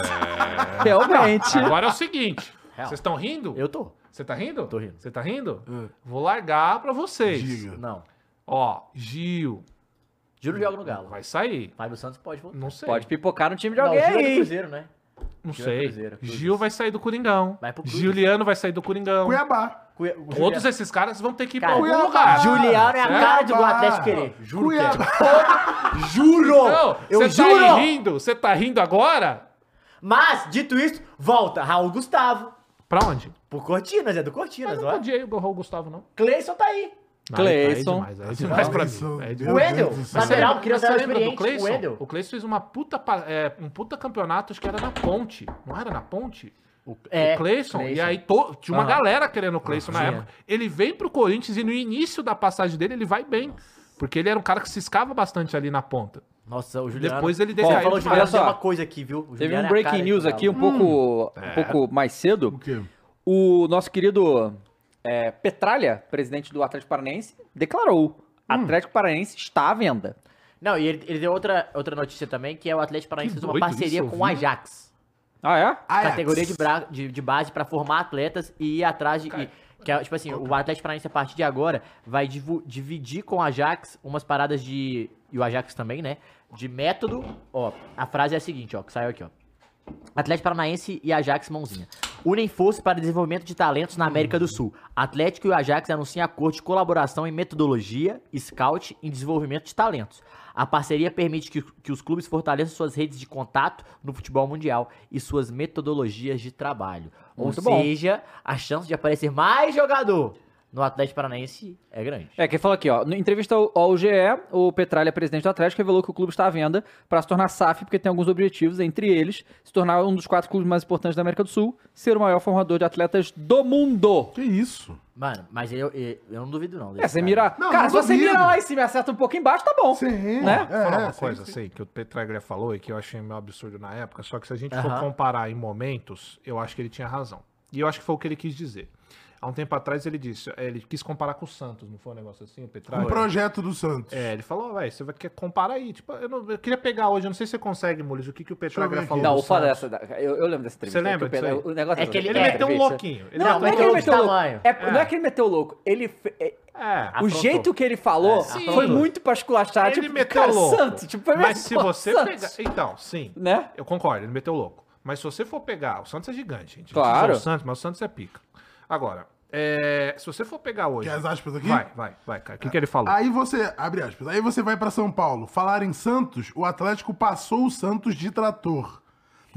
Speaker 2: Realmente.
Speaker 5: Agora é o seguinte, vocês estão rindo?
Speaker 4: Eu tô.
Speaker 5: Você tá rindo?
Speaker 4: Tô rindo.
Speaker 5: Você tá rindo? Vou largar pra vocês.
Speaker 3: Diga.
Speaker 4: Não.
Speaker 5: Ó, Gil,
Speaker 4: Júlio joga no Galo.
Speaker 5: vai sair.
Speaker 4: Fábio Santos pode voltar.
Speaker 5: Não sei.
Speaker 2: Pode pipocar no time de
Speaker 4: Não,
Speaker 2: alguém
Speaker 4: o Gil é do
Speaker 2: aí.
Speaker 4: Cruzeiro, né?
Speaker 5: Não
Speaker 4: Gil é
Speaker 5: sei.
Speaker 4: Cruzeiro, Cruzeiro.
Speaker 5: Gil vai sair do Coringão.
Speaker 4: Vai pro Cruzeiro.
Speaker 5: Juliano vai sair do Coringão.
Speaker 3: Cuiabá.
Speaker 4: Cui- o Juliano-
Speaker 5: Todos esses caras vão ter que ir pra
Speaker 4: Cara,
Speaker 5: algum
Speaker 3: Cuiabá.
Speaker 5: lugar.
Speaker 4: Juliano é a
Speaker 5: Certo?
Speaker 4: cara de do
Speaker 3: Cuiabá.
Speaker 4: Atlético querer. Juro que é.
Speaker 3: Cuiabá.
Speaker 4: Juro!
Speaker 5: Não,
Speaker 4: eu
Speaker 5: você
Speaker 4: juro!
Speaker 5: tá rindo? Você tá rindo agora?
Speaker 4: Mas, dito isso, volta Raul Gustavo.
Speaker 5: Pra onde?
Speaker 4: Por Cortinas, é do Cortinas,
Speaker 5: Mas
Speaker 4: ó.
Speaker 5: não pode ir o Gustavo, não.
Speaker 4: Cleison tá aí.
Speaker 5: Não, aí- aí é
Speaker 2: Cleison.
Speaker 5: demais, aí é demais pra
Speaker 3: Cleison,
Speaker 5: mim. aí é
Speaker 3: meu
Speaker 5: demais.
Speaker 4: O Wendel,
Speaker 3: Deus do céu.
Speaker 4: lateral,
Speaker 5: Mas
Speaker 4: criança
Speaker 5: você lembra do
Speaker 4: experiente. O
Speaker 5: Cleison?
Speaker 4: Wendel.
Speaker 5: O Cleison fez uma puta, pa- é, um puta campeonato, acho que era na Ponte. Não era na Ponte?
Speaker 4: O,
Speaker 5: o Cleison. E aí to- tinha uma
Speaker 4: Aham.
Speaker 5: galera querendo o Cleison na
Speaker 4: Tinha.
Speaker 5: época. Ele vem pro Corinthians e no início da passagem dele ele vai bem. Porque ele era um cara que ciscava bastante ali na ponta.
Speaker 4: Nossa, o Juliano...
Speaker 5: Depois ele
Speaker 4: Ó,
Speaker 5: decaiu
Speaker 4: falou o
Speaker 5: demais.
Speaker 4: Juliano,
Speaker 2: Olha só.
Speaker 4: tem uma coisa aqui, viu? O
Speaker 2: Teve
Speaker 4: Juliano
Speaker 2: um
Speaker 4: é a
Speaker 2: breaking
Speaker 4: cara
Speaker 2: news
Speaker 4: de
Speaker 2: aqui um
Speaker 4: Galo.
Speaker 2: pouco,
Speaker 5: É.
Speaker 2: um pouco mais cedo.
Speaker 3: O quê?
Speaker 2: O nosso querido é, Petralha, presidente do Atlético Paranaense, declarou: Atlético Paranaense está à venda.
Speaker 4: Não, e ele, ele deu outra, outra notícia também, que é o Atlético Paranaense
Speaker 5: Que
Speaker 4: fez uma
Speaker 5: doido
Speaker 4: parceria
Speaker 5: isso,
Speaker 4: com
Speaker 5: eu
Speaker 4: o
Speaker 5: vi.
Speaker 4: Ajax.
Speaker 2: Ah, é?
Speaker 3: Ajax.
Speaker 4: Categoria de, bra- de, de base pra formar atletas e ir atrás de... e- que é, tipo assim, o Atlético Paranaense, a partir de agora, vai divu- dividir com o Ajax umas paradas de... E o Ajax também, né? De método. Ó, a frase é a seguinte, ó, que saiu aqui, ó. Atlético Paranaense e Ajax mãozinha. Unem forças para desenvolvimento de talentos na América do Sul. Atlético e o Ajax anunciam acordo de colaboração em metodologia, scout e desenvolvimento de talentos. A parceria permite que, que os clubes fortaleçam suas redes de contato no futebol mundial e suas metodologias de trabalho.
Speaker 2: Muito
Speaker 4: Ou
Speaker 2: bom.
Speaker 4: seja, a chance de aparecer mais jogador no Atlético Paranaense é grande.
Speaker 2: É, quem falou aqui, ó. Em entrevista ao, ao G E, o Petralha, presidente do Atlético, revelou que o clube está à venda para se tornar S A F, porque tem alguns objetivos, entre eles, se tornar um dos quatro clubes mais importantes da América do Sul, ser o maior formador de atletas do mundo.
Speaker 3: Que isso?
Speaker 4: Mano, mas eu, eu, eu não duvido não. desse
Speaker 2: É, você
Speaker 4: cara.
Speaker 2: mira...
Speaker 3: Não,
Speaker 2: cara,
Speaker 3: não
Speaker 2: se você
Speaker 3: duvido.
Speaker 2: mira lá em cima e acerta um pouco embaixo, tá bom.
Speaker 3: Sim.
Speaker 2: Né?
Speaker 3: É,
Speaker 5: Falar uma
Speaker 3: sim,
Speaker 5: coisa
Speaker 3: sim.
Speaker 5: assim, que o Petraglia falou e que eu achei meio absurdo na época, só que se a gente
Speaker 4: Aham.
Speaker 5: for comparar em momentos, eu acho que ele tinha razão. E eu acho que foi o que ele quis dizer. Há um tempo atrás ele disse, é, ele quis comparar com o Santos, não foi um negócio assim, o
Speaker 3: Um
Speaker 5: Petraglia?
Speaker 3: projeto do Santos.
Speaker 5: É, ele falou, velho, você vai querer comparar aí. Tipo, eu, não- eu queria pegar hoje, eu não sei se você consegue, Mules, o que, que o
Speaker 3: eu ver
Speaker 5: Petraglia
Speaker 3: aqui.
Speaker 5: falou.
Speaker 2: Não,
Speaker 5: do
Speaker 2: o foda
Speaker 5: Santos.
Speaker 2: dessa... da- Eu, eu lembro dessa entrevista.
Speaker 5: Você lembra
Speaker 2: que o
Speaker 5: disso aí?
Speaker 2: Pedro- O negócio
Speaker 4: É
Speaker 2: dessa
Speaker 4: que ele-
Speaker 5: Ele
Speaker 2: entrevista.
Speaker 5: meteu um louquinho. Ele
Speaker 2: Não,
Speaker 5: meteu
Speaker 2: não é
Speaker 5: um
Speaker 2: que ele
Speaker 4: louco.
Speaker 2: meteu louco.
Speaker 4: Tamanho.
Speaker 2: É, Não é que ele meteu louco. Ele... fe- é-
Speaker 5: É,
Speaker 2: o
Speaker 4: Afrontou.
Speaker 2: jeito que ele falou
Speaker 4: É,
Speaker 2: foi
Speaker 4: afrontou.
Speaker 2: muito pra esculachar.
Speaker 5: ele
Speaker 2: Tipo,
Speaker 5: meteu
Speaker 2: cara,
Speaker 5: louco.
Speaker 2: Santos. Tipo, foi
Speaker 5: mas
Speaker 2: mesmo,
Speaker 5: se
Speaker 2: pô,
Speaker 5: você
Speaker 2: Santos.
Speaker 5: pegar... Então, sim.
Speaker 2: Né?
Speaker 5: Eu concordo, ele meteu louco. Mas se você for pegar... O Santos é gigante, gente.
Speaker 2: Claro.
Speaker 5: O Santos, mas o Santos é pica. Agora, é, se você for pegar hoje...
Speaker 3: Quer as aspas aqui?
Speaker 5: Vai, vai, vai, cara. O que, que ele falou?
Speaker 3: Aí você, abre aspas, aí você vai pra São Paulo. Falar em Santos, o Atlético passou o Santos de trator.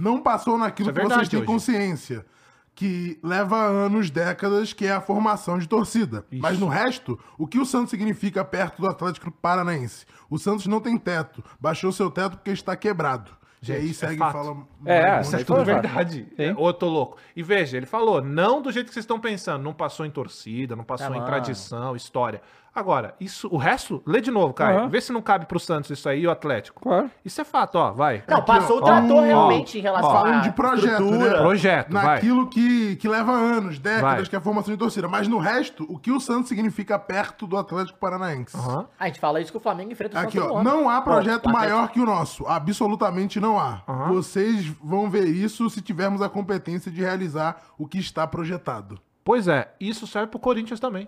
Speaker 3: não passou naquilo
Speaker 5: Isso é
Speaker 3: que vocês
Speaker 5: verdade
Speaker 3: têm
Speaker 5: hoje.
Speaker 3: consciência. Que leva anos, décadas, que é a formação de torcida.
Speaker 5: Isso.
Speaker 3: Mas no resto, o que o Santos significa perto do Atlético Paranaense? O Santos não tem teto. Baixou seu teto porque está quebrado.
Speaker 5: Gente,
Speaker 3: e aí
Speaker 5: é
Speaker 3: segue e
Speaker 5: fato.
Speaker 3: fala...
Speaker 2: É,
Speaker 3: mais um
Speaker 5: Isso é
Speaker 3: monte de
Speaker 5: tudo
Speaker 3: coisa.
Speaker 5: verdade.
Speaker 2: Sim.
Speaker 5: É, Ô, eu tô louco. E veja, ele falou, não do jeito que vocês estão pensando. Não passou em torcida, não passou
Speaker 4: Tá
Speaker 5: em
Speaker 4: bom.
Speaker 5: tradição, história. Agora, isso, o resto, lê de novo, Caio.
Speaker 2: Aham.
Speaker 5: Vê se não cabe pro Santos isso aí e o Atlético.
Speaker 2: Claro.
Speaker 5: Isso é fato, ó, vai.
Speaker 4: Não,
Speaker 3: Aqui,
Speaker 4: passou
Speaker 3: ó.
Speaker 4: o trator
Speaker 5: Ó,
Speaker 4: realmente em relação
Speaker 3: Falando
Speaker 4: à
Speaker 3: de projeto,
Speaker 4: estrutura.
Speaker 3: né?
Speaker 5: Projeto, vai.
Speaker 3: Naquilo que, que leva anos, décadas,
Speaker 5: Vai.
Speaker 3: que é a formação de torcida. Mas no resto, o que o Santos significa perto do Atlético Paranaense?
Speaker 5: Aham.
Speaker 4: A gente fala isso que o Flamengo enfrenta o
Speaker 3: Aqui,
Speaker 4: Santos
Speaker 3: ó,
Speaker 4: no ano.
Speaker 3: não há projeto
Speaker 4: Ó, o Atlético-
Speaker 3: maior que o nosso. Absolutamente não há.
Speaker 5: Aham.
Speaker 3: Vocês vão ver isso se tivermos a competência de realizar o que está projetado.
Speaker 5: Pois é, isso serve pro Corinthians também.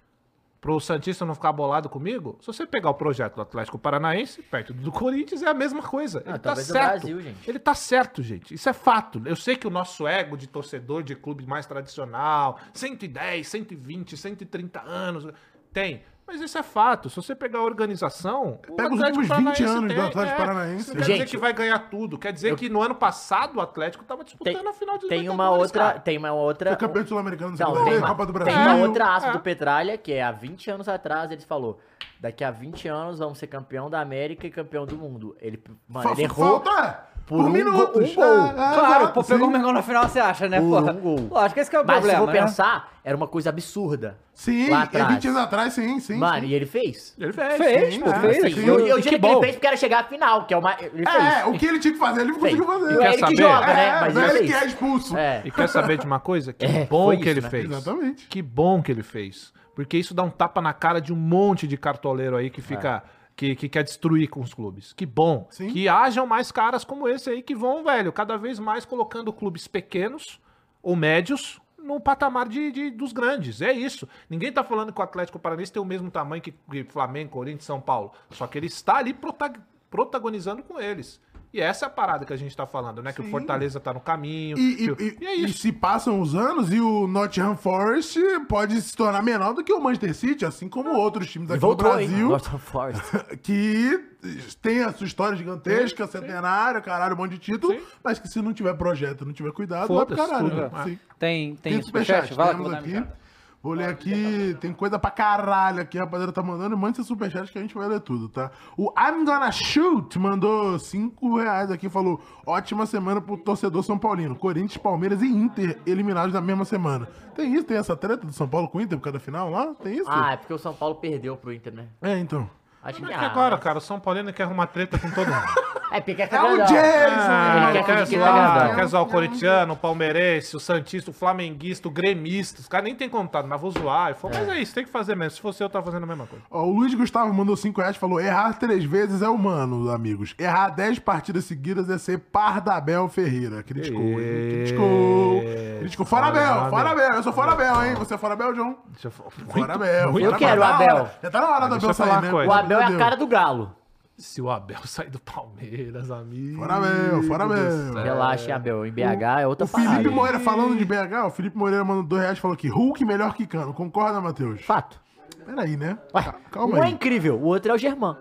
Speaker 5: Pro Santista não ficar bolado comigo, se você pegar o projeto do Atlético Paranaense, perto do Corinthians, é a mesma coisa. Ele
Speaker 4: Ah,
Speaker 5: tá
Speaker 4: talvez no
Speaker 5: certo.
Speaker 4: Brasil, gente.
Speaker 5: Ele tá certo, gente. Isso é fato. Eu sei que o nosso ego de torcedor de clube mais tradicional, cento e dez, cento e vinte, cento e trinta anos, tem. Mas isso é fato. Se você pegar a organização. o
Speaker 3: Pega os
Speaker 5: Atlético
Speaker 3: últimos vinte
Speaker 5: Paranaense
Speaker 3: anos do
Speaker 5: tem,
Speaker 3: Atlético Paranaense.
Speaker 5: Isso não quer
Speaker 4: Gente,
Speaker 5: dizer que vai ganhar tudo. Quer dizer que no ano passado o Atlético tava disputando
Speaker 4: Tem,
Speaker 5: a final de
Speaker 4: tem uma
Speaker 5: Libertadores,
Speaker 4: outra,
Speaker 5: cara.
Speaker 4: tem uma outra.
Speaker 3: Foi campeão sul-americano,
Speaker 4: Não,
Speaker 3: segunda
Speaker 4: tem,
Speaker 3: vez,
Speaker 4: uma,
Speaker 3: Copa do
Speaker 4: tem
Speaker 3: Brasil.
Speaker 4: uma outra aspa
Speaker 5: É.
Speaker 4: do Petralha, que é há vinte anos atrás, ele falou: daqui a vinte anos vamos ser campeão da América e campeão do mundo. Ele, mano,
Speaker 3: Fa-
Speaker 4: ele errou.
Speaker 3: Falta
Speaker 4: por
Speaker 3: por
Speaker 4: um
Speaker 3: minutos.
Speaker 4: go- um gol.
Speaker 3: É, é,
Speaker 2: Claro,
Speaker 3: exato,
Speaker 2: pô, pegou o
Speaker 3: sim.
Speaker 2: Mengão na final, você acha, né,
Speaker 4: Por
Speaker 2: porra?
Speaker 4: um gol.
Speaker 2: Lógico que esse que é o
Speaker 4: Mas
Speaker 2: problema,
Speaker 4: se eu vou
Speaker 2: né?
Speaker 4: pensar, era uma coisa absurda.
Speaker 3: Sim,
Speaker 4: lá
Speaker 3: é
Speaker 4: atrás.
Speaker 3: vinte anos atrás, sim, sim.
Speaker 4: Mano,
Speaker 3: sim.
Speaker 4: e ele fez.
Speaker 5: Ele fez.
Speaker 2: Fez,
Speaker 5: sim,
Speaker 2: pô,
Speaker 5: é.
Speaker 2: fez.
Speaker 4: Assim,
Speaker 2: sim.
Speaker 4: eu, eu
Speaker 5: Que
Speaker 4: diria que ele
Speaker 5: bom.
Speaker 4: fez porque era chegar à final, que é uma. Ele fez.
Speaker 3: É, o que ele tinha que fazer, ele
Speaker 4: Fez.
Speaker 3: conseguiu fazer.
Speaker 4: E
Speaker 5: Quer
Speaker 4: é ele
Speaker 5: saber?
Speaker 4: que joga, né?
Speaker 3: É,
Speaker 4: Mas
Speaker 3: não é
Speaker 4: ele
Speaker 3: ele que é
Speaker 4: fez.
Speaker 3: expulso.
Speaker 4: É.
Speaker 5: E quer saber de uma coisa? Que
Speaker 4: É,
Speaker 5: bom
Speaker 4: foi
Speaker 5: que
Speaker 4: isso,
Speaker 5: ele
Speaker 4: né?
Speaker 5: fez.
Speaker 3: Exatamente.
Speaker 5: Que bom que ele fez. Porque isso dá um tapa na cara de um monte de cartoleiro aí que fica. Que, que quer destruir com os clubes. Que bom.
Speaker 3: Sim.
Speaker 5: Que hajam mais caras como esse aí que vão, velho, cada vez mais colocando clubes pequenos ou médios no patamar de, de- dos grandes. É isso. Ninguém tá falando que o Atlético Paranaense tem o mesmo tamanho que, que Flamengo, Corinthians, São Paulo. Só que ele está ali prota- protagonizando com eles. E essa é a parada que a gente tá falando, né? Que o
Speaker 3: Sim.
Speaker 5: Fortaleza tá no caminho.
Speaker 3: E, e-
Speaker 5: que-
Speaker 3: e-
Speaker 5: e é
Speaker 3: e
Speaker 5: isso.
Speaker 3: se passam os anos e o Nottingham Forest pode se tornar menor do que o Manchester City, assim como outros times
Speaker 4: Ele
Speaker 3: aqui do
Speaker 4: voltou, hein?
Speaker 3: Brasil,
Speaker 4: Norton Forest.
Speaker 3: que tem a sua história gigantesca, centenária, caralho, um monte de título,
Speaker 5: Sim.
Speaker 3: mas que se não tiver projeto, não tiver cuidado, vai pro
Speaker 5: Foda-se
Speaker 3: caralho.
Speaker 5: tudo.
Speaker 3: né?
Speaker 5: Ah.
Speaker 3: Sim.
Speaker 2: Tem, tem,
Speaker 3: Tem
Speaker 2: superchat?
Speaker 3: superchat,
Speaker 2: Vai lá que eu
Speaker 3: temos
Speaker 2: vou dar minha
Speaker 3: aqui.
Speaker 2: cara.
Speaker 3: Vou ler aqui, tem coisa pra caralho aqui, a rapaziada tá mandando. Mande seu superchat que a gente vai ler tudo, tá? O I'm Gonna Shoot mandou cinco reais aqui, falou: ótima semana pro torcedor São Paulino. Corinthians, Palmeiras e Inter eliminados na mesma semana. Tem isso? Tem essa treta do São Paulo com o Inter por causa da final lá? Tem isso?
Speaker 4: Ah, é porque o São Paulo perdeu pro Inter, né?
Speaker 3: É, então.
Speaker 4: Acho
Speaker 5: Mas
Speaker 4: que
Speaker 5: que
Speaker 4: ah,
Speaker 5: agora, cara, o São Paulino quer arrumar treta com todo mundo.
Speaker 4: É porque quer
Speaker 3: É o
Speaker 4: agradar.
Speaker 3: Jason!
Speaker 5: Ah,
Speaker 4: Ele
Speaker 5: ele
Speaker 4: quer
Speaker 5: quer
Speaker 4: fingir que tá
Speaker 5: zoar,
Speaker 4: agradando.
Speaker 5: quer zoar o corintiano, o palmeirense, o santista, o flamenguista, o gremista. Os caras nem tem contato, mas vou zoar. Ele falou, mas é isso, tem que fazer mesmo. Se fosse eu, tava fazendo a mesma coisa.
Speaker 3: Ó, o Luiz Gustavo mandou cinco reais e falou: errar três vezes é humano, amigos. Errar dez partidas seguidas é ser Pardabel Ferreira. Criticou, hein? Criticou. Criticou. Fora Abel, fora Abel. Eu sou fora Abel, hein? Você é fora Abel, John?
Speaker 5: Deixa eu falar.
Speaker 3: Fora Abel.
Speaker 4: Eu
Speaker 3: fora
Speaker 4: quero o
Speaker 3: Tá na
Speaker 4: Abel.
Speaker 3: hora. Já tá na hora do
Speaker 5: Deixa
Speaker 3: Abel
Speaker 5: eu falar
Speaker 3: sair,
Speaker 5: uma
Speaker 3: né?
Speaker 5: coisa.
Speaker 4: O Abel é a
Speaker 3: Entendeu?
Speaker 4: cara do Galo.
Speaker 5: Se o Abel sair do Palmeiras, amigo.
Speaker 3: Fora Abel, fora Abel.
Speaker 4: Relaxa, hein, Abel. Em B H é outra
Speaker 3: O Felipe
Speaker 4: parada.
Speaker 3: Moreira, falando de B H, o Felipe Moreira mandou dois reais e falou que Hulk melhor que Cano. Concorda, Matheus?
Speaker 4: Fato.
Speaker 3: Peraí, né?
Speaker 4: Ué,
Speaker 3: Ca- Calma
Speaker 4: um é
Speaker 3: aí.
Speaker 4: incrível, o outro é o Germán.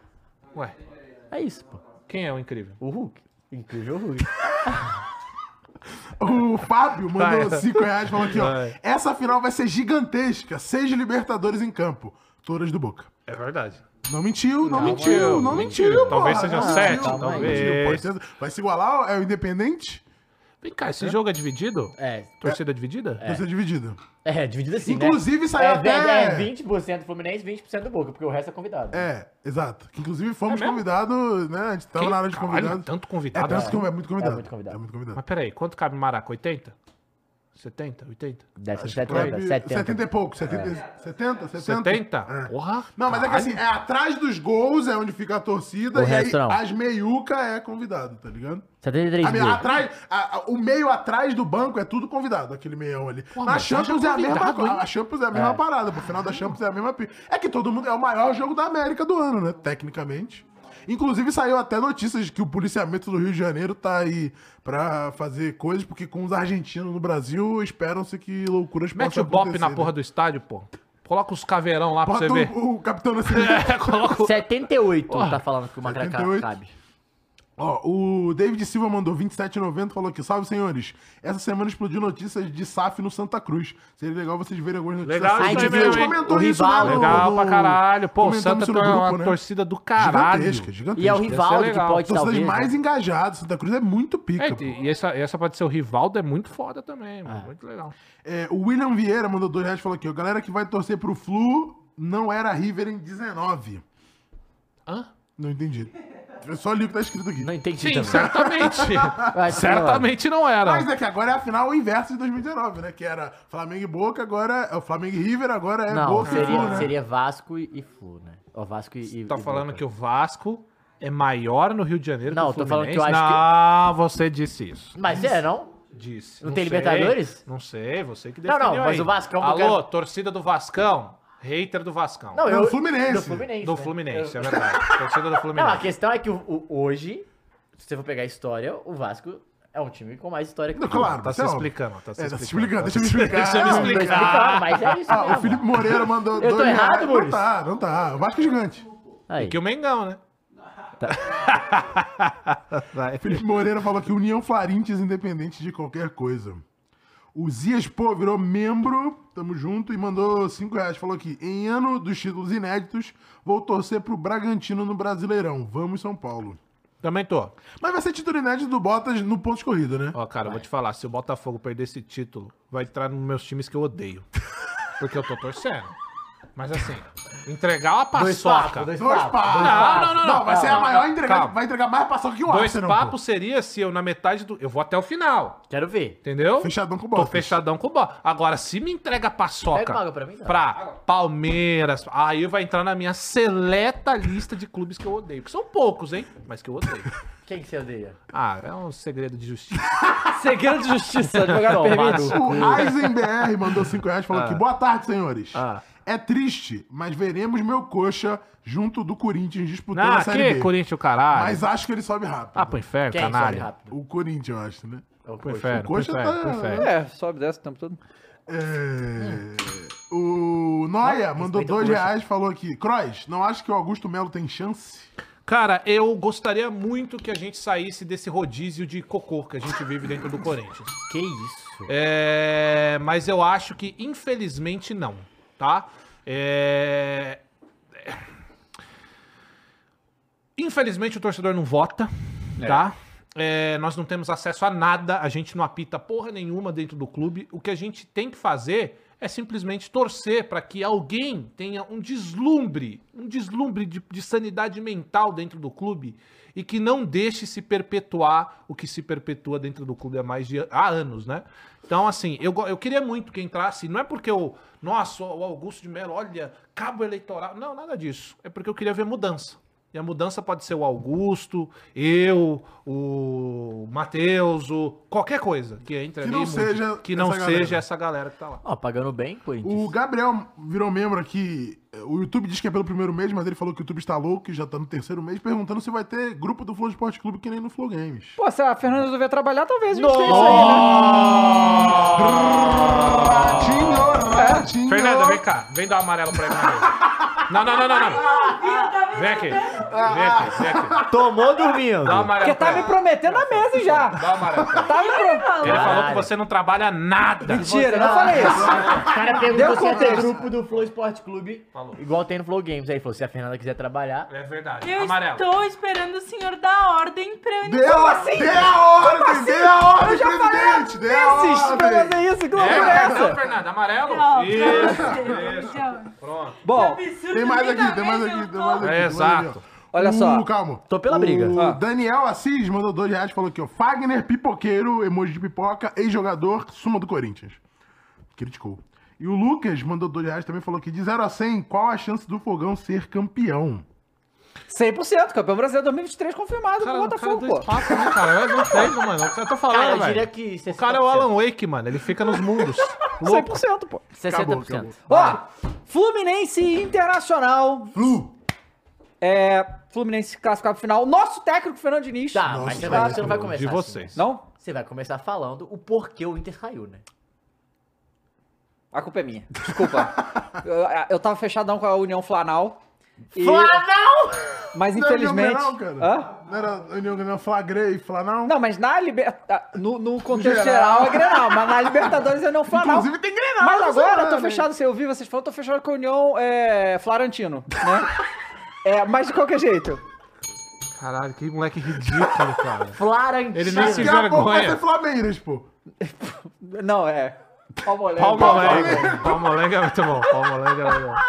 Speaker 5: Ué,
Speaker 4: É isso, pô.
Speaker 5: quem é o incrível?
Speaker 4: O Hulk. Incrível o Hulk.
Speaker 3: O Fábio mandou
Speaker 5: Vai.
Speaker 3: cinco reais e falou aqui, ó.
Speaker 5: Vai.
Speaker 3: Essa final vai ser gigantesca. Seis Libertadores em campo. Todas do Boca.
Speaker 5: É verdade.
Speaker 3: Não mentiu, não,
Speaker 5: Não
Speaker 3: mentiu,
Speaker 5: mentiu,
Speaker 3: não
Speaker 5: mentiu.
Speaker 3: mentiu.
Speaker 5: Talvez
Speaker 3: porra.
Speaker 5: sejam
Speaker 3: Não
Speaker 5: sete,
Speaker 3: mentiu,
Speaker 4: talvez.
Speaker 3: não mentiu. Pode ser- Vai se igualar, é o Independente?
Speaker 5: Vem cá, esse jogo é dividido?
Speaker 4: É.
Speaker 5: Torcida dividida?
Speaker 3: Vai ser dividido.
Speaker 4: É, dividido assim,
Speaker 3: Inclusive,
Speaker 4: né?
Speaker 3: saiu
Speaker 4: é,
Speaker 3: até-
Speaker 4: É vinte por cento do Fluminense, vinte por cento do Boca, porque o resto é convidado.
Speaker 3: É, exato. Que, inclusive fomos
Speaker 5: É mesmo?
Speaker 3: convidados, né? A gente tava
Speaker 5: Quem?
Speaker 3: na área de
Speaker 5: Caralho,
Speaker 3: convidados.
Speaker 5: tanto
Speaker 3: É,
Speaker 5: convidado.
Speaker 3: tanto
Speaker 5: né?
Speaker 3: que é muito convidado.
Speaker 4: É muito convidado.
Speaker 3: É muito convidado.
Speaker 5: Mas peraí, quanto cabe Maraca? oitenta? setenta? oitenta?
Speaker 4: Deve ser
Speaker 3: Acho que
Speaker 4: setenta,
Speaker 3: cabe
Speaker 4: setenta.
Speaker 3: setenta e pouco. setenta, setenta, setenta.
Speaker 5: setenta?
Speaker 3: É.
Speaker 5: Porra!
Speaker 3: Não, mas é que assim, é atrás dos gols é onde fica a torcida
Speaker 4: O
Speaker 3: e aí
Speaker 4: resto não.
Speaker 3: as meiuca é convidado, tá ligado?
Speaker 4: setenta e três
Speaker 3: A meia-
Speaker 4: mil.
Speaker 3: atrás, a- a- o meio atrás do banco é tudo convidado, aquele meião ali.
Speaker 5: Pô,
Speaker 3: Na
Speaker 5: mas
Speaker 3: Champions é
Speaker 5: haja
Speaker 3: a mesma
Speaker 5: convidado,
Speaker 3: coisa.
Speaker 5: hein?
Speaker 3: A Champions é a mesma
Speaker 4: É.
Speaker 3: parada. Pro final da Champions é a mesma. pi- É que todo mundo. É o maior jogo da América do ano, né? Tecnicamente. Inclusive saiu até notícias de que o policiamento do Rio de Janeiro tá aí pra fazer coisas, porque com os argentinos no Brasil esperam-se que loucuras
Speaker 5: Mete
Speaker 3: possam
Speaker 5: o bop
Speaker 3: acontecer,
Speaker 5: na porra
Speaker 3: né?
Speaker 5: do estádio, pô. Coloca os caveirão lá pra
Speaker 3: Bota
Speaker 5: você ver.
Speaker 3: o, o Capitão Nascimento.
Speaker 5: É, coloca o...
Speaker 4: setenta e oito
Speaker 5: Porra.
Speaker 4: tá falando que o Macacá
Speaker 3: setenta e oito.
Speaker 4: cabe.
Speaker 3: Ó, o David Silva mandou vinte e sete e noventa, falou aqui, salve senhores, essa semana explodiu notícias de S A F no Santa Cruz. Seria legal vocês verem algumas notícias.
Speaker 5: Legal
Speaker 3: assim.
Speaker 5: isso aí
Speaker 3: A gente
Speaker 5: mesmo,
Speaker 3: comentou
Speaker 4: hein?
Speaker 3: isso,
Speaker 4: O
Speaker 3: né?
Speaker 4: rival,
Speaker 3: no-
Speaker 5: Legal
Speaker 3: no-
Speaker 5: pra caralho. Pô, o
Speaker 3: comentamos
Speaker 5: Santa
Speaker 3: isso
Speaker 5: tem
Speaker 3: no
Speaker 5: uma
Speaker 3: grupo, né?
Speaker 5: torcida do caralho.
Speaker 3: Gigantesca, gigantesca.
Speaker 4: E é o
Speaker 5: Ia ser
Speaker 4: Rivaldo que
Speaker 5: legal.
Speaker 4: pode
Speaker 3: Torcida
Speaker 4: talvez.
Speaker 3: mais
Speaker 4: né?
Speaker 3: engajada, Santa Cruz é muito pica,
Speaker 5: É,
Speaker 3: pô.
Speaker 5: e essa, essa pode ser o Rivaldo, é muito foda também, mano. Muito legal.
Speaker 3: É, o William Vieira mandou dois reais e falou aqui, ó, galera que vai torcer pro Flu não era River em dezenove.
Speaker 5: Hã?
Speaker 3: Não entendi. Eu só li o que tá escrito aqui.
Speaker 4: Não entendi
Speaker 5: Sim,
Speaker 4: também.
Speaker 5: certamente.
Speaker 4: Vai,
Speaker 5: certamente não era.
Speaker 3: Mas é que agora é a final o inverso de dois mil e dezenove, né? Que era Flamengo e Boca, agora é o Flamengo e River, agora é
Speaker 4: Não,
Speaker 3: Boca e
Speaker 4: seria,
Speaker 3: Flu, né?
Speaker 4: seria Vasco e, e Flu, né? O Vasco e, e
Speaker 5: Tá
Speaker 4: e
Speaker 5: falando
Speaker 4: Boca.
Speaker 5: que o Vasco é maior no Rio de Janeiro
Speaker 4: Não,
Speaker 5: que o
Speaker 4: tô falando que
Speaker 5: Fluminense?
Speaker 4: eu acho
Speaker 5: Não, você disse isso.
Speaker 4: Mas é, não?
Speaker 5: Disse.
Speaker 4: Não tem
Speaker 5: sei,
Speaker 4: Libertadores?
Speaker 5: Não sei, você que
Speaker 4: Não,
Speaker 5: definiu
Speaker 4: não, mas
Speaker 5: aí.
Speaker 4: o Vascão-
Speaker 5: Alô, torcida do Vascão. Hater do Vascão.
Speaker 4: Não,
Speaker 3: Não,
Speaker 4: eu...
Speaker 3: do Fluminense.
Speaker 4: Do Fluminense.
Speaker 5: do
Speaker 4: né?
Speaker 5: Fluminense,
Speaker 4: Eu-
Speaker 5: é verdade. Torcida do
Speaker 4: Não, a
Speaker 5: Fluminense.
Speaker 4: questão é que o, o- hoje, se você for pegar a história, o Vasco é um time com mais história que
Speaker 3: Não,
Speaker 4: o Flu.
Speaker 3: claro,
Speaker 5: Tá
Speaker 3: isso
Speaker 5: se
Speaker 3: é óbvio.
Speaker 5: explicando, tá se
Speaker 3: É, tá se
Speaker 5: explicando.
Speaker 3: explicando, deixa eu me explicar.
Speaker 5: Deixa eu me
Speaker 3: Não,
Speaker 4: Tô
Speaker 5: explicar.
Speaker 4: explicando, mas é isso
Speaker 3: Ah, o
Speaker 4: mesmo.
Speaker 3: Felipe Moreira mandou
Speaker 4: Eu tô
Speaker 3: dois
Speaker 4: errado,
Speaker 3: reais. Não
Speaker 4: Muris?
Speaker 3: tá, não tá. O Vasco é gigante.
Speaker 4: Aí.
Speaker 5: Que o Mengão, né? Vai.
Speaker 3: Felipe Moreira falou que União Flarintes independente de qualquer coisa. O Zias, pô, virou membro, tamo junto, e mandou cinco reais. Falou aqui, em ano dos títulos inéditos, vou torcer pro Bragantino no Brasileirão. Vamos, São Paulo.
Speaker 5: Também tô.
Speaker 3: Mas vai ser título inédito do Bottas no ponto de corrida, né?
Speaker 5: Ó, cara, eu vou te falar, se o Botafogo perder esse título, vai entrar nos meus times que eu odeio. Porque eu tô torcendo. Mas assim, entregar uma
Speaker 4: Dois
Speaker 5: paçoca.
Speaker 4: papos, dois
Speaker 3: Dois
Speaker 4: papos.
Speaker 3: papos.
Speaker 4: dois
Speaker 5: Não,
Speaker 4: papos.
Speaker 5: não, não, não.
Speaker 3: vai ser a maior entrega,
Speaker 5: Calma.
Speaker 3: vai entregar mais paçoca que o
Speaker 5: Dois
Speaker 3: Arsenal.
Speaker 5: papos seria se eu, na metade do... Eu vou até o final,
Speaker 4: Quero ver.
Speaker 5: entendeu?
Speaker 3: Fechadão com o
Speaker 5: Tô
Speaker 3: Bottas.
Speaker 5: fechadão com o Bottas. Agora, se me entrega paçoca
Speaker 4: Pega uma água pra mim, não.
Speaker 5: pra Palmeiras, aí vai entrar na minha seleta lista de clubes que eu odeio. Que são poucos, hein? Mas que eu odeio.
Speaker 4: Quem que você odeia?
Speaker 5: Ah, é um segredo de justiça.
Speaker 2: Segredo de justiça, advogado
Speaker 4: Tomado.
Speaker 2: permite.
Speaker 3: O Eisenbr mandou cinco reais e falou aqui, boa tarde, senhores.
Speaker 5: Ah.
Speaker 3: É triste, mas veremos meu coxa junto do Corinthians disputando
Speaker 5: Ah,
Speaker 3: a Série
Speaker 5: que
Speaker 3: B.
Speaker 5: Corinthians, o caralho.
Speaker 3: Mas acho que ele sobe rápido.
Speaker 5: Ah, pro inferno,
Speaker 4: Quem sobe
Speaker 5: canalha.
Speaker 4: rápido?
Speaker 3: O Corinthians, eu acho, né?
Speaker 4: É o
Speaker 5: Pro
Speaker 4: Coxa.
Speaker 5: inferno, pro
Speaker 3: Coxa
Speaker 5: inferno,
Speaker 3: tá-
Speaker 5: pro inferno.
Speaker 2: É, sobe dessa o tempo todo.
Speaker 3: É... O Noia mandou
Speaker 4: respeita o
Speaker 3: dois
Speaker 4: coxa.
Speaker 3: reais e falou aqui, Kroos, não acha que o Augusto Melo tem chance?
Speaker 5: Cara, eu gostaria muito que a gente saísse desse rodízio de cocô que a gente vive dentro do Corinthians.
Speaker 4: Que isso?
Speaker 5: É, mas eu acho que, infelizmente, não, tá? É... Infelizmente, o torcedor não vota, tá? É, nós não temos acesso a nada, a gente não apita porra nenhuma dentro do clube. O que a gente tem que fazer é simplesmente torcer para que alguém tenha um deslumbre, um deslumbre de, de sanidade mental dentro do clube e que não deixe se perpetuar o que se perpetua dentro do clube há mais de há anos, né? Então, assim, eu, go- eu queria muito que entrasse, não é porque o, nossa, o Augusto de Melo, olha, cabo eleitoral, não, nada disso. É porque eu queria ver mudança. E a mudança pode ser o Augusto, eu, o Matheus, o qualquer coisa que entre
Speaker 3: Que
Speaker 5: ali,
Speaker 3: não
Speaker 5: mude,
Speaker 3: seja
Speaker 5: que não
Speaker 3: essa galera.
Speaker 5: seja essa galera que tá lá.
Speaker 4: Ó, pagando bem, Corinthians.
Speaker 3: O Gabriel virou membro aqui. O YouTube diz que é pelo primeiro mês, mas ele falou que o YouTube está louco, que já tá no terceiro mês, perguntando se vai ter grupo do Flow Esporte Clube que nem no Flow Games.
Speaker 2: Pô, se a Fernanda resolver trabalhar, talvez a gente tenha isso aí, né?
Speaker 3: Ratinho, ratinho.
Speaker 5: Fernanda, vem cá, vem dar um amarelo pra ele na mesa. Não, não, não, não, não. Vem aqui, vem aqui, vem aqui.
Speaker 4: Tomou dormindo.
Speaker 5: Dá um amarelo
Speaker 2: Porque
Speaker 5: pra
Speaker 2: tá me
Speaker 5: ele.
Speaker 2: prometendo a mesa já.
Speaker 5: Dá um amarelo pra ele.
Speaker 2: Tá me prometendo.
Speaker 5: Ele falou que
Speaker 4: Caralho.
Speaker 5: você não trabalha nada.
Speaker 2: Mentira, não falei isso.
Speaker 4: O cara perguntou
Speaker 2: Deu
Speaker 4: se ia ter
Speaker 2: contexto.
Speaker 4: grupo do Flow Esporte Clube,
Speaker 5: Falou.
Speaker 4: igual tem no Flow Games. Aí ele falou, se a Fernanda quiser trabalhar...
Speaker 5: É verdade.
Speaker 6: Eu
Speaker 5: Amarelo.
Speaker 6: estou esperando o senhor dar ordem pra eu
Speaker 3: Dê a,
Speaker 2: assim?
Speaker 3: dê a ordem, dê a ordem,
Speaker 2: Eu já falei
Speaker 3: presidente, dê a
Speaker 2: Insiste pra
Speaker 3: ordem.
Speaker 2: fazer isso, que
Speaker 5: É,
Speaker 2: loucura é
Speaker 5: cartão,
Speaker 2: essa?
Speaker 5: Fernanda, amarelo?
Speaker 6: Tchau,
Speaker 5: Isso,
Speaker 6: pra você.
Speaker 5: isso.
Speaker 6: Tchau.
Speaker 5: Pronto.
Speaker 2: Bom,
Speaker 3: Tem mais aqui, tem mais aqui, tem mais aqui.
Speaker 5: É,
Speaker 3: tem mais aqui,
Speaker 5: exato.
Speaker 3: ó.
Speaker 2: olha
Speaker 3: O-
Speaker 2: só.
Speaker 3: Calma.
Speaker 4: Tô pela briga.
Speaker 3: O
Speaker 2: Ah.
Speaker 3: Daniel Assis mandou dois reais e falou aqui, ó. Fagner Pipoqueiro, emoji de pipoca, ex-jogador, suma do Corinthians. Criticou. E o Lucas mandou dois reais também, falou que de zero a cem, qual a chance do Fogão ser campeão?
Speaker 2: cem por cento, campeão brasileiro dois mil e vinte e três confirmado
Speaker 5: Cara,
Speaker 2: com o
Speaker 5: o cara
Speaker 2: Botafogo,
Speaker 5: dois
Speaker 2: pô.
Speaker 5: papos, né, cara? Eu não entendo, mano. Eu tô falando,
Speaker 4: Cara, eu
Speaker 5: velho.
Speaker 4: diria que
Speaker 5: O cara é o
Speaker 4: sessenta por cento.
Speaker 5: Alan Wake, mano. Ele fica nos mundos.
Speaker 2: cem
Speaker 5: Louco.
Speaker 2: por cento, pô.
Speaker 4: sessenta por cento.
Speaker 2: Ó, Fluminense Internacional.
Speaker 3: Flu!
Speaker 2: É, Fluminense classificado pro final. Nosso técnico, Fernando Diniz.
Speaker 4: Tá,
Speaker 3: Nossa,
Speaker 4: mas você, vai, você não vai
Speaker 3: de
Speaker 4: começar
Speaker 5: vocês.
Speaker 4: assim.
Speaker 2: Não?
Speaker 4: Você vai começar falando o porquê o Inter caiu, né?
Speaker 2: A culpa é minha. Desculpa. eu, eu tava fechadão com a União Flanal. E...
Speaker 4: Flanão!
Speaker 2: Mas
Speaker 3: Não era
Speaker 2: infelizmente...
Speaker 3: União Grenal, cara.
Speaker 2: Hã?
Speaker 3: Não era União Grenal, Flagrei, Flanão?
Speaker 2: Não, mas na Libertadores... No, no contexto
Speaker 3: Geral.
Speaker 2: geral é Grenal, mas na Libertadores eu não falo não.
Speaker 3: Inclusive tem Grenal.
Speaker 2: Mas
Speaker 3: essa
Speaker 2: agora eu tô
Speaker 3: semana,
Speaker 2: fechado, se eu ouvi vocês falando, eu tô fechado com a União é, Florentino, né? é, mas de qualquer jeito...
Speaker 5: Caralho, que moleque ridículo, cara.
Speaker 4: Florentino.
Speaker 5: Ele nem se
Speaker 3: Daqui a pouco vai
Speaker 5: vergonha.
Speaker 3: ser Flameiras, pô.
Speaker 2: Não, é... Palmolé.
Speaker 5: Palmolenga. Palmolenga é muito bom. Palmolenga é muito bom.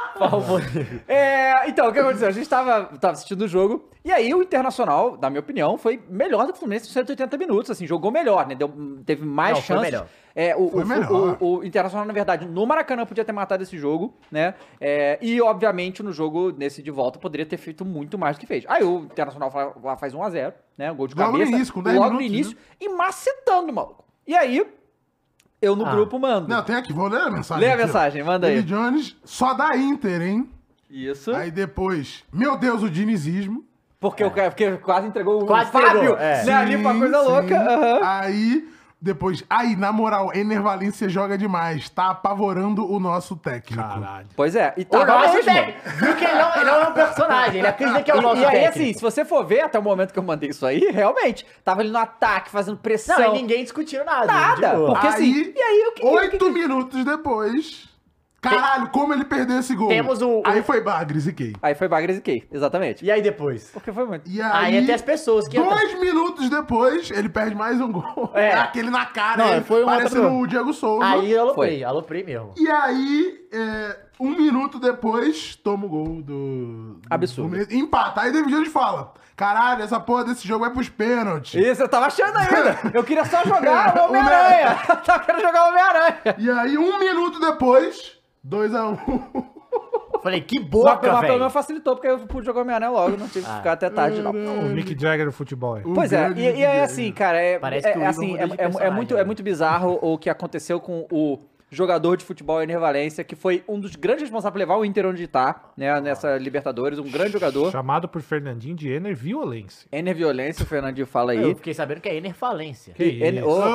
Speaker 2: É, então, o que aconteceu? A gente tava, tava assistindo o jogo, e aí o Internacional, na minha opinião, foi melhor do que o Fluminense em cento e oitenta minutos, assim, jogou melhor, né? Deu, teve mais
Speaker 4: Não, foi
Speaker 2: chances.
Speaker 4: melhor.
Speaker 2: É, o,
Speaker 3: Foi
Speaker 2: o,
Speaker 3: melhor.
Speaker 2: o, o Internacional, na verdade, no Maracanã podia ter matado esse jogo, né? É, e, obviamente, no jogo, nesse de volta, poderia ter feito muito mais do que fez. Aí o Internacional fa- lá faz um a zero, né? Gol de
Speaker 3: Logo no
Speaker 2: cabeça.
Speaker 3: início, com dez
Speaker 2: logo no
Speaker 3: minutos,
Speaker 2: início, e macetando, maluco. E aí, eu no
Speaker 4: Ah.
Speaker 2: grupo mando.
Speaker 3: Não, tem aqui, vou ler a mensagem.
Speaker 2: Lê a
Speaker 3: aqui, ó.
Speaker 2: mensagem, manda aí.
Speaker 3: David Jones, só da Inter, hein?
Speaker 2: Isso.
Speaker 3: Aí depois, meu Deus, o dinizismo.
Speaker 2: Porque, o cara, porque quase entregou
Speaker 4: Quase
Speaker 2: o Fábio,
Speaker 4: entregou, é.
Speaker 2: né, ali pra coisa
Speaker 3: Sim,
Speaker 2: louca.
Speaker 3: sim.
Speaker 2: aham.
Speaker 3: Aí, depois, aí, na moral, Ener Valencia joga demais. Tá apavorando o nosso técnico.
Speaker 5: Caralho.
Speaker 2: Pois é, e
Speaker 4: O
Speaker 2: tava
Speaker 4: nosso
Speaker 2: mesmo.
Speaker 4: técnico. Viu que ele não, ele não é um personagem, ele acredita que é o
Speaker 2: E,
Speaker 4: nosso
Speaker 2: e aí,
Speaker 4: técnico.
Speaker 2: assim, se você for ver até o momento que eu mandei isso aí, realmente, tava ali no ataque, fazendo pressão.
Speaker 4: Não, e ninguém discutindo nada.
Speaker 2: Nada,
Speaker 4: de boa.
Speaker 2: porque
Speaker 3: Aí,
Speaker 2: assim, e aí o que...
Speaker 3: Oito
Speaker 2: o que-
Speaker 3: minutos depois. Caralho, como ele perdeu esse gol.
Speaker 4: Temos um-
Speaker 3: Aí foi Bagres e Key.
Speaker 2: Aí foi Bagres e Key, exatamente.
Speaker 4: E aí depois?
Speaker 2: Porque foi muito...
Speaker 3: E
Speaker 4: Aí
Speaker 3: aí,
Speaker 4: até as pessoas que...
Speaker 3: dois minutos depois, ele perde mais um gol.
Speaker 4: É.
Speaker 3: Aquele na cara,
Speaker 2: Não,
Speaker 3: ele,
Speaker 2: foi um
Speaker 3: parecendo
Speaker 2: outro-
Speaker 3: o Diego Souza.
Speaker 4: Aí eu aloprei,
Speaker 2: Foi.
Speaker 4: aloprei mesmo.
Speaker 3: E aí, é, um minuto depois, toma o gol do... do
Speaker 2: Absurdo.
Speaker 3: Fluminense. Empata. Aí David Jones fala, caralho, essa porra desse jogo vai pros pênaltis.
Speaker 2: Isso, eu tava achando ainda. Eu queria só jogar o Homem-Aranha. Eu tava querendo jogar o Homem-Aranha.
Speaker 3: E aí, um minuto depois, dois a um.
Speaker 4: Falei, que
Speaker 2: Mas,
Speaker 4: boca,
Speaker 2: mas pelo
Speaker 4: velho.
Speaker 2: menos facilitou, porque eu pude jogar o Homem-Aranha logo, não tive que ficar até tarde, não.
Speaker 5: O Mick Jagger do futebol aí.
Speaker 3: O
Speaker 2: Pois é,
Speaker 3: grande
Speaker 2: e, e é
Speaker 3: Diego.
Speaker 2: assim, cara, é,
Speaker 4: Parece
Speaker 2: é,
Speaker 4: que o
Speaker 2: é
Speaker 4: Igor
Speaker 2: assim,
Speaker 4: muda
Speaker 2: é,
Speaker 4: de
Speaker 2: é- é
Speaker 4: personagem,
Speaker 2: muito, é
Speaker 4: né?
Speaker 2: muito bizarro o que aconteceu com o jogador de futebol Ener Valencia, que foi um dos grandes responsáveis por levar o Inter onde tá, né, nessa Libertadores, um grande jogador.
Speaker 5: Chamado por Fernandinho de Ener Violência.
Speaker 2: Ener Violência, o Fernandinho fala aí.
Speaker 4: Eu fiquei sabendo que é Ener Falência.
Speaker 5: Que isso?
Speaker 2: Ener- Ô, ô,
Speaker 3: Ô,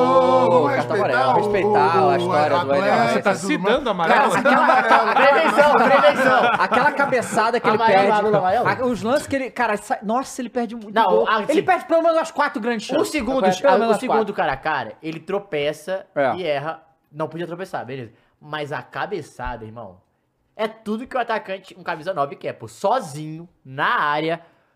Speaker 2: ô,
Speaker 3: ô,
Speaker 2: Cartão
Speaker 3: respeitar
Speaker 2: amarelo,
Speaker 3: o-
Speaker 2: respeitar
Speaker 3: o-
Speaker 2: a história do
Speaker 3: o
Speaker 2: Ener
Speaker 3: atleta,
Speaker 2: Valencia.
Speaker 5: Você tá
Speaker 3: tudo
Speaker 5: se
Speaker 3: mais.
Speaker 5: dando amarelo?
Speaker 4: Prevenção, prevenção.
Speaker 2: Aquela cabeçada que ele
Speaker 4: Amarelo,
Speaker 2: perde.
Speaker 4: amarelo, amarelo.
Speaker 2: a- Os lances que ele. Cara, sai- nossa, ele perde muito
Speaker 4: Não,
Speaker 2: gol.
Speaker 4: ah,
Speaker 2: Ele
Speaker 4: sim.
Speaker 2: perde pelo menos umas quatro grandes
Speaker 4: O
Speaker 2: chances.
Speaker 4: segundo,
Speaker 2: Pelo menos
Speaker 4: o
Speaker 2: umas
Speaker 4: segundo
Speaker 2: quatro.
Speaker 4: cara a cara, ele tropeça
Speaker 2: É.
Speaker 4: e erra. Não podia tropeçar, beleza. Mas a cabeçada, irmão, é tudo que o atacante, um camisa nove quer, pô. Sozinho, na área,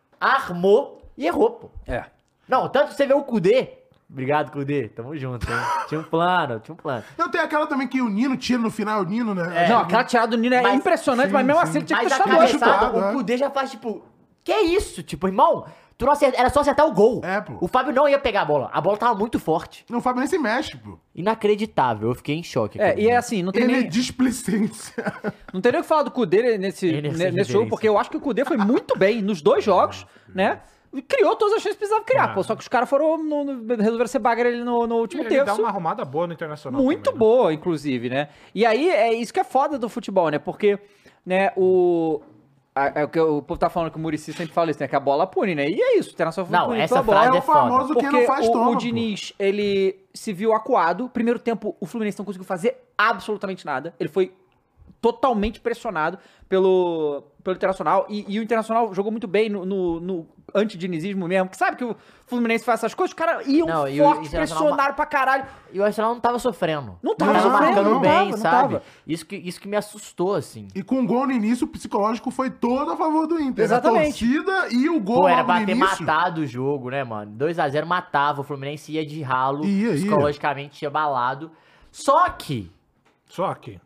Speaker 4: armou e errou, pô.
Speaker 2: É.
Speaker 4: Não, tanto que você vê o Kudê. Obrigado, Kudê. Tamo junto, hein? Tinha um plano, tinha um plano.
Speaker 3: Não, tem aquela também que o Nino tira no final, o Nino, né?
Speaker 4: É.
Speaker 2: Não, aquela tirada do Nino é
Speaker 4: Mas-
Speaker 2: impressionante,
Speaker 3: sim,
Speaker 2: mas mesmo
Speaker 3: sim.
Speaker 2: assim ele tinha que
Speaker 4: Mas
Speaker 2: ter
Speaker 4: a
Speaker 2: chamado.
Speaker 4: cabeçada,
Speaker 3: chutado, é.
Speaker 4: o Kudê já faz, tipo... Que isso? Tipo, irmão, tu não acerta, era só acertar o gol.
Speaker 3: É, pô.
Speaker 4: O Fábio não ia pegar a bola. A bola tava muito forte.
Speaker 3: Não, o Fábio nem se mexe, pô.
Speaker 4: Inacreditável. Eu fiquei em choque.
Speaker 2: É,
Speaker 4: aqui,
Speaker 2: e é
Speaker 4: né?
Speaker 2: assim, não tem
Speaker 3: Ele é
Speaker 2: nem,
Speaker 3: displicência.
Speaker 2: não tem nem o que falar do Kudê nesse,
Speaker 4: Ele é
Speaker 2: ne-
Speaker 4: sem
Speaker 2: nesse jogo,
Speaker 4: reverência.
Speaker 2: porque eu acho que o Kudê foi muito bem nos dois jogos, né? E criou todas as chances que precisava criar,
Speaker 5: Ah.
Speaker 2: pô. Só que os caras foram. No, no- resolveram ser bagre ali no, no último
Speaker 5: Ele dá
Speaker 2: terço.
Speaker 5: uma arrumada boa no Internacional
Speaker 2: Muito
Speaker 5: também, né?
Speaker 2: boa, inclusive, né? E aí, é isso que é foda do futebol, né? Porque, né, o... a- é o que o povo tá falando que o Muricy sempre fala isso, né? Que a bola pune, né? E é isso, o Internacional foi
Speaker 4: Não,
Speaker 2: punido
Speaker 4: essa
Speaker 2: pela bola.
Speaker 4: frase
Speaker 3: É
Speaker 4: é
Speaker 3: o famoso
Speaker 2: Porque
Speaker 3: quem não faz
Speaker 2: o,
Speaker 3: toma,
Speaker 2: o
Speaker 3: pô.
Speaker 2: Diniz, ele se viu acuado. Primeiro tempo, o Fluminense não conseguiu fazer absolutamente nada. Ele foi totalmente pressionado pelo, pelo Internacional. E, e o Internacional jogou muito bem no, no, no antidinizismo mesmo. Que sabe que o Fluminense faz essas coisas, os caras iam
Speaker 4: Não, e o
Speaker 2: forte,
Speaker 4: Internacional-
Speaker 2: pressionaram pra caralho.
Speaker 4: E o Arsenal não tava sofrendo.
Speaker 2: Não tava
Speaker 4: Tava
Speaker 2: sofrendo,
Speaker 4: marcando
Speaker 2: não
Speaker 4: bem,
Speaker 2: tava, não
Speaker 4: sabe?
Speaker 2: tava.
Speaker 4: Isso que, isso que me assustou, assim.
Speaker 3: E com o gol no início, o psicológico foi todo a favor do Inter.
Speaker 2: Exatamente.
Speaker 3: A torcida e o gol
Speaker 4: Pô, era
Speaker 3: logo
Speaker 4: pra
Speaker 3: no
Speaker 4: ter
Speaker 3: início.
Speaker 4: matado o jogo, né, mano? dois a zero matava, o Fluminense ia de ralo,
Speaker 3: Ia, ia.
Speaker 4: psicologicamente abalado. Só que
Speaker 5: Só que.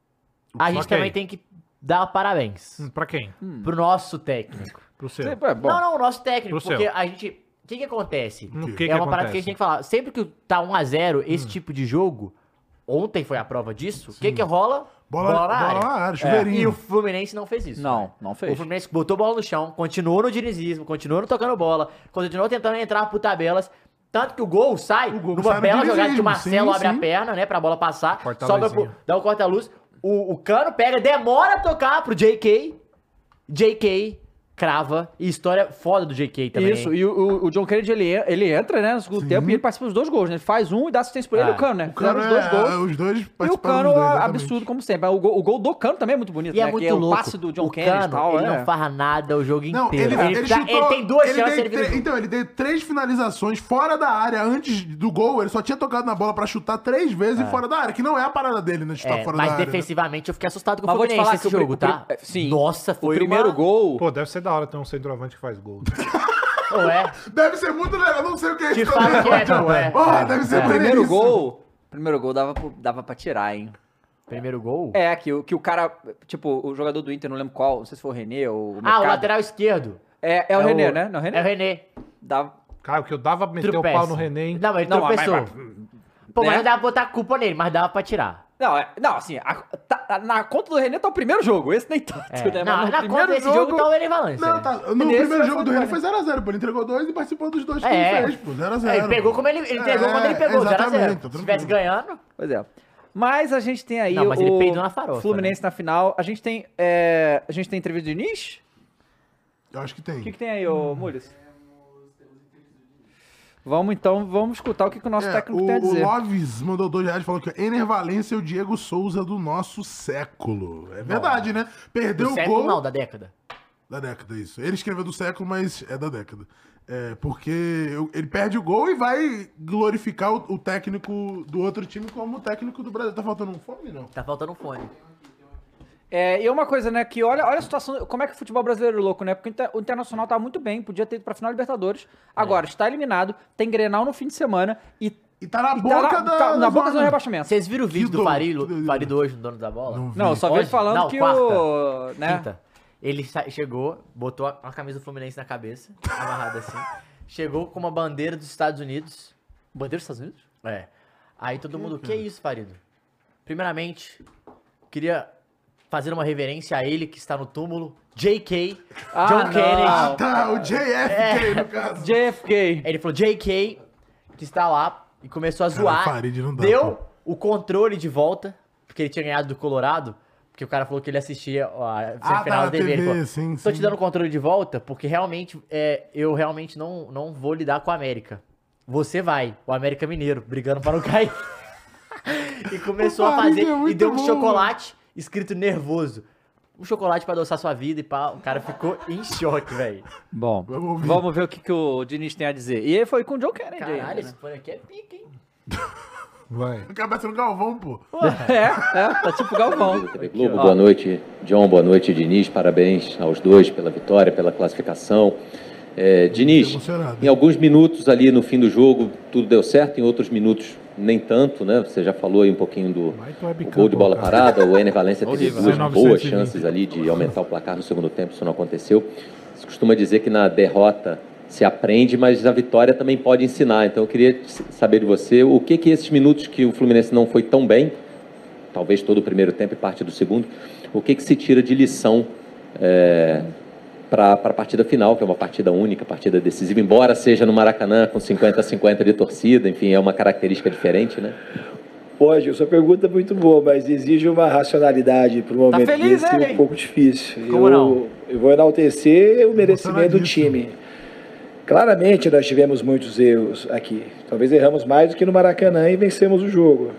Speaker 4: a
Speaker 5: Só
Speaker 4: gente
Speaker 5: que aí.
Speaker 4: também tem que dar parabéns
Speaker 5: Hum, Pra quem?
Speaker 4: pro nosso técnico.
Speaker 5: Pro seu.
Speaker 2: É, bom.
Speaker 4: Não, não, o nosso técnico,
Speaker 5: Pro
Speaker 4: porque
Speaker 5: seu.
Speaker 4: a gente... O que que acontece?
Speaker 5: No que
Speaker 4: é
Speaker 5: que
Speaker 4: uma parada que a
Speaker 5: acontece?
Speaker 4: gente tem que falar. Sempre que tá um a zero, esse tipo de jogo, ontem foi a prova disso, o que que rola?
Speaker 3: Bola, bola na área,
Speaker 4: E
Speaker 3: chuveirinho.
Speaker 4: o Fluminense não fez isso.
Speaker 2: Não,
Speaker 4: né?
Speaker 2: não fez.
Speaker 4: O Fluminense botou bola no chão, continuou no dinizismo, continuou tocando bola, continuou tentando entrar por tabelas. Tanto que o gol sai
Speaker 3: O gol
Speaker 4: numa
Speaker 3: sai no
Speaker 4: bela jogada que o
Speaker 3: dinizismo,
Speaker 4: Marcelo
Speaker 3: sim,
Speaker 4: abre
Speaker 3: sim.
Speaker 4: a perna, né, pra bola passar.
Speaker 5: Corta a
Speaker 4: Sobra
Speaker 5: luzinha.
Speaker 4: pro, dá o corta-luz. O, o Cano pega, demora a tocar pro J K. J K crava. E história foda do J K também.
Speaker 2: Isso, e o, o John Kennedy, ele, ele entra, né, no segundo Sim. tempo e ele participa dos dois gols, né? Ele faz um e dá assistência por ele
Speaker 4: ah.
Speaker 2: e o Cano, né?
Speaker 3: O Cano
Speaker 2: os dois
Speaker 3: é,
Speaker 2: gols.
Speaker 3: Os dois
Speaker 2: e o Cano, dois, absurdo, como sempre. O gol, o gol do Cano também é muito bonito,
Speaker 4: e
Speaker 2: né?
Speaker 4: é muito
Speaker 2: que
Speaker 4: louco.
Speaker 2: É o passe do John
Speaker 4: o
Speaker 2: Kennedy
Speaker 4: Cano,
Speaker 2: e tal.
Speaker 4: ele
Speaker 2: é.
Speaker 4: não farra nada o jogo
Speaker 3: não,
Speaker 4: inteiro.
Speaker 3: Ele,
Speaker 4: Ele,
Speaker 3: ele,
Speaker 4: tá,
Speaker 3: chutou,
Speaker 4: ele tem duas
Speaker 3: ele
Speaker 4: chances,
Speaker 3: deu
Speaker 4: ele vira...
Speaker 3: Então, ele deu três finalizações fora da área antes do gol. Ele só tinha tocado na bola pra chutar três vezes é. fora da área, que não é a parada dele, né? Chutar
Speaker 4: é,
Speaker 3: fora
Speaker 4: mas
Speaker 3: da área.
Speaker 4: Mas defensivamente né? eu fiquei assustado com
Speaker 2: mas
Speaker 4: o Fluminense
Speaker 2: falar
Speaker 4: nesse
Speaker 2: que
Speaker 4: jogo,
Speaker 2: o,
Speaker 4: tá?
Speaker 2: O, sim.
Speaker 4: Nossa, foi
Speaker 2: o primeiro
Speaker 4: uma...
Speaker 2: gol...
Speaker 5: Pô, deve ser da hora ter um centroavante que faz gol.
Speaker 4: Ué.
Speaker 3: Deve ser muito legal, não sei o que é
Speaker 4: isso. Que fala que é, não é.
Speaker 3: Oh, deve ser
Speaker 2: é. Primeiro gol, primeiro gol dava, dava pra tirar, hein?
Speaker 4: Primeiro gol?
Speaker 2: É, que, o, que o cara, tipo, o jogador do Inter, não lembro qual, não sei se foi o René ou o Mercado.
Speaker 4: Ah, o lateral esquerdo.
Speaker 2: É, é o é René, o... né? Não é o René?
Speaker 4: É o René.
Speaker 2: Dava...
Speaker 5: Cara, o que eu dava pra meter
Speaker 4: Tropeça.
Speaker 5: o pau no René, hein?
Speaker 4: Não, mas ele
Speaker 2: não,
Speaker 4: tropeçou.
Speaker 2: Mas, mas,
Speaker 4: Pô,
Speaker 2: né?
Speaker 4: mas não dava pra botar a culpa nele, mas dava pra tirar.
Speaker 2: Não, é, não assim, a, tá, na conta do René tá o primeiro jogo, esse nem tanto,
Speaker 4: é.
Speaker 2: né?
Speaker 4: Não,
Speaker 2: no
Speaker 4: na conta desse jogo, jogo tá o Enem Valência.
Speaker 3: Não, tá, no
Speaker 2: Nesse
Speaker 3: primeiro jogo do René
Speaker 2: foi
Speaker 3: foi zero a zero, pô. Ele entregou dois e participou dos dois que
Speaker 4: é.
Speaker 3: ele fez, pô. zero a zero.
Speaker 4: É, ele pegou como ele, ele entregou é, quando ele pegou, zero a zero. Se tivesse ganhando...
Speaker 2: Pois é. Mas a gente tem aí
Speaker 4: não, mas
Speaker 2: o
Speaker 4: ele peidou na farofa,
Speaker 2: Fluminense
Speaker 4: né?
Speaker 2: na final. A gente tem, é, a gente tem entrevista de Diniz?
Speaker 3: Eu acho que tem.
Speaker 2: O que, que tem aí, ô hum. Mules? Vamos então, vamos escutar o que, que o nosso é, técnico
Speaker 3: o,
Speaker 2: tem a dizer.
Speaker 3: O Loves mandou dois reais e falou que Ener Valencia é o Diego Souza do nosso século. É verdade, não. né? Perdeu
Speaker 4: do
Speaker 3: o
Speaker 4: século
Speaker 3: gol...
Speaker 4: não, da década.
Speaker 3: Da década, isso. Ele escreveu do século, mas é da década. É, porque ele perde o gol e vai glorificar o, o técnico do outro time como o técnico do Brasil. Tá faltando um fone, não?
Speaker 4: Tá faltando um fone.
Speaker 2: É, e uma coisa, né, que olha, olha a situação, como é que o futebol brasileiro é louco, né? Porque o Internacional tá muito bem, podia ter ido pra final da Libertadores. Agora, é. está eliminado, tem Grenal no fim de semana e...
Speaker 3: E tá na
Speaker 2: e
Speaker 3: boca
Speaker 2: tá na,
Speaker 3: da...
Speaker 2: tá, na boca
Speaker 3: zona.
Speaker 2: do rebaixamento.
Speaker 4: Vocês viram o vídeo que do Farilo, Farido hoje, no dono da bola?
Speaker 3: Não,
Speaker 2: não só vi ele falando
Speaker 4: não,
Speaker 2: que
Speaker 4: quarta,
Speaker 2: o... Né?
Speaker 4: Quinta. Ele chegou, botou a camisa do Fluminense na cabeça, amarrada assim. Chegou com uma bandeira dos Estados Unidos.
Speaker 2: Bandeira dos Estados Unidos?
Speaker 4: É. Aí todo mundo, o que é isso, Farido? Primeiramente, queria fazer uma reverência a ele que está no túmulo, J K,
Speaker 2: ah,
Speaker 4: John
Speaker 2: não.
Speaker 4: Kennedy.
Speaker 3: Ah, tá, o J F K
Speaker 4: é.
Speaker 3: no caso.
Speaker 2: J F K.
Speaker 4: Ele falou J K, que está lá, e começou a zoar.
Speaker 3: Cara, Farid não dá,
Speaker 4: deu
Speaker 3: pô.
Speaker 4: o controle de volta, porque ele tinha ganhado do Colorado, porque o cara falou que ele assistia a semifinal
Speaker 3: ah, tá,
Speaker 4: da T V.
Speaker 3: T V,
Speaker 4: Ele falou,
Speaker 3: sim,
Speaker 4: tô
Speaker 3: sim.
Speaker 4: te dando o controle de volta, porque realmente, é, eu realmente não, não vou lidar com a América. Você vai, o América Mineiro, brigando para não cair. E começou a fazer,
Speaker 3: é
Speaker 4: e deu um
Speaker 3: bom,
Speaker 4: chocolate escrito nervoso. Um chocolate pra adoçar sua vida e pá, o cara ficou em choque, velho.
Speaker 2: Bom, vamos, vamos ver o que, que o Diniz tem a dizer. E ele foi com o John Kennedy.
Speaker 4: Caralho,
Speaker 2: aí, né?
Speaker 4: esse fone aqui é pica, hein?
Speaker 5: Vai.
Speaker 3: Acaba sendo Galvão, pô.
Speaker 2: É, é, tá tipo Galvão.
Speaker 7: T V Globo, boa noite, John, boa noite, Diniz, parabéns aos dois pela vitória, pela classificação. É, Diniz, em alguns minutos ali no fim do jogo tudo deu certo, em outros minutos nem tanto, né? Você já falou aí um pouquinho do gol de bola parada, o Ener Valencia teve duas boas chances ali de aumentar o placar no segundo tempo, isso não aconteceu. Você costuma dizer que na derrota se aprende, mas a vitória também pode ensinar. Então eu queria saber de você o que que esses minutos que o Fluminense não foi tão bem, talvez todo o primeiro tempo e parte do segundo, o que que se tira de lição é, para a partida final, que é uma partida única, partida decisiva, embora seja no Maracanã com cinquenta a cinquenta de torcida, enfim, é uma característica diferente, né?
Speaker 8: Pode, sua pergunta é muito boa, mas exige uma racionalidade para o momento
Speaker 2: tá feliz,
Speaker 8: desse
Speaker 2: né,
Speaker 8: um pouco difícil.
Speaker 4: Como
Speaker 8: eu,
Speaker 4: não?
Speaker 8: eu vou enaltecer o merecimento do time. Claramente nós tivemos muitos erros aqui. Talvez erramos mais do que no Maracanã e vencemos o jogo.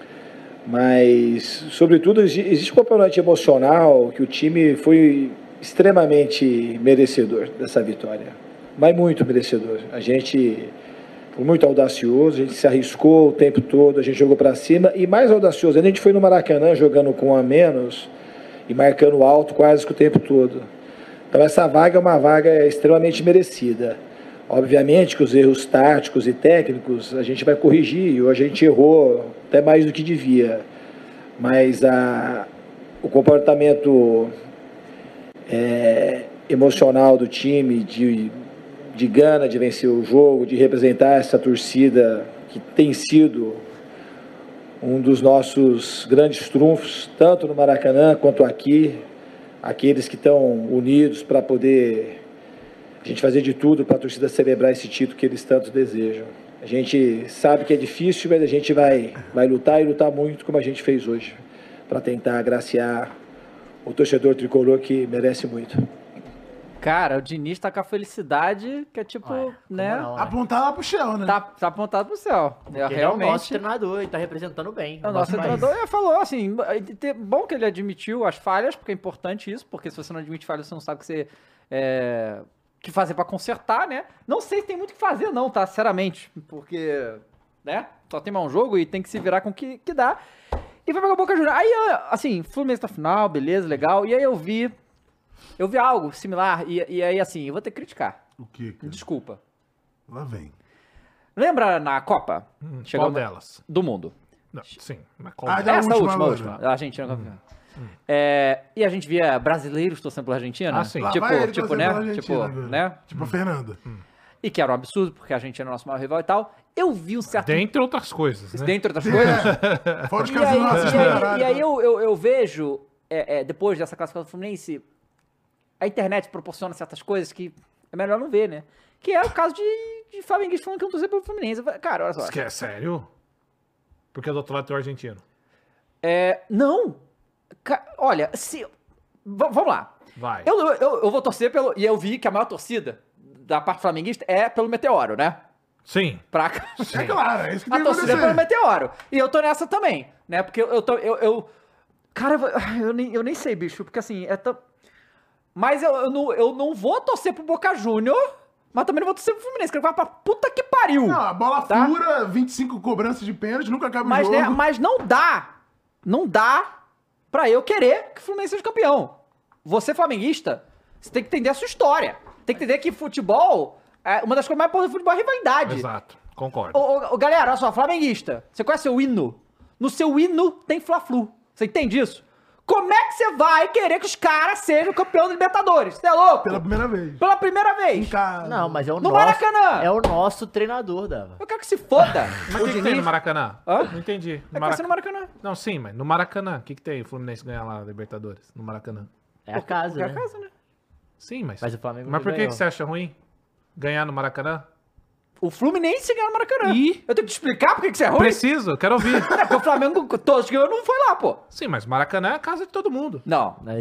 Speaker 8: Mas, sobretudo, existe um componente emocional que o time foi extremamente merecedor dessa vitória. Mas muito merecedor. A gente foi muito audacioso, a gente se arriscou o tempo todo, a gente jogou para cima. E mais audacioso, a gente foi no Maracanã jogando com um a menos e marcando alto quase que o tempo todo. Então essa vaga é uma vaga extremamente merecida. Obviamente que os erros táticos e técnicos a gente vai corrigir, e hoje a gente errou até mais do que devia. Mas a, o comportamento é, emocional do time, de, de gana de vencer o jogo, de representar essa torcida que tem sido um dos nossos grandes trunfos, tanto no Maracanã quanto aqui, aqueles que estão unidos para poder a gente fazer de tudo para a torcida celebrar esse título que eles tanto desejam. A gente sabe que é difícil, mas a gente vai, vai lutar e lutar muito como a gente fez hoje, para tentar agraciar o torcedor tricolor que merece muito.
Speaker 2: Cara, o Diniz tá com a felicidade que é tipo,
Speaker 4: Ué,
Speaker 2: né?
Speaker 4: não, né?
Speaker 3: Apontar lá pro céu, né?
Speaker 2: Tá, tá apontado pro céu.
Speaker 4: Porque
Speaker 2: É,
Speaker 4: ele
Speaker 2: realmente.
Speaker 4: é o nosso treinador, ele tá representando bem.
Speaker 2: O nosso treinador é, falou assim, é bom que ele admitiu as falhas, porque é importante isso, porque se você não admite falhas, você não sabe o que você é, que fazer pra consertar, né? Não sei se tem muito o que fazer não, tá? Sinceramente, porque, né? Só tem mais um jogo e tem que se virar com o que, que dá. E vai pegar o Boca Juniors. Aí, assim, Fluminense na final, beleza, legal. E aí eu vi, eu vi algo similar, e, e aí assim, eu vou ter que criticar.
Speaker 3: O quê, cara?
Speaker 2: Desculpa.
Speaker 3: Lá vem.
Speaker 2: Lembra na Copa?
Speaker 5: Hum, qual
Speaker 2: Chegamos-
Speaker 5: delas?
Speaker 2: Do mundo.
Speaker 5: Não, sim. Mas qual
Speaker 3: Ah,
Speaker 5: delas?
Speaker 3: da
Speaker 2: Essa
Speaker 3: última
Speaker 2: última, a
Speaker 3: agora.
Speaker 2: última. A Argentina campeã. É, e a gente via brasileiros torcendo pela Argentina.
Speaker 5: Ah, sim.
Speaker 3: Lá
Speaker 2: Tipo,
Speaker 3: vai ele
Speaker 2: tipo,
Speaker 3: torcendo
Speaker 2: né?
Speaker 3: pela Argentina
Speaker 2: Tipo,
Speaker 3: agora.
Speaker 2: né?
Speaker 3: Tipo a Fernanda.
Speaker 2: E que era um absurdo, porque a Argentina é o nosso maior rival e tal. Eu vi um certo...
Speaker 5: Dentre outras coisas, né?
Speaker 2: Dentre outras coisas.
Speaker 3: Fora de
Speaker 2: E aí,
Speaker 3: casino,
Speaker 2: e
Speaker 3: assiste
Speaker 2: aí-
Speaker 3: pra caralho.
Speaker 2: e aí eu, eu, eu vejo, é, é, depois dessa classificação do Fluminense, a internet proporciona certas coisas que é melhor não ver, né? Que é o caso de, de flamenguista falando que não torcer pelo Fluminense. Eu falei, cara, olha só.
Speaker 5: Isso que é sério? Porque do outro lado tem o argentino.
Speaker 2: É, não. Ca- olha, se... v- vamos lá.
Speaker 5: Vai.
Speaker 2: Eu, eu, eu vou torcer pelo... E eu vi que a maior torcida da parte flamenguista é pelo Meteoro, né?
Speaker 5: Sim.
Speaker 2: Pra...
Speaker 3: É claro, é isso que tem
Speaker 2: A
Speaker 3: que
Speaker 2: torcida é pelo
Speaker 3: acontecer.
Speaker 2: Meteoro. E eu tô nessa também, né? Porque eu, eu tô... Eu, eu- cara, eu nem, eu nem sei, bicho. Porque assim, é tão... Mas eu, eu, não, eu não vou torcer pro Boca Júnior, mas também não vou torcer pro Fluminense. Que vai pra puta que pariu.
Speaker 3: Não, a bola
Speaker 2: Tá?
Speaker 3: fura, vinte e cinco cobranças de pênalti, nunca acaba
Speaker 2: Mas,
Speaker 3: o
Speaker 2: né,
Speaker 3: jogo.
Speaker 2: mas não dá. Não dá pra eu querer que o Fluminense seja campeão. Você, flamenguista, você tem que entender a sua história. Tem que entender que futebol... É, uma das coisas mais importantes do futebol é a rivalidade.
Speaker 5: Exato. Concordo.
Speaker 2: Ô, ô, ô, galera, olha só, flamenguista. Você conhece o hino? No seu hino tem Fla-Flu. Você entende isso? Como é que você vai querer que os caras sejam campeão da Libertadores? Você é louco?
Speaker 3: Pela primeira vez.
Speaker 2: Pela primeira vez.
Speaker 3: Em casa.
Speaker 4: Não, mas é o
Speaker 2: No
Speaker 4: nosso...
Speaker 2: Maracanã.
Speaker 4: É o nosso treinador, Dava.
Speaker 2: Eu quero que se foda.
Speaker 5: Mas
Speaker 2: o
Speaker 5: o que, que tem
Speaker 2: Diniz.
Speaker 5: no Maracanã?
Speaker 2: Hã?
Speaker 5: Não entendi.
Speaker 2: É
Speaker 5: No
Speaker 2: que vai
Speaker 5: Maraca-
Speaker 2: ser no Maracanã.
Speaker 5: Não, sim, mas no Maracanã, o que, que tem o Fluminense ganhar lá, Libertadores? No Maracanã.
Speaker 4: É a casa,
Speaker 2: É a
Speaker 4: né?
Speaker 2: casa, né?
Speaker 5: Sim, mas...
Speaker 4: Mas o Flamengo
Speaker 5: Mas
Speaker 4: não
Speaker 5: por que,
Speaker 4: ganhou.
Speaker 5: que você acha ruim ganhar no Maracanã?
Speaker 2: O Fluminense ganhou no Maracanã.
Speaker 5: E?
Speaker 2: Eu tenho que te explicar por que que isso é ruim?
Speaker 5: Preciso, eu quero ouvir.
Speaker 2: É porque o Flamengo, todos que eu não foi lá, pô.
Speaker 5: Sim, mas Maracanã é a casa de todo mundo.
Speaker 2: Não.
Speaker 4: Aí...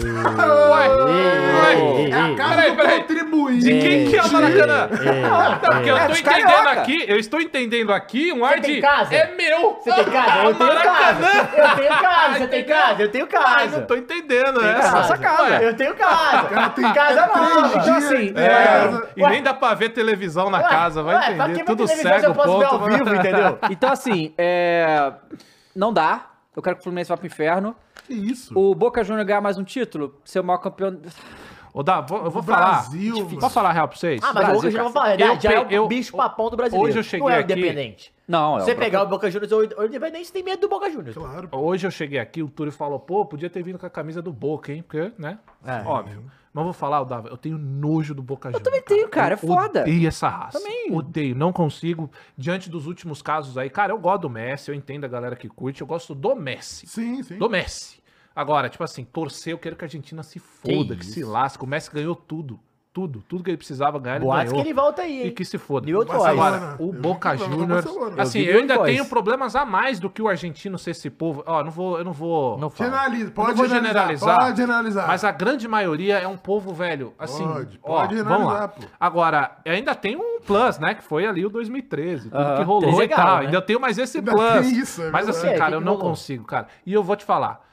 Speaker 5: Ué,
Speaker 4: Ei, ei,
Speaker 3: É a
Speaker 4: ei,
Speaker 3: casa
Speaker 5: Peraí,
Speaker 3: do
Speaker 5: peraí.
Speaker 3: contribuinte.
Speaker 5: De quem que é o Maracanã?
Speaker 4: ei,
Speaker 5: Não, porque eu
Speaker 2: É
Speaker 5: tô
Speaker 2: dos
Speaker 5: entendendo
Speaker 2: carioca.
Speaker 5: aqui, eu estou entendendo aqui um ar
Speaker 4: tem
Speaker 5: de...
Speaker 4: casa?
Speaker 5: É meu!
Speaker 4: Você tem casa? Eu tenho casa. Eu tenho casa. Você tem casa? Eu tenho
Speaker 5: Ai,
Speaker 4: casa.
Speaker 5: não tô entendendo, né?
Speaker 2: casa. Nossa casa.
Speaker 4: Eu tenho casa.
Speaker 3: Cara, tem
Speaker 4: Casa
Speaker 3: três
Speaker 4: nova.
Speaker 3: dias
Speaker 2: Então, assim,
Speaker 3: em
Speaker 5: É,
Speaker 3: casa.
Speaker 5: e nem dá pra ver televisão na casa, vai
Speaker 4: Ué, pra
Speaker 5: entender,
Speaker 4: que
Speaker 5: tudo
Speaker 4: ver televisão se
Speaker 5: cego,
Speaker 4: eu posso ver
Speaker 5: ponto.
Speaker 4: ao vivo, entendeu?
Speaker 2: Então, assim, é... não dá. Eu quero que o Fluminense vá pro inferno.
Speaker 3: Que isso?
Speaker 2: O Boca Juniors ganhar mais um título, ser o maior campeão...
Speaker 5: Ô, Dá, vou- eu vou
Speaker 3: O
Speaker 5: falar.
Speaker 3: Brasil,
Speaker 5: Difícil.
Speaker 3: mano.
Speaker 5: Posso falar a real pra vocês?
Speaker 4: Ah, mas
Speaker 2: Brasil,
Speaker 4: o Boca Juniors,
Speaker 2: cara.
Speaker 4: vamos falar,
Speaker 5: Eu
Speaker 4: já é
Speaker 5: pe- eu-
Speaker 4: o bicho papão do brasileiro.
Speaker 5: hoje eu cheguei
Speaker 4: Não é o
Speaker 5: aqui-
Speaker 4: Independente.
Speaker 2: Não, é
Speaker 4: Você
Speaker 2: o
Speaker 4: pegar o Boca Juniors ou o Independente, tem medo do Boca Juniors.
Speaker 3: Claro.
Speaker 5: Hoje eu cheguei aqui, o Túlio falou, pô, podia ter vindo com a camisa do Boca, hein? Porque, né?
Speaker 4: É.
Speaker 5: Óbvio. Mas vou falar, Dava, eu tenho nojo do Boca Juniors. Eu
Speaker 2: também tenho, cara, é foda.
Speaker 5: Odeio essa raça.
Speaker 2: Também.
Speaker 5: Odeio, não consigo. Diante dos últimos casos aí, cara, eu gosto do Messi, eu entendo a galera que curte, eu gosto do Messi.
Speaker 3: Sim, sim.
Speaker 5: Do Messi. Agora, tipo assim, torcer, eu quero que a Argentina se foda, que,
Speaker 4: isso?
Speaker 5: se lasque. O Messi ganhou tudo. Tudo. Tudo que ele precisava ganhar, ele
Speaker 4: Boatos que
Speaker 5: ganhou.
Speaker 4: ele volta aí,
Speaker 5: E
Speaker 4: hein?
Speaker 5: que se foda.
Speaker 4: New Old
Speaker 5: Agora,
Speaker 3: Boys.
Speaker 5: o
Speaker 3: Eu
Speaker 5: Boca
Speaker 3: vi que vai no
Speaker 5: Juniors...
Speaker 3: Barcelona.
Speaker 5: Assim,
Speaker 4: Eu vi
Speaker 5: eu
Speaker 4: New
Speaker 5: ainda
Speaker 4: Old
Speaker 5: tenho
Speaker 4: Boys.
Speaker 5: problemas a mais do que o argentino ser esse povo. Ó, não vou... Eu não vou...
Speaker 4: Não fala.
Speaker 3: Generaliza,
Speaker 5: eu não
Speaker 3: pode
Speaker 5: vou
Speaker 3: generalizar.
Speaker 5: generalizar,
Speaker 3: Pode generalizar.
Speaker 5: mas a grande maioria é um povo velho. Assim,
Speaker 3: Pode,
Speaker 5: ó,
Speaker 3: pode
Speaker 5: vamos lá.
Speaker 3: generalizar, pô.
Speaker 5: Agora, ainda tem um plus, né? Que foi ali o dois mil e treze, tudo
Speaker 2: Aham.
Speaker 5: que rolou
Speaker 4: treze é
Speaker 5: e tal.
Speaker 4: legal, né?
Speaker 5: Ainda tenho mais esse
Speaker 3: Ainda
Speaker 5: plus.
Speaker 3: tem isso, é
Speaker 5: mas
Speaker 3: verdade.
Speaker 5: assim,
Speaker 4: É,
Speaker 5: cara,
Speaker 4: que
Speaker 5: eu
Speaker 4: que
Speaker 5: não
Speaker 4: rolou?
Speaker 5: consigo, cara. E eu vou te falar.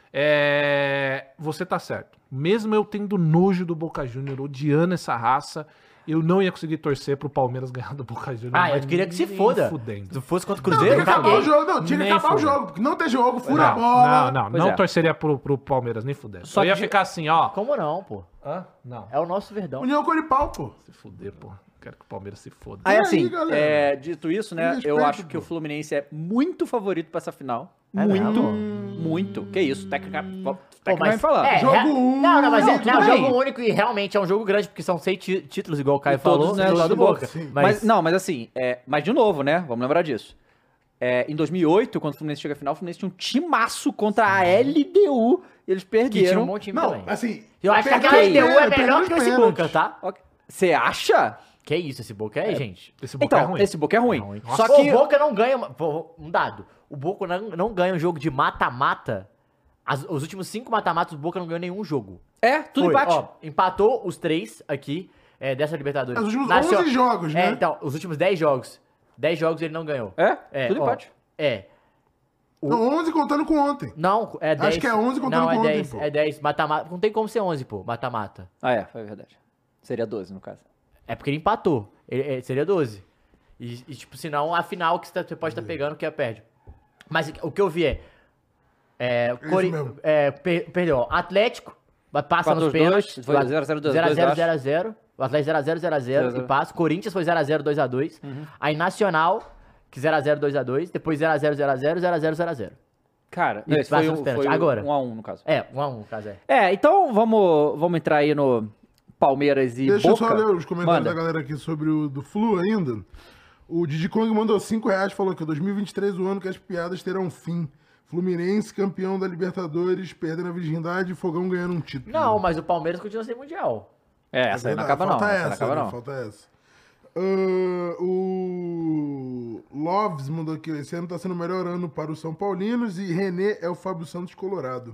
Speaker 5: É... Você tá certo. Mesmo eu tendo nojo do Boca Juniors, odiando essa raça, eu não ia conseguir torcer pro Palmeiras ganhar do Boca Juniors.
Speaker 4: Ah, eu
Speaker 5: mas
Speaker 4: queria que se
Speaker 5: nem
Speaker 4: foda.
Speaker 5: fudendo.
Speaker 4: Se fosse contra o
Speaker 3: Não, tinha
Speaker 4: Cruzeiro,
Speaker 3: que acabar
Speaker 4: caguei.
Speaker 3: o jogo. Não, tinha que
Speaker 5: Nem
Speaker 3: acabar o
Speaker 5: fudendo.
Speaker 3: jogo. Porque não tem jogo, fura a
Speaker 5: Não,
Speaker 3: bola.
Speaker 5: não, não,
Speaker 2: Pois
Speaker 5: não
Speaker 2: é.
Speaker 5: torceria pro, pro Palmeiras, nem fudendo.
Speaker 2: Só
Speaker 5: eu ia
Speaker 2: que-
Speaker 5: ficar assim, ó.
Speaker 4: Como não, pô?
Speaker 5: Hã? Não.
Speaker 4: É o nosso Verdão.
Speaker 3: União Coripau, pô.
Speaker 5: Se fuder, pô. Quero que o Palmeiras se foda.
Speaker 2: Aí,
Speaker 3: E aí,
Speaker 2: assim,
Speaker 3: galera?
Speaker 2: é, dito isso, né,
Speaker 3: Respeito,
Speaker 2: eu acho que
Speaker 3: pô.
Speaker 2: o Fluminense é muito favorito pra essa final.
Speaker 4: É
Speaker 2: muito,
Speaker 4: mesmo?
Speaker 2: muito. Que isso, técnica,
Speaker 4: Pô,
Speaker 2: tecnicamente falando.
Speaker 4: é,
Speaker 3: Jogo
Speaker 4: rea-
Speaker 3: único.
Speaker 4: Não, não, mas é,
Speaker 2: tudo
Speaker 4: não,
Speaker 2: bem.
Speaker 4: jogo único e realmente é um jogo grande, porque são seis tí- títulos, igual o Caio
Speaker 2: E todos,
Speaker 4: falou,
Speaker 2: né,
Speaker 4: do lado do
Speaker 2: do
Speaker 4: Boca.
Speaker 3: Sim.
Speaker 2: Mas,
Speaker 4: Mas,
Speaker 2: não, mas assim, é, mas de novo, né, vamos lembrar disso. É, em dois mil e oito, quando o Fluminense chega à final, o Fluminense tinha um timaço contra a L D U e eles
Speaker 4: que tinha
Speaker 2: perderam.
Speaker 4: um bom time
Speaker 3: Não,
Speaker 4: também.
Speaker 3: assim...
Speaker 4: Eu acho que
Speaker 3: perdeu
Speaker 4: aquela
Speaker 3: os
Speaker 4: L D U é
Speaker 3: pênaltis,
Speaker 4: melhor
Speaker 3: perdeu
Speaker 4: que
Speaker 3: os
Speaker 4: esse
Speaker 3: pênaltis.
Speaker 4: Boca, tá?
Speaker 2: Ok. Você acha?
Speaker 4: Que isso, esse Boca é, gente.
Speaker 5: Esse Boca é
Speaker 2: Então,
Speaker 5: ruim.
Speaker 2: esse Boca é ruim.
Speaker 4: É ruim.
Speaker 2: Só
Speaker 4: Pô,
Speaker 2: que...
Speaker 4: o Boca não ganha. uma- pô, Um dado. O Boca não, não ganha um jogo de mata-mata. As- Os últimos cinco mata-matas, o Boca não ganhou nenhum jogo.
Speaker 2: É, tudo
Speaker 4: Foi,
Speaker 2: empate.
Speaker 4: ó, empatou os três aqui. é, dessa Libertadores.
Speaker 3: Os últimos
Speaker 4: Nacio-
Speaker 3: onze jogos, né?
Speaker 4: É, então, os últimos dez jogos. dez jogos ele não ganhou.
Speaker 2: É?
Speaker 4: É,
Speaker 2: Tudo
Speaker 4: ó,
Speaker 2: empate.
Speaker 4: É. O-
Speaker 3: Não, onze contando com ontem.
Speaker 4: Não, é dez.
Speaker 3: Acho que é onze contando
Speaker 4: não,
Speaker 3: com
Speaker 4: é
Speaker 3: ontem,
Speaker 4: dez,
Speaker 3: pô.
Speaker 4: é dez. Mata-mata. Não tem como ser onze, pô. Mata-mata.
Speaker 2: Ah, é, foi verdade. Seria doze, no caso.
Speaker 4: É porque ele empatou. Ele, ele- seria doze. E, e, tipo, senão a final que você, tá- você pode estar pegando, que é perde. Mas o que eu vi é. É, Cori-
Speaker 3: mesmo.
Speaker 4: é, per- perdeu, ó, Atlético passa
Speaker 2: Quatro
Speaker 4: nos
Speaker 2: dos
Speaker 4: pênaltis.
Speaker 2: dois, foi zero a zero, dois a
Speaker 4: zero a
Speaker 2: dois,
Speaker 4: zero,
Speaker 2: eu
Speaker 4: zero a zero. O Atlético zero a zero, zero a zero
Speaker 2: zero a zero.
Speaker 4: e passa. Corinthians foi zero a zero, dois a dois. Aí Nacional, que zero a zero, dois a dois. Depois zero a zero, zero a zero, zero a zero, zero a zero.
Speaker 2: Cara,
Speaker 4: E
Speaker 2: esse
Speaker 4: passa
Speaker 2: foi,
Speaker 4: nos
Speaker 2: um,
Speaker 4: pênaltis.
Speaker 2: foi
Speaker 4: Agora.
Speaker 2: um a um, no caso.
Speaker 4: É, um a um, no caso é.
Speaker 2: É, então vamos, vamos entrar aí no Palmeiras e
Speaker 3: Deixa
Speaker 2: Boca.
Speaker 3: eu só ler os comentários
Speaker 2: Manda.
Speaker 3: da galera aqui sobre o do Flu ainda. O Didi Kong mandou cinco reais, falou que dois mil e vinte e três o ano que as piadas terão fim. Fluminense, campeão da Libertadores, perdendo a virgindade e Fogão ganhando um título.
Speaker 4: Não, mas o Palmeiras continua sem Mundial.
Speaker 2: É, essa aí não
Speaker 3: Verdade,
Speaker 2: acaba não.
Speaker 3: falta
Speaker 2: Essa não
Speaker 3: essa,
Speaker 2: acaba
Speaker 3: né?
Speaker 2: não.
Speaker 3: Falta essa. Ah, o Loves mandou aqui, esse ano tá sendo o melhor ano para os São Paulinos e René é o Fábio Santos Colorado.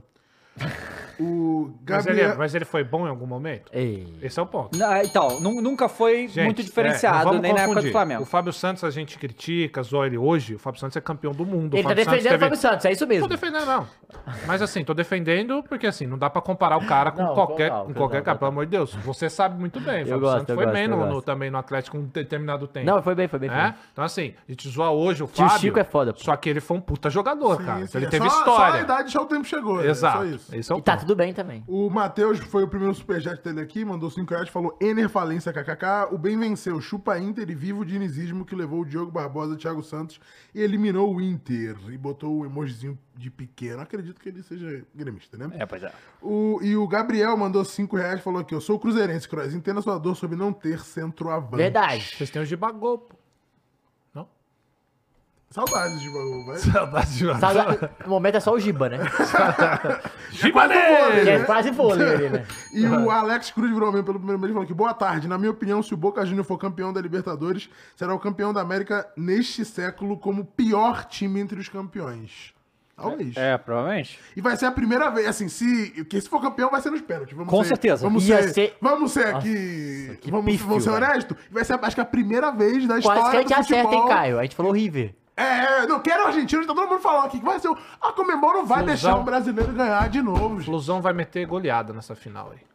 Speaker 3: O
Speaker 5: Mas ele,
Speaker 3: Gabriel...
Speaker 5: mas ele foi bom em algum momento?
Speaker 4: Ei.
Speaker 5: Esse é o ponto.
Speaker 2: Não, então, nu- nunca foi
Speaker 5: Gente,
Speaker 2: muito
Speaker 5: é,
Speaker 2: diferenciado,
Speaker 5: não vamos
Speaker 2: nem na época do
Speaker 5: confundir.
Speaker 2: Flamengo.
Speaker 5: O Fábio Santos a gente critica, zoa ele hoje. O Fábio Santos é campeão do mundo.
Speaker 4: Ele
Speaker 5: o
Speaker 4: tá
Speaker 5: Fábio Santos
Speaker 4: defendendo o
Speaker 5: teve-
Speaker 4: Fábio Santos, é isso mesmo.
Speaker 5: Tô defendendo, não. Mas assim, tô defendendo porque assim, não dá pra comparar o cara com
Speaker 4: Não,
Speaker 5: qualquer,
Speaker 4: total,
Speaker 5: com
Speaker 4: total,
Speaker 5: qualquer cara,
Speaker 4: total.
Speaker 5: pelo amor de Deus. Você sabe muito bem. O
Speaker 4: Eu
Speaker 5: Fábio
Speaker 4: gosto,
Speaker 5: Santos
Speaker 4: eu
Speaker 5: foi
Speaker 4: gosto,
Speaker 5: bem
Speaker 4: eu
Speaker 5: no,
Speaker 4: gosto.
Speaker 5: no- também no Atlético um determinado tempo.
Speaker 4: Não, foi bem, foi bem. Foi
Speaker 5: É?
Speaker 4: bem.
Speaker 5: Então assim, a gente zoa hoje o
Speaker 4: Tio
Speaker 5: Fábio.
Speaker 4: Chico é foda, pô.
Speaker 5: Só que ele foi um puta jogador,
Speaker 3: Sim,
Speaker 5: cara.
Speaker 3: sim,
Speaker 5: Então ele
Speaker 3: é
Speaker 5: teve
Speaker 3: só,
Speaker 5: história.
Speaker 3: Só a idade já o tempo chegou. né?
Speaker 5: Exato.
Speaker 3: É só isso.
Speaker 5: Esse é o
Speaker 4: E tá
Speaker 5: ponto.
Speaker 4: tudo bem também.
Speaker 3: O Matheus foi o primeiro superchat dele aqui, mandou cinco reais, falou Ener Falência, kkk. O bem venceu, chupa Inter e viva o dinizismo que levou o Diogo Barbosa, Thiago Santos e eliminou o Inter. E botou o emojizinho de pequeno. Acredito que ele seja gremista, né?
Speaker 2: É, pois é.
Speaker 3: O, e o Gabriel mandou cinco reais, falou aqui, eu sou cruzeirense, Croz. Entenda sua dor sobre não ter centroavante.
Speaker 4: Verdade.
Speaker 5: Vocês têm o Gibagol, pô. Não?
Speaker 3: Saudades de bagulho, vai.
Speaker 5: Saudades de
Speaker 4: Sabe, no momento é só o Giba, né?
Speaker 5: Gibanê!
Speaker 4: Que é quase vôlei ali, né?
Speaker 3: E o Alex Cruz virou mesmo pelo primeiro mês e falou que boa tarde. Na minha opinião, se o Boca Juniors for campeão da Libertadores, será o campeão da América neste século como o pior time entre os campeões. Talvez.
Speaker 2: É, provavelmente.
Speaker 3: E vai ser a primeira vez, assim, se, que se for campeão vai ser nos pênaltis. Vamos
Speaker 2: Com
Speaker 3: ser-
Speaker 2: certeza.
Speaker 3: Vamos
Speaker 4: Ia
Speaker 3: ser,
Speaker 4: ser-
Speaker 3: vamos ser aqui,
Speaker 4: que
Speaker 3: vamos,
Speaker 4: pífio,
Speaker 3: vamos ser
Speaker 4: velho.
Speaker 3: honestos. Vai ser, acho que a primeira vez da história
Speaker 4: Quase que a gente
Speaker 3: do
Speaker 4: acerta,
Speaker 3: futebol.
Speaker 4: hein, Caio? A gente falou River.
Speaker 3: É, não quero argentino, tá todo mundo falando aqui que vai ser o... A Comembol não vai
Speaker 5: Flusão.
Speaker 3: deixar o brasileiro ganhar de novo,
Speaker 5: O
Speaker 3: gente.
Speaker 5: Flusão vai meter goleada nessa final aí.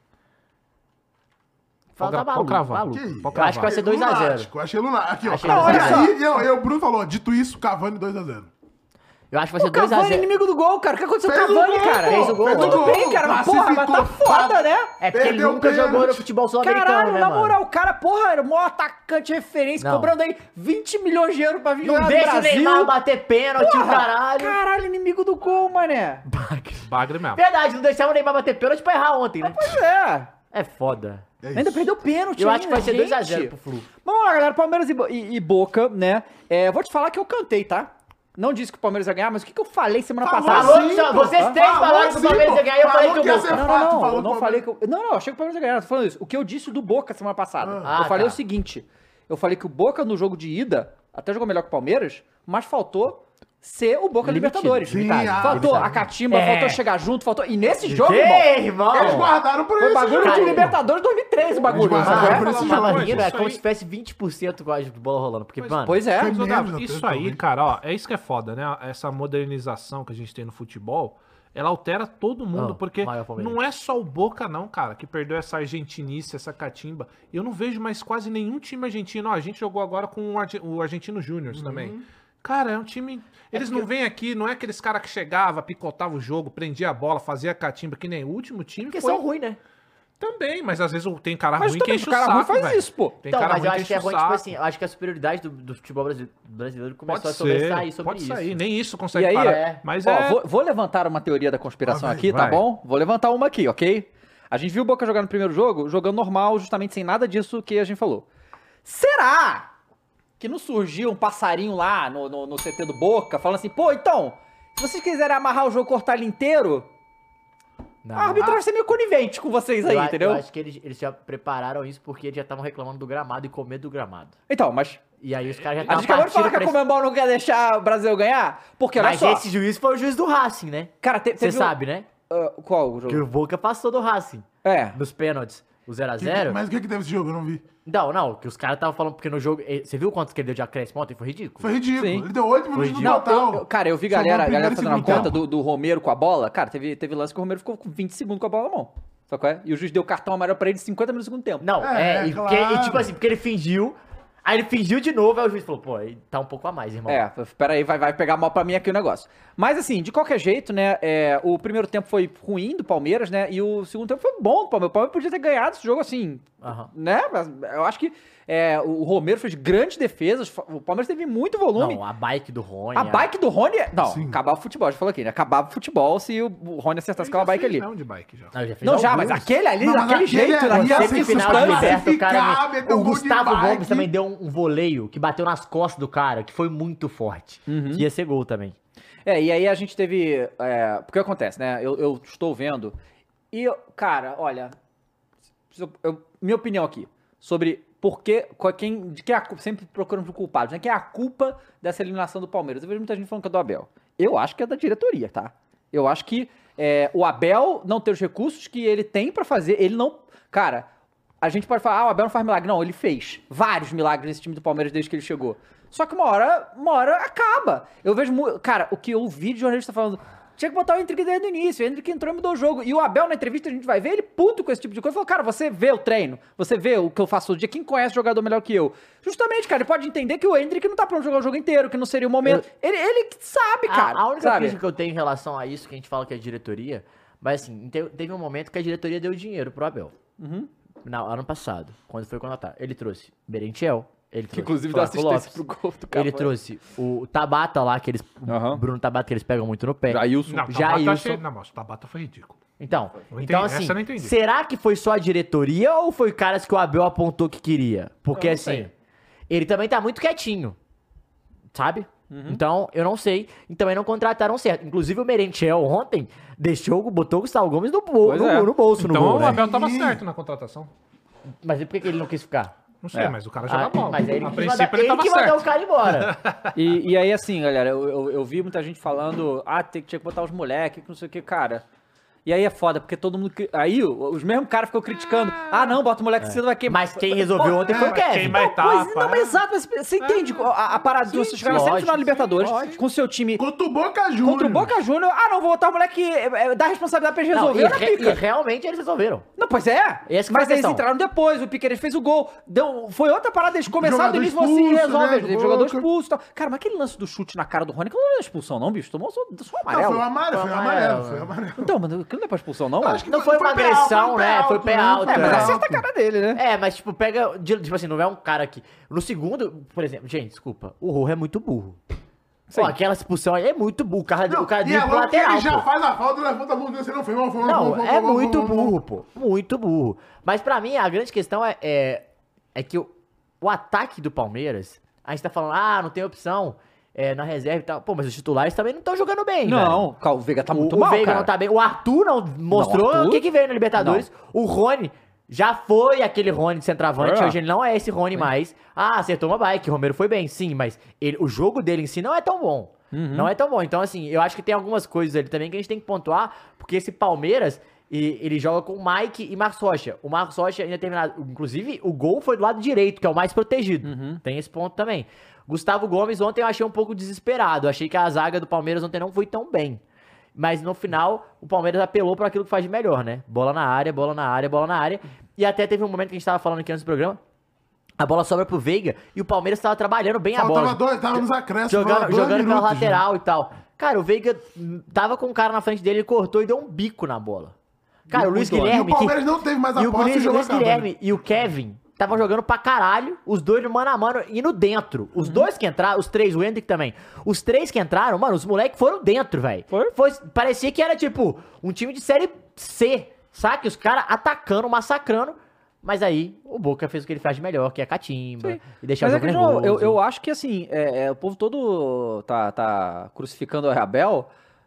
Speaker 4: Fala, tá
Speaker 5: Pode
Speaker 4: maluco,
Speaker 5: cravar.
Speaker 4: maluco.
Speaker 3: Que isso?
Speaker 5: Pode
Speaker 4: Eu acho que vai ser dois a zero.
Speaker 3: Lunático, achei lunático. Aqui, ó.
Speaker 4: Achei
Speaker 3: Não, olha
Speaker 4: lunático.
Speaker 3: aí, eu, eu, o Bruno falou, dito isso, Cavani dois a zero.
Speaker 4: Eu acho que vai ser
Speaker 2: O
Speaker 4: dois a
Speaker 2: Cavani é
Speaker 4: zero.
Speaker 2: inimigo do gol, cara. O que aconteceu com o
Speaker 3: Fez o
Speaker 2: Cavani,
Speaker 3: gol,
Speaker 2: cara?
Speaker 3: pô,
Speaker 4: Fez o gol,
Speaker 3: fez
Speaker 4: tudo
Speaker 2: Tudo bem, cara, mas porra, mas tá
Speaker 3: classificou.
Speaker 2: foda, né?
Speaker 4: É porque ele
Speaker 3: Perdeu
Speaker 4: nunca
Speaker 3: o
Speaker 4: jogou
Speaker 3: pênalti.
Speaker 4: no futebol sul-americano,
Speaker 2: Caralho,
Speaker 4: né,
Speaker 2: na
Speaker 4: mano?
Speaker 2: moral, o cara, porra, era o maior atacante referência,
Speaker 4: Não.
Speaker 2: cobrando aí vinte milhões de euros pra vir
Speaker 4: Não
Speaker 2: jogar no
Speaker 4: deixa o
Speaker 2: Brasil.
Speaker 4: Neymar bater pênalti, o
Speaker 2: Porra,
Speaker 4: caralho.
Speaker 2: Caralho, inimigo do gol, mané.
Speaker 5: Bagre mesmo.
Speaker 4: Verdade, não deixava o Neymar bater pênalti pra errar ontem, né?
Speaker 2: Pois é.
Speaker 4: É foda.
Speaker 3: É
Speaker 2: Ainda
Speaker 3: isso.
Speaker 2: perdeu pênalti
Speaker 4: Eu
Speaker 2: ainda,
Speaker 4: acho que vai ser dois a
Speaker 2: gente.
Speaker 4: zero pro Flu.
Speaker 2: Vamos lá, galera. Palmeiras e, Bo- e- e Boca, né? É, vou te falar que eu cantei, tá? Não disse que o Palmeiras ia ganhar, mas o que, que eu falei semana
Speaker 3: Falou
Speaker 2: passada?
Speaker 4: Falou
Speaker 3: sim,
Speaker 4: que só-
Speaker 3: pô.
Speaker 4: vocês três
Speaker 3: Falou
Speaker 4: falaram que o
Speaker 3: sim,
Speaker 4: Palmeiras ia
Speaker 3: pô.
Speaker 4: ganhar, eu falei
Speaker 3: Falou
Speaker 4: que o
Speaker 3: que ia
Speaker 4: Boca.
Speaker 3: ser
Speaker 2: Não,
Speaker 3: fato,
Speaker 2: não, não.
Speaker 3: falou
Speaker 2: Eu não
Speaker 3: que
Speaker 2: falei que eu. Não, não, achei que o Palmeiras ia ganhar. Não tô falando isso. O que eu disse do Boca semana passada.
Speaker 4: Ah,
Speaker 2: eu falei
Speaker 4: tá.
Speaker 2: o seguinte: eu falei que o Boca no jogo de ida até jogou melhor que o Palmeiras, mas faltou ser o Boca
Speaker 4: Limitido.
Speaker 2: Libertadores.
Speaker 3: Sim,
Speaker 2: Limitado.
Speaker 3: ah,
Speaker 2: faltou
Speaker 4: limitado.
Speaker 2: a catimba,
Speaker 4: É.
Speaker 2: faltou chegar junto, faltou. E nesse jogo,
Speaker 4: Que,
Speaker 2: irmão,
Speaker 4: irmão?
Speaker 3: Eles guardaram por
Speaker 2: foi
Speaker 3: isso.
Speaker 2: bagulho
Speaker 3: jogo.
Speaker 2: de Libertadores dois mil e três o bagulho.
Speaker 3: Eles
Speaker 2: sabe?
Speaker 3: guardaram
Speaker 2: É?
Speaker 3: por esse
Speaker 5: Fala,
Speaker 3: jogo.
Speaker 5: fala,
Speaker 4: Imagina, é
Speaker 5: isso
Speaker 4: como
Speaker 5: aí-
Speaker 4: se tivesse vinte por cento quase de bola rolando. Porque, mano,
Speaker 2: Pois é.
Speaker 3: Foi
Speaker 5: Mas,
Speaker 3: menos,
Speaker 5: Otávio,
Speaker 3: até,
Speaker 5: isso aí,
Speaker 3: talvez.
Speaker 5: cara, ó, é isso que é foda, né? Essa modernização que a gente tem no futebol, ela altera todo mundo,
Speaker 4: Ah,
Speaker 5: porque
Speaker 4: maior Palmeiras.
Speaker 5: não é só o Boca, não, cara, que perdeu essa argentinice, essa catimba. Eu não vejo mais quase nenhum time argentino. Ó, a gente jogou agora com o, Arge- o Argentino Júnior
Speaker 3: Uhum.
Speaker 5: também. Cara, é um time. Eles não vêm aqui, não é aqueles caras que chegava, picotava o jogo, prendia a bola, fazia a catimba, que nem o último time.
Speaker 4: porque
Speaker 5: foi
Speaker 4: são ruins, né?
Speaker 5: também, mas às vezes tem cara
Speaker 2: Mas
Speaker 5: ruim que
Speaker 2: também,
Speaker 5: enche
Speaker 2: o cara
Speaker 5: o saco.
Speaker 2: ruim faz
Speaker 5: velho.
Speaker 2: isso, pô.
Speaker 5: Tem
Speaker 4: Então,
Speaker 5: cara
Speaker 4: mas eu
Speaker 5: ruim
Speaker 4: acho que é
Speaker 5: enche o
Speaker 4: ruim, tipo
Speaker 5: saco.
Speaker 4: assim, eu acho que a superioridade do, do futebol brasi- brasileiro começou
Speaker 5: Pode
Speaker 4: a sobressair
Speaker 5: ser,
Speaker 4: sobre
Speaker 5: pode
Speaker 4: isso.
Speaker 5: sair, nem isso consegue
Speaker 2: E aí,
Speaker 5: parar.
Speaker 4: é.
Speaker 5: Mas
Speaker 2: Ó,
Speaker 5: é...
Speaker 2: vou, vou levantar uma teoria da conspiração
Speaker 3: Ah, vai,
Speaker 2: aqui, tá
Speaker 5: vai.
Speaker 2: bom? Vou levantar uma aqui, ok? A gente viu o Boca jogar no primeiro jogo, jogando normal, justamente sem nada disso que a gente falou. Será que não surgiu um passarinho lá no, no, no C T do Boca, falando assim, pô, então, se vocês quiserem amarrar o jogo e cortar ele inteiro,
Speaker 4: Não.
Speaker 2: a arbitragem vai ser meio conivente com vocês aí,
Speaker 4: eu, a-
Speaker 2: entendeu?
Speaker 4: Eu acho que eles, eles já prepararam isso porque eles já estavam reclamando do gramado e com medo do gramado.
Speaker 2: Então, mas
Speaker 4: E aí os caras já
Speaker 2: a
Speaker 4: estavam
Speaker 2: gente acabou de falar
Speaker 4: partindo
Speaker 2: que a
Speaker 4: pra esse...
Speaker 2: Comembol não quer deixar o Brasil ganhar, porque olha
Speaker 4: Mas
Speaker 2: só,
Speaker 4: esse juiz foi o juiz do Racing, né?
Speaker 2: cara, te,
Speaker 4: Você
Speaker 2: teve um-
Speaker 4: sabe, né?
Speaker 2: Ah, qual o
Speaker 4: Que
Speaker 2: jogo?
Speaker 4: o Boca passou do Racing
Speaker 2: É,
Speaker 4: nos pênaltis. o zero a zero.
Speaker 3: Mas o que que teve esse jogo? Eu não vi.
Speaker 4: Não, não, que os caras estavam falando, porque no jogo... Você viu quantos que ele deu de acréscimo ontem? Foi ridículo.
Speaker 3: Foi ridículo.
Speaker 2: Sim.
Speaker 3: Ele deu oito minutos no
Speaker 2: Não,
Speaker 3: total.
Speaker 2: eu- eu- cara, eu vi
Speaker 3: Só
Speaker 2: galera,
Speaker 3: no
Speaker 2: a galera
Speaker 3: primeiro e
Speaker 2: fazendo a
Speaker 3: segundo
Speaker 2: conta
Speaker 3: tempo.
Speaker 2: do, do Romero com a bola. Cara, teve, teve lance que o Romero ficou com vinte segundos com a bola na mão. Sabe qual é? E o juiz deu cartão amarelo pra ele de cinquenta minutos no segundo tempo.
Speaker 4: Não,
Speaker 3: É,
Speaker 4: é, e,
Speaker 3: claro.
Speaker 4: porque, e tipo assim, porque ele fingiu, aí ele fingiu de novo, aí o juiz falou, pô, aí tá um pouco a mais, irmão.
Speaker 2: É, pera aí, vai, vai pegar mal pra mim aqui o negócio. Mas assim, de qualquer jeito, né, é, o primeiro tempo foi ruim do Palmeiras, né, e o segundo tempo foi bom do Palmeiras. O Palmeiras podia ter ganhado esse jogo assim,
Speaker 4: Aham.
Speaker 2: né, mas eu acho que é, o Romero fez grandes defesas, o Palmeiras teve muito volume.
Speaker 4: Não, a bike do Rony.
Speaker 2: A bike do Rony, não,
Speaker 3: Sim.
Speaker 2: acabava o futebol, a gente falou aqui, né, acabava o futebol se o Rony acertasse aquela bike ali.
Speaker 5: Não, de bike já.
Speaker 4: Não, já fez
Speaker 2: Não, já,
Speaker 4: alguns.
Speaker 2: mas aquele ali,
Speaker 3: Não, mas
Speaker 2: daquele
Speaker 3: aquele
Speaker 2: jeito,
Speaker 3: ali
Speaker 2: daquele
Speaker 3: ia
Speaker 4: Sempre
Speaker 3: ser
Speaker 4: final de
Speaker 3: substância.
Speaker 4: liberta, o cara...
Speaker 3: Ficar,
Speaker 4: me-
Speaker 3: meteu
Speaker 4: O
Speaker 3: um gol de
Speaker 4: Gustavo
Speaker 3: bike.
Speaker 4: Gomes também deu um, um voleio que bateu nas costas do cara, que foi muito forte.
Speaker 2: Uhum.
Speaker 4: Que ia ser gol também.
Speaker 2: É, e aí a gente teve. É, porque acontece, né? Eu, eu estou vendo. E, eu- cara, olha. eu- eu- minha opinião aqui sobre por que. qual- Quem, de quem é a culpa. Sempre procurando por culpados, né? Quem é a culpa dessa eliminação do Palmeiras? Eu vejo muita gente falando que é do Abel. Eu acho que é da diretoria, tá? Eu acho que é, o Abel não tem os recursos que ele tem pra fazer. Ele não. Cara, a gente pode falar, ah, o Abel não faz milagre. Não, ele fez vários milagres nesse time do Palmeiras desde que ele chegou. Só que uma hora, uma hora acaba. Eu vejo muito. Cara, o que eu vi de jornalista falando. Tinha que botar o Henrique desde o início. O Henrique entrou e mudou o jogo. E o Abel, na entrevista, a gente vai ver ele puto com esse tipo de coisa. Falou, cara, você vê o treino, você vê o que eu faço todo dia. Quem conhece o jogador melhor que eu? Justamente, cara, ele pode entender que o Henrique não tá pronto jogar o jogo inteiro, que não seria o momento. Ele, ele que sabe, cara.
Speaker 4: A, a única
Speaker 2: sabe?
Speaker 4: crítica que eu tenho em relação a isso, que a gente fala que é diretoria, mas assim, te- teve um momento que a diretoria deu dinheiro pro Abel.
Speaker 2: Uhum.
Speaker 4: Não, ano passado, quando foi contratar. Ele trouxe Merentiel. Ele
Speaker 2: Que
Speaker 4: trouxe
Speaker 2: inclusive deu
Speaker 4: Flávio
Speaker 2: assistência
Speaker 4: Lopes,
Speaker 2: pro gol do cara.
Speaker 4: Ele trouxe o Tabata lá, que eles.
Speaker 2: Aham.
Speaker 4: O Bruno Tabata, que eles pegam muito no pé.
Speaker 2: Jailson.
Speaker 5: Não,
Speaker 4: Já
Speaker 5: Tabata
Speaker 4: Ilson.
Speaker 5: achei... Não, mas o Tabata foi ridículo.
Speaker 4: Então,
Speaker 5: Eu
Speaker 4: então
Speaker 5: entendi,
Speaker 4: assim,
Speaker 5: essa eu não entendi.
Speaker 4: será que foi só a diretoria ou foi caras que o Abel apontou que queria? Porque
Speaker 2: Eu não
Speaker 4: assim,
Speaker 2: sei.
Speaker 4: ele também tá muito quietinho, sabe?
Speaker 2: Uhum.
Speaker 4: Então, eu não sei. E também não contrataram certo. Inclusive o Merentiel ontem deixou, botou o Gustavo Gomes no, bol-
Speaker 2: Pois
Speaker 4: no,
Speaker 2: é.
Speaker 4: no bolso, no
Speaker 5: Então
Speaker 4: gol,
Speaker 5: o
Speaker 4: né?
Speaker 5: Abel tava certo na contratação.
Speaker 4: Mas e por que que ele não quis ficar?
Speaker 5: Não sei,
Speaker 2: É.
Speaker 5: mas o cara joga
Speaker 4: Ah,
Speaker 5: mal.
Speaker 4: mas aí ele
Speaker 5: A
Speaker 4: quis
Speaker 5: princípio
Speaker 4: mandar,
Speaker 5: ele
Speaker 4: ele
Speaker 5: tava
Speaker 4: que mandou
Speaker 5: certo.
Speaker 4: o cara embora.
Speaker 2: E, e aí, assim, galera, eu, eu, eu vi muita gente falando, ah, tem, tinha que botar os moleques, que não sei o que, cara. E aí é foda, porque todo mundo. cri- Aí o- os mesmos caras ficam criticando, ah, não, bota o moleque cedo, vai queimar.
Speaker 4: Mas quem resolveu ontem foi o
Speaker 5: mas
Speaker 4: Kevin.
Speaker 5: quem vai-
Speaker 2: Pois,
Speaker 5: etapa,
Speaker 2: não, mas
Speaker 5: é.
Speaker 2: exato, mas você entende a, a parada de você chegar na
Speaker 4: lógico,
Speaker 2: semifinal da Libertadores
Speaker 4: sim,
Speaker 2: com o seu time
Speaker 3: Contra o Boca Juniors.
Speaker 2: contra o Boca Juniors, ah, não, vou botar o moleque, é, é, dá responsabilidade pra eles
Speaker 4: Não,
Speaker 2: resolver
Speaker 4: e,
Speaker 2: na
Speaker 4: re-
Speaker 2: pica.
Speaker 4: e realmente eles resolveram.
Speaker 2: Não, pois é.
Speaker 4: Essa que foi
Speaker 2: mas
Speaker 4: a
Speaker 2: eles
Speaker 4: questão.
Speaker 2: entraram depois, o Piqueires fez o gol. Deu, foi outra parada, eles começaram do
Speaker 3: Jogador
Speaker 2: início e assim,
Speaker 3: expulso,
Speaker 2: resolve.
Speaker 3: né,
Speaker 2: Teve
Speaker 3: do
Speaker 2: jogador
Speaker 3: Boca.
Speaker 2: expulso e tal. Cara, mas aquele lance do chute na cara do Rony, aquilo não era expulsão, não, bicho. Tomou só, só
Speaker 3: Não,
Speaker 2: amarelo.
Speaker 3: foi o amarelo, foi o amarelo, foi o amarelo.
Speaker 2: Então, mas aquilo não é pra expulsão, não?
Speaker 3: Acho que
Speaker 4: Não foi uma
Speaker 3: pé
Speaker 4: agressão,
Speaker 3: alto,
Speaker 4: né? Foi pé alto,
Speaker 2: É, mas
Speaker 4: É.
Speaker 2: acerta a cara dele, né?
Speaker 4: É, mas tipo, pega. de- Tipo assim, não é um cara que. No segundo, por exemplo, gente, desculpa, o Rojo é muito burro. Pô, aquela expulsão aí é muito burro. O cara,
Speaker 3: Não,
Speaker 4: o cara
Speaker 3: e
Speaker 4: drible
Speaker 3: é
Speaker 4: pro
Speaker 3: logo que
Speaker 4: lateral.
Speaker 3: ele já
Speaker 4: pô.
Speaker 3: faz a falta, levanta a mão dele, você não foi mal, foi mal,
Speaker 4: Não,
Speaker 3: foi mal,
Speaker 4: é
Speaker 3: foi mal,
Speaker 4: muito
Speaker 3: foi mal, foi mal.
Speaker 4: burro, pô. Muito burro. Mas pra mim, a grande questão é, é, é que o, o ataque do Palmeiras, a gente tá falando, ah, não tem opção é, na reserva e tal. Pô, mas os titulares também não estão jogando bem,
Speaker 2: Não,
Speaker 4: velho.
Speaker 2: o Veiga tá
Speaker 4: O,
Speaker 2: muito
Speaker 4: o
Speaker 2: mal,
Speaker 4: Veiga
Speaker 2: cara.
Speaker 4: não tá bem. O Arthur não mostrou
Speaker 2: Arthur-
Speaker 4: o que, que veio na Libertadores. O Rony já foi aquele Rony de centroavante,
Speaker 2: É.
Speaker 4: hoje ele não é esse Rony mais. Ah, acertou uma bike, o Romero foi bem, sim, mas ele, o jogo dele em si não é tão bom.
Speaker 2: Uhum.
Speaker 4: Não é tão bom. Então, assim, eu acho que tem algumas coisas ali também que a gente tem que pontuar, porque esse Palmeiras, e- ele joga com o Mike e Marcos Rocha. O Marcos Rocha, em determinado. Inclusive, o gol foi do lado direito, que é o mais protegido.
Speaker 2: Uhum.
Speaker 4: Tem esse ponto também. Gustavo Gomes, ontem eu achei um pouco desesperado. Eu achei que a zaga do Palmeiras ontem não foi tão bem. Mas no final, o Palmeiras apelou para aquilo que faz de melhor, né? Bola na área, bola na área, bola na área. E até teve um momento que a gente tava falando aqui antes do programa. A bola sobra pro Veiga e o Palmeiras tava trabalhando bem a bola.
Speaker 3: Faltava dois, tava nos acréscimos.
Speaker 4: Jogando,
Speaker 3: faltava dois
Speaker 4: jogando pela
Speaker 3: minutos,
Speaker 4: lateral e tal. Cara, o Veiga hum, tava com o cara na frente dele, ele cortou e deu um bico na bola. Cara, o Luiz
Speaker 2: Muito
Speaker 4: Guilherme...
Speaker 3: E o Palmeiras
Speaker 4: que-
Speaker 3: não teve mais a
Speaker 4: e o
Speaker 3: posse e
Speaker 4: Luiz,
Speaker 3: jogou
Speaker 4: Luiz
Speaker 3: acabando.
Speaker 4: Guilherme e o Kevin estavam jogando pra caralho, os dois no mano a mano, indo dentro. Os dois que entraram, os três, o Hendrick também. Os três que entraram, mano, os moleques foram dentro, velho.
Speaker 2: Foi?
Speaker 4: Foi, parecia que era, tipo, um time de Série C, saca? Os caras atacando, massacrando. Mas aí, o Boca fez o que ele faz de melhor, que é catimba,
Speaker 2: Sim.
Speaker 4: e deixar
Speaker 2: Mas
Speaker 4: o
Speaker 2: é
Speaker 4: jogo
Speaker 2: que, de novo,
Speaker 4: nervoso.
Speaker 2: eu, eu acho que assim, é, é, o povo todo tá, tá crucificando o Abel.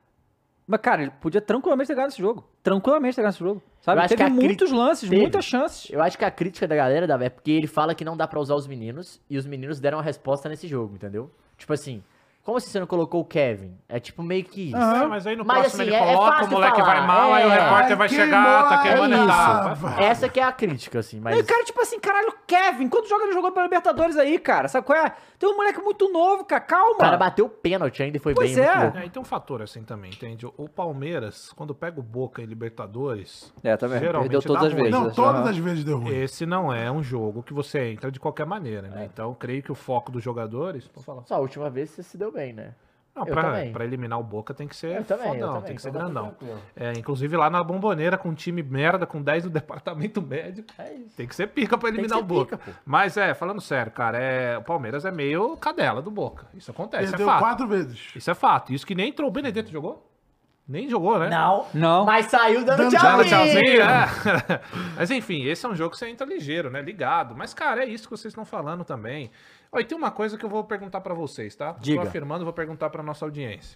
Speaker 2: Mas, cara, ele podia tranquilamente ter ganhado esse jogo. Tranquilamente ter ganhado esse jogo. Sabe?
Speaker 4: Eu acho
Speaker 2: Teve
Speaker 4: que a cri-
Speaker 2: muitos lances,
Speaker 4: teve.
Speaker 2: muitas chances.
Speaker 4: Eu acho que a crítica da galera, Davi, é porque ele fala que não dá pra usar os meninos, e os meninos deram a resposta nesse jogo, entendeu? Tipo assim, Como assim você não colocou o Kevin? É tipo meio que isso.
Speaker 5: Uhum. É, mas aí no
Speaker 4: mas,
Speaker 5: próximo
Speaker 4: assim,
Speaker 5: ele
Speaker 4: é,
Speaker 5: coloca,
Speaker 4: é
Speaker 5: o moleque
Speaker 4: falar.
Speaker 5: vai mal, é, aí o repórter vai chegar, tá queimando
Speaker 4: é
Speaker 5: etapa.
Speaker 4: Essa que é a crítica, assim. Mas...
Speaker 2: E o cara, tipo assim, caralho, Kevin, quantos jogos ele jogou pela Libertadores aí, cara? Sabe qual é? Tem um moleque muito novo, cara, calma.
Speaker 4: O cara bateu o pênalti ainda e foi
Speaker 2: pois
Speaker 4: bem.
Speaker 2: É.
Speaker 4: Muito louco.
Speaker 5: É, e tem um fator assim também, entende? O Palmeiras, quando pega o Boca em Libertadores,
Speaker 2: é, também.
Speaker 5: geralmente
Speaker 2: Perdeu todas as
Speaker 5: ruim.
Speaker 2: vezes.
Speaker 3: Não, todas as vezes deu ruim.
Speaker 5: Esse não é um jogo que você entra de qualquer maneira, né?
Speaker 2: É.
Speaker 5: Então, creio que o foco dos jogadores... Vou falar.
Speaker 4: Só a última vez você se deu bem, né?
Speaker 5: Não,
Speaker 4: Eu
Speaker 5: pra,
Speaker 4: também.
Speaker 5: pra eliminar o Boca tem que ser
Speaker 4: Eu também, eu
Speaker 5: fodão,
Speaker 4: também,
Speaker 5: tem que ser
Speaker 4: então tá
Speaker 5: grandão.
Speaker 4: tranquilo.
Speaker 5: É, inclusive lá na Bomboneira, com um time merda, com dez no departamento médio,
Speaker 4: É isso.
Speaker 5: tem que ser pica pra eliminar o
Speaker 4: ser
Speaker 5: Boca.
Speaker 4: pica, pô.
Speaker 5: Mas é, falando sério, cara, é, o Palmeiras é meio cadela do Boca. Isso acontece,
Speaker 3: Perdeu
Speaker 5: é fato.
Speaker 3: quatro vezes.
Speaker 5: Isso é fato. Isso que nem entrou o Benedetto jogou? Nem jogou, né?
Speaker 4: Não.
Speaker 2: Não.
Speaker 4: Mas saiu dando
Speaker 3: Dando
Speaker 4: tchauzinho.
Speaker 5: Tchauzinho, é. Mas enfim, esse é um jogo que você entra ligeiro, né? Ligado. Mas, cara, é isso que vocês estão falando também. Ó, e tem uma coisa que eu vou perguntar pra vocês, tá?
Speaker 2: Diga.
Speaker 5: Tô afirmando, vou perguntar pra nossa audiência.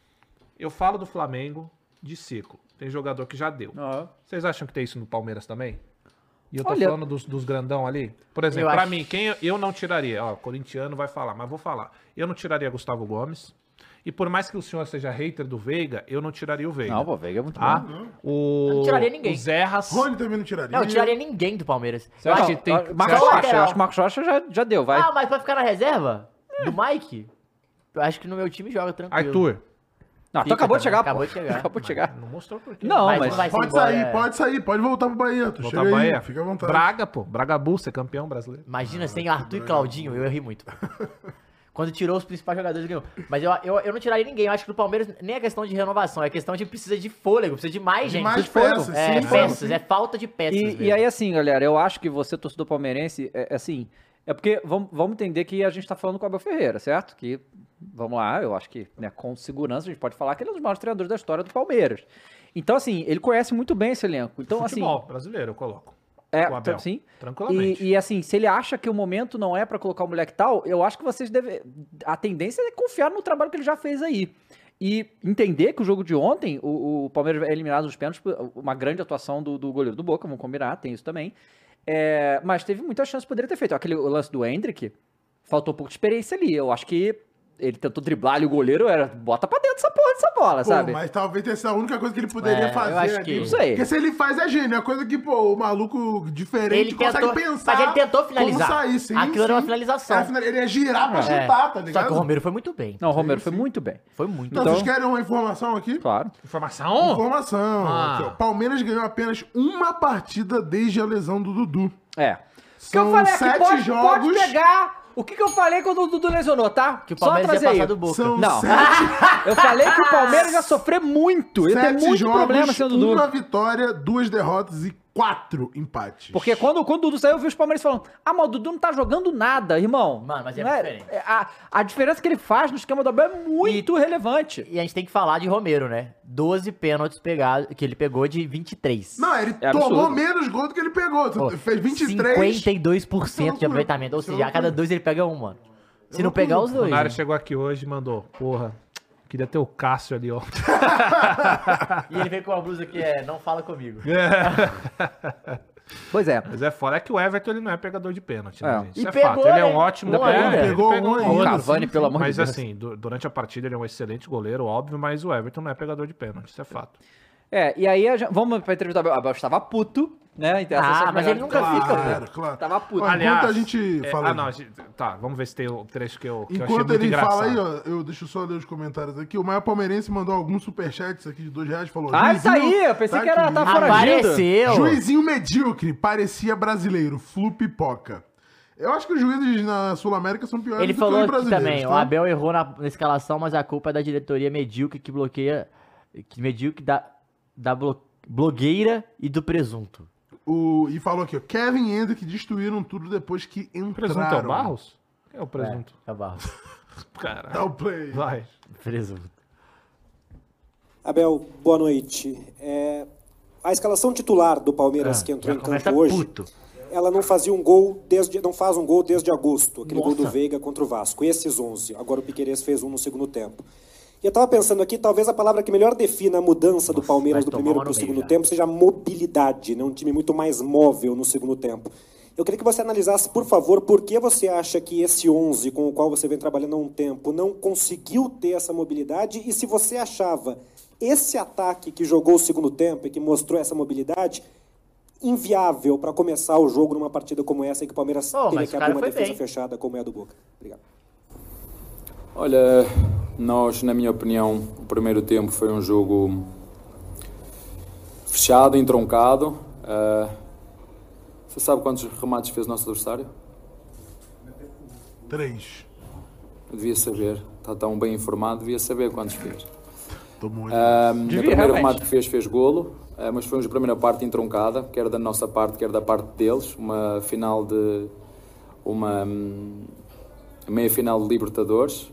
Speaker 5: Eu falo do Flamengo de ciclo. Tem jogador que já deu.
Speaker 2: Uhum.
Speaker 5: Vocês acham que tem isso no Palmeiras também? E eu tô
Speaker 2: Olha-
Speaker 5: falando dos, dos grandão ali. Por exemplo,
Speaker 4: Eu
Speaker 5: pra
Speaker 4: acho-
Speaker 5: mim, quem eu, eu não tiraria? Ó, corintiano vai falar, mas vou falar. Eu não tiraria Gustavo Gomes. E por mais que o senhor seja hater do Veiga, eu não tiraria o Veiga.
Speaker 2: Não, pô, Veiga é muito
Speaker 5: Tá?
Speaker 2: bom.
Speaker 5: O,
Speaker 4: Eu não tiraria ninguém.
Speaker 5: O Zerras.
Speaker 3: Rony também não tiraria.
Speaker 4: Não, eu tiraria ninguém do Palmeiras.
Speaker 2: Você
Speaker 4: Eu
Speaker 2: acha
Speaker 4: acho
Speaker 2: que tem... Marcos
Speaker 4: Só o
Speaker 2: Rocha,
Speaker 4: lateral.
Speaker 2: eu acho que o Marcos Rocha já, já deu, vai.
Speaker 4: Ah, mas pra ficar na reserva do Mike, eu acho que no meu time joga tranquilo.
Speaker 5: Arthur.
Speaker 2: não,
Speaker 4: fica
Speaker 2: então acabou de
Speaker 4: também,
Speaker 2: chegar,
Speaker 4: acabou
Speaker 2: pô.
Speaker 4: de chegar.
Speaker 2: Acabou de chegar.
Speaker 5: Não mostrou por quê.
Speaker 2: Não,
Speaker 4: Mas
Speaker 2: mas...
Speaker 4: não vai ser
Speaker 3: Pode
Speaker 4: embora,
Speaker 3: sair,
Speaker 4: é.
Speaker 3: pode sair, pode voltar pro Bahia. Tu
Speaker 5: Voltar
Speaker 3: chega
Speaker 5: pra
Speaker 3: aí,
Speaker 5: Bahia.
Speaker 3: fica à vontade.
Speaker 5: Braga, pô. Bragabu, ser campeão brasileiro.
Speaker 4: Imagina sem Arthur e Claudinho, eu errei muito. Quando tirou os principais jogadores, ganhou. Mas eu, eu, eu não tiraria ninguém. Eu acho que no Palmeiras nem é questão de renovação, é questão de precisa de fôlego, precisa de mais gente.
Speaker 3: mais
Speaker 4: Precisa de fogo.
Speaker 3: peças,
Speaker 4: É,
Speaker 3: sim,
Speaker 4: peças,
Speaker 3: sim.
Speaker 4: é falta de peças.
Speaker 2: E,
Speaker 4: mesmo.
Speaker 2: e aí, assim, galera, eu acho que você, torcedor palmeirense, é, é assim, é porque vamos, vamos entender que a gente tá falando com o Abel Ferreira, certo? Que, vamos lá, eu acho que, né, com segurança, a gente pode falar que ele é um dos maiores treinadores da história do Palmeiras. Então, assim, ele conhece muito bem esse elenco. Então,
Speaker 5: Futebol
Speaker 2: assim...
Speaker 5: brasileiro, eu coloco.
Speaker 2: É,
Speaker 5: O Abel.
Speaker 2: sim.
Speaker 5: Tranquilamente.
Speaker 2: E, e, assim, se ele acha que o momento não é pra colocar o moleque tal, eu acho que vocês devem... A tendência é confiar no trabalho que ele já fez aí. E entender que o jogo de ontem, o, o Palmeiras é eliminado nos pênaltis, uma grande atuação do, do goleiro do Boca, vamos combinar, tem isso também. É, mas teve muita chance, poderia ter feito. Aquele lance do Hendrick, faltou um pouco de experiência ali. Eu acho que ele tentou driblar ali o goleiro, era bota pra dentro essa porra dessa bola,
Speaker 3: Pô,
Speaker 2: sabe?
Speaker 3: mas talvez tenha sido a única coisa que ele poderia
Speaker 4: É, eu
Speaker 3: fazer
Speaker 4: acho
Speaker 3: ali.
Speaker 4: que-
Speaker 2: Não sei.
Speaker 3: Porque se ele faz é gênio, é coisa que, pô, o maluco diferente
Speaker 4: Ele tentou,
Speaker 3: consegue pensar.
Speaker 4: mas ele tentou finalizar.
Speaker 3: Como sair, sim,
Speaker 4: Aquilo era uma
Speaker 3: sim.
Speaker 4: finalização.
Speaker 3: Era final- Ele ia girar pra
Speaker 4: É.
Speaker 3: chutar, tá
Speaker 4: Só
Speaker 3: ligado?
Speaker 4: que o Romero foi muito bem.
Speaker 2: Não, o Romero foi muito bem.
Speaker 4: Foi muito
Speaker 3: Então,
Speaker 2: Então-
Speaker 3: vocês querem uma informação aqui?
Speaker 2: Claro.
Speaker 5: Informação?
Speaker 3: Informação.
Speaker 5: Ah.
Speaker 3: Aqui, ó. Palmeiras ganhou apenas uma partida desde a lesão do Dudu.
Speaker 2: É. O que
Speaker 3: São
Speaker 2: eu falei aqui,
Speaker 3: sete
Speaker 2: pode,
Speaker 3: jogos.
Speaker 2: pode pegar o que, que eu falei quando o Dudu lesionou, tá?
Speaker 4: Que o Palmeiras ia passar do Boca.
Speaker 3: São
Speaker 2: Não.
Speaker 3: sete,
Speaker 2: Eu falei que o Palmeiras ia sofrer muito. Ia ter
Speaker 3: sete
Speaker 2: muito
Speaker 3: jogos,
Speaker 2: problema sem o Dudu.
Speaker 3: uma vitória, duas derrotas e quatro empates.
Speaker 2: Porque quando, quando o Dudu saiu, eu vi os Palmeiras falando: ah, mas o Dudu não tá jogando nada, irmão.
Speaker 4: Mano, mas é
Speaker 2: Não
Speaker 4: diferente.
Speaker 2: é- a, a diferença que ele faz no esquema do Abel é muito relevante.
Speaker 4: E a gente tem que falar de Romero, né? doze pênaltis pegados, que ele pegou de vinte e três.
Speaker 3: Não, ele
Speaker 2: É
Speaker 3: tomou
Speaker 2: absurdo.
Speaker 3: menos gol do que ele pegou.
Speaker 4: Pô,
Speaker 3: Fez vinte e três.
Speaker 4: cinquenta e dois por cento de
Speaker 3: loucura.
Speaker 4: aproveitamento. Ou
Speaker 3: Isso é
Speaker 4: seja, a cada
Speaker 3: loucura.
Speaker 4: dois ele pega um, mano. Se não
Speaker 3: loucura.
Speaker 4: pegar os
Speaker 5: O
Speaker 4: dois.
Speaker 5: Nário
Speaker 4: né?
Speaker 5: chegou aqui hoje e mandou, porra, queria ter o Cássio ali, ó.
Speaker 4: E ele veio com uma blusa que é não fala comigo.
Speaker 2: Pois é.
Speaker 5: Mas é foda, é que o Everton ele não é pegador de pênalti, né,
Speaker 2: É.
Speaker 5: gente?
Speaker 4: E
Speaker 5: Isso é
Speaker 4: pegou,
Speaker 5: fato. Ele é um
Speaker 4: né?
Speaker 5: ótimo
Speaker 4: Um
Speaker 5: goleiro.
Speaker 4: ainda.
Speaker 5: Ele
Speaker 3: Pegou
Speaker 5: pegou
Speaker 3: um
Speaker 5: um
Speaker 3: ainda.
Speaker 5: outro.
Speaker 2: Cavani, pelo amor de
Speaker 5: Mas
Speaker 2: Deus.
Speaker 5: assim, du- durante a partida ele é um excelente goleiro, óbvio, mas o Everton não é pegador de pênalti, isso é fato.
Speaker 2: É, e aí a gente, vamos pra entrevista do Abel. O Abel estava puto, né? Então, essas
Speaker 4: Ah,
Speaker 2: são as
Speaker 4: mas
Speaker 2: melhores-
Speaker 4: ele nunca fica,
Speaker 3: Claro,
Speaker 4: pô.
Speaker 3: claro.
Speaker 2: Tava puto.
Speaker 3: Olha,
Speaker 5: Aliás,
Speaker 3: enquanto a gente
Speaker 5: é,
Speaker 3: fala.
Speaker 5: ah, não, a gente- tá, vamos ver se tem o trecho que eu, que eu achei
Speaker 3: Enquanto
Speaker 5: muito
Speaker 3: ele
Speaker 5: engraçado.
Speaker 3: fala aí, ó, eu deixo só ler os comentários aqui. O Maior Palmeirense mandou alguns superchats aqui de dois reais. Falou:
Speaker 2: Ah, isso
Speaker 3: "Juizinho-
Speaker 2: aí, eu pensei
Speaker 3: tá
Speaker 2: que era
Speaker 3: aqui,
Speaker 2: tá
Speaker 3: juizinho-
Speaker 2: foragido.
Speaker 4: Apareceu!
Speaker 3: Juizinho medíocre, parecia brasileiro, flu pipoca. Eu acho que os juízes na Sul-América são piores
Speaker 4: Ele
Speaker 3: do
Speaker 4: falou
Speaker 3: que os
Speaker 4: aqui
Speaker 3: brasileiros.
Speaker 4: também,
Speaker 3: tá?
Speaker 4: o Abel errou na, na escalação, mas a culpa é da diretoria medíocre que bloqueia, que medíocre da, da blo- blogueira e do presunto.
Speaker 3: O, e falou aqui, ó, Kevin e Hendrick destruíram tudo depois que
Speaker 5: O
Speaker 3: entraram.
Speaker 5: presunto é o Barros? Quem é o presunto?
Speaker 4: É, é barro.
Speaker 5: Caralho.
Speaker 3: Dá o play.
Speaker 5: Vai.
Speaker 4: Presunto.
Speaker 9: Abel, boa noite. É, a escalação titular do Palmeiras que entrou
Speaker 4: Já
Speaker 9: em
Speaker 4: começa
Speaker 9: campo hoje,
Speaker 4: puto.
Speaker 9: ela não fazia um gol desde, não faz um gol desde agosto, aquele gol do
Speaker 4: Nossa.
Speaker 9: Veiga contra o Vasco. Esses onze. Agora o Piquerez fez um no segundo tempo. E eu tava pensando aqui, talvez a palavra que melhor defina a mudança do Palmeiras
Speaker 4: vai
Speaker 9: do
Speaker 4: tomar
Speaker 9: primeiro
Speaker 4: uma
Speaker 9: para o
Speaker 4: no meio
Speaker 9: segundo
Speaker 4: já.
Speaker 9: tempo seja mobilidade, né? Um time muito mais móvel no segundo tempo. Eu queria que você analisasse, por favor, por que você acha que esse onze, com o qual você vem trabalhando há um tempo, não conseguiu ter essa mobilidade, e se você achava esse ataque que jogou o segundo tempo e que mostrou essa mobilidade inviável para começar o jogo numa partida como essa, em que o Palmeiras
Speaker 4: oh,
Speaker 9: teria que abrir uma defesa
Speaker 4: bem.
Speaker 9: fechada como é a do Boca. Obrigado.
Speaker 10: Olha, nós, na minha opinião, o primeiro tempo foi um jogo fechado, entroncado. Uh, você sabe quantos remates fez o nosso adversário?
Speaker 3: Três.
Speaker 10: Eu devia saber, está tão bem informado, devia saber quantos fez.
Speaker 3: Tô muito.
Speaker 10: Uh, no primeiro remate que fez, fez golo, uh, mas foi uma primeira parte entroncada, quer da nossa parte, quer da parte deles. Uma final de... uma um, meia final de Libertadores.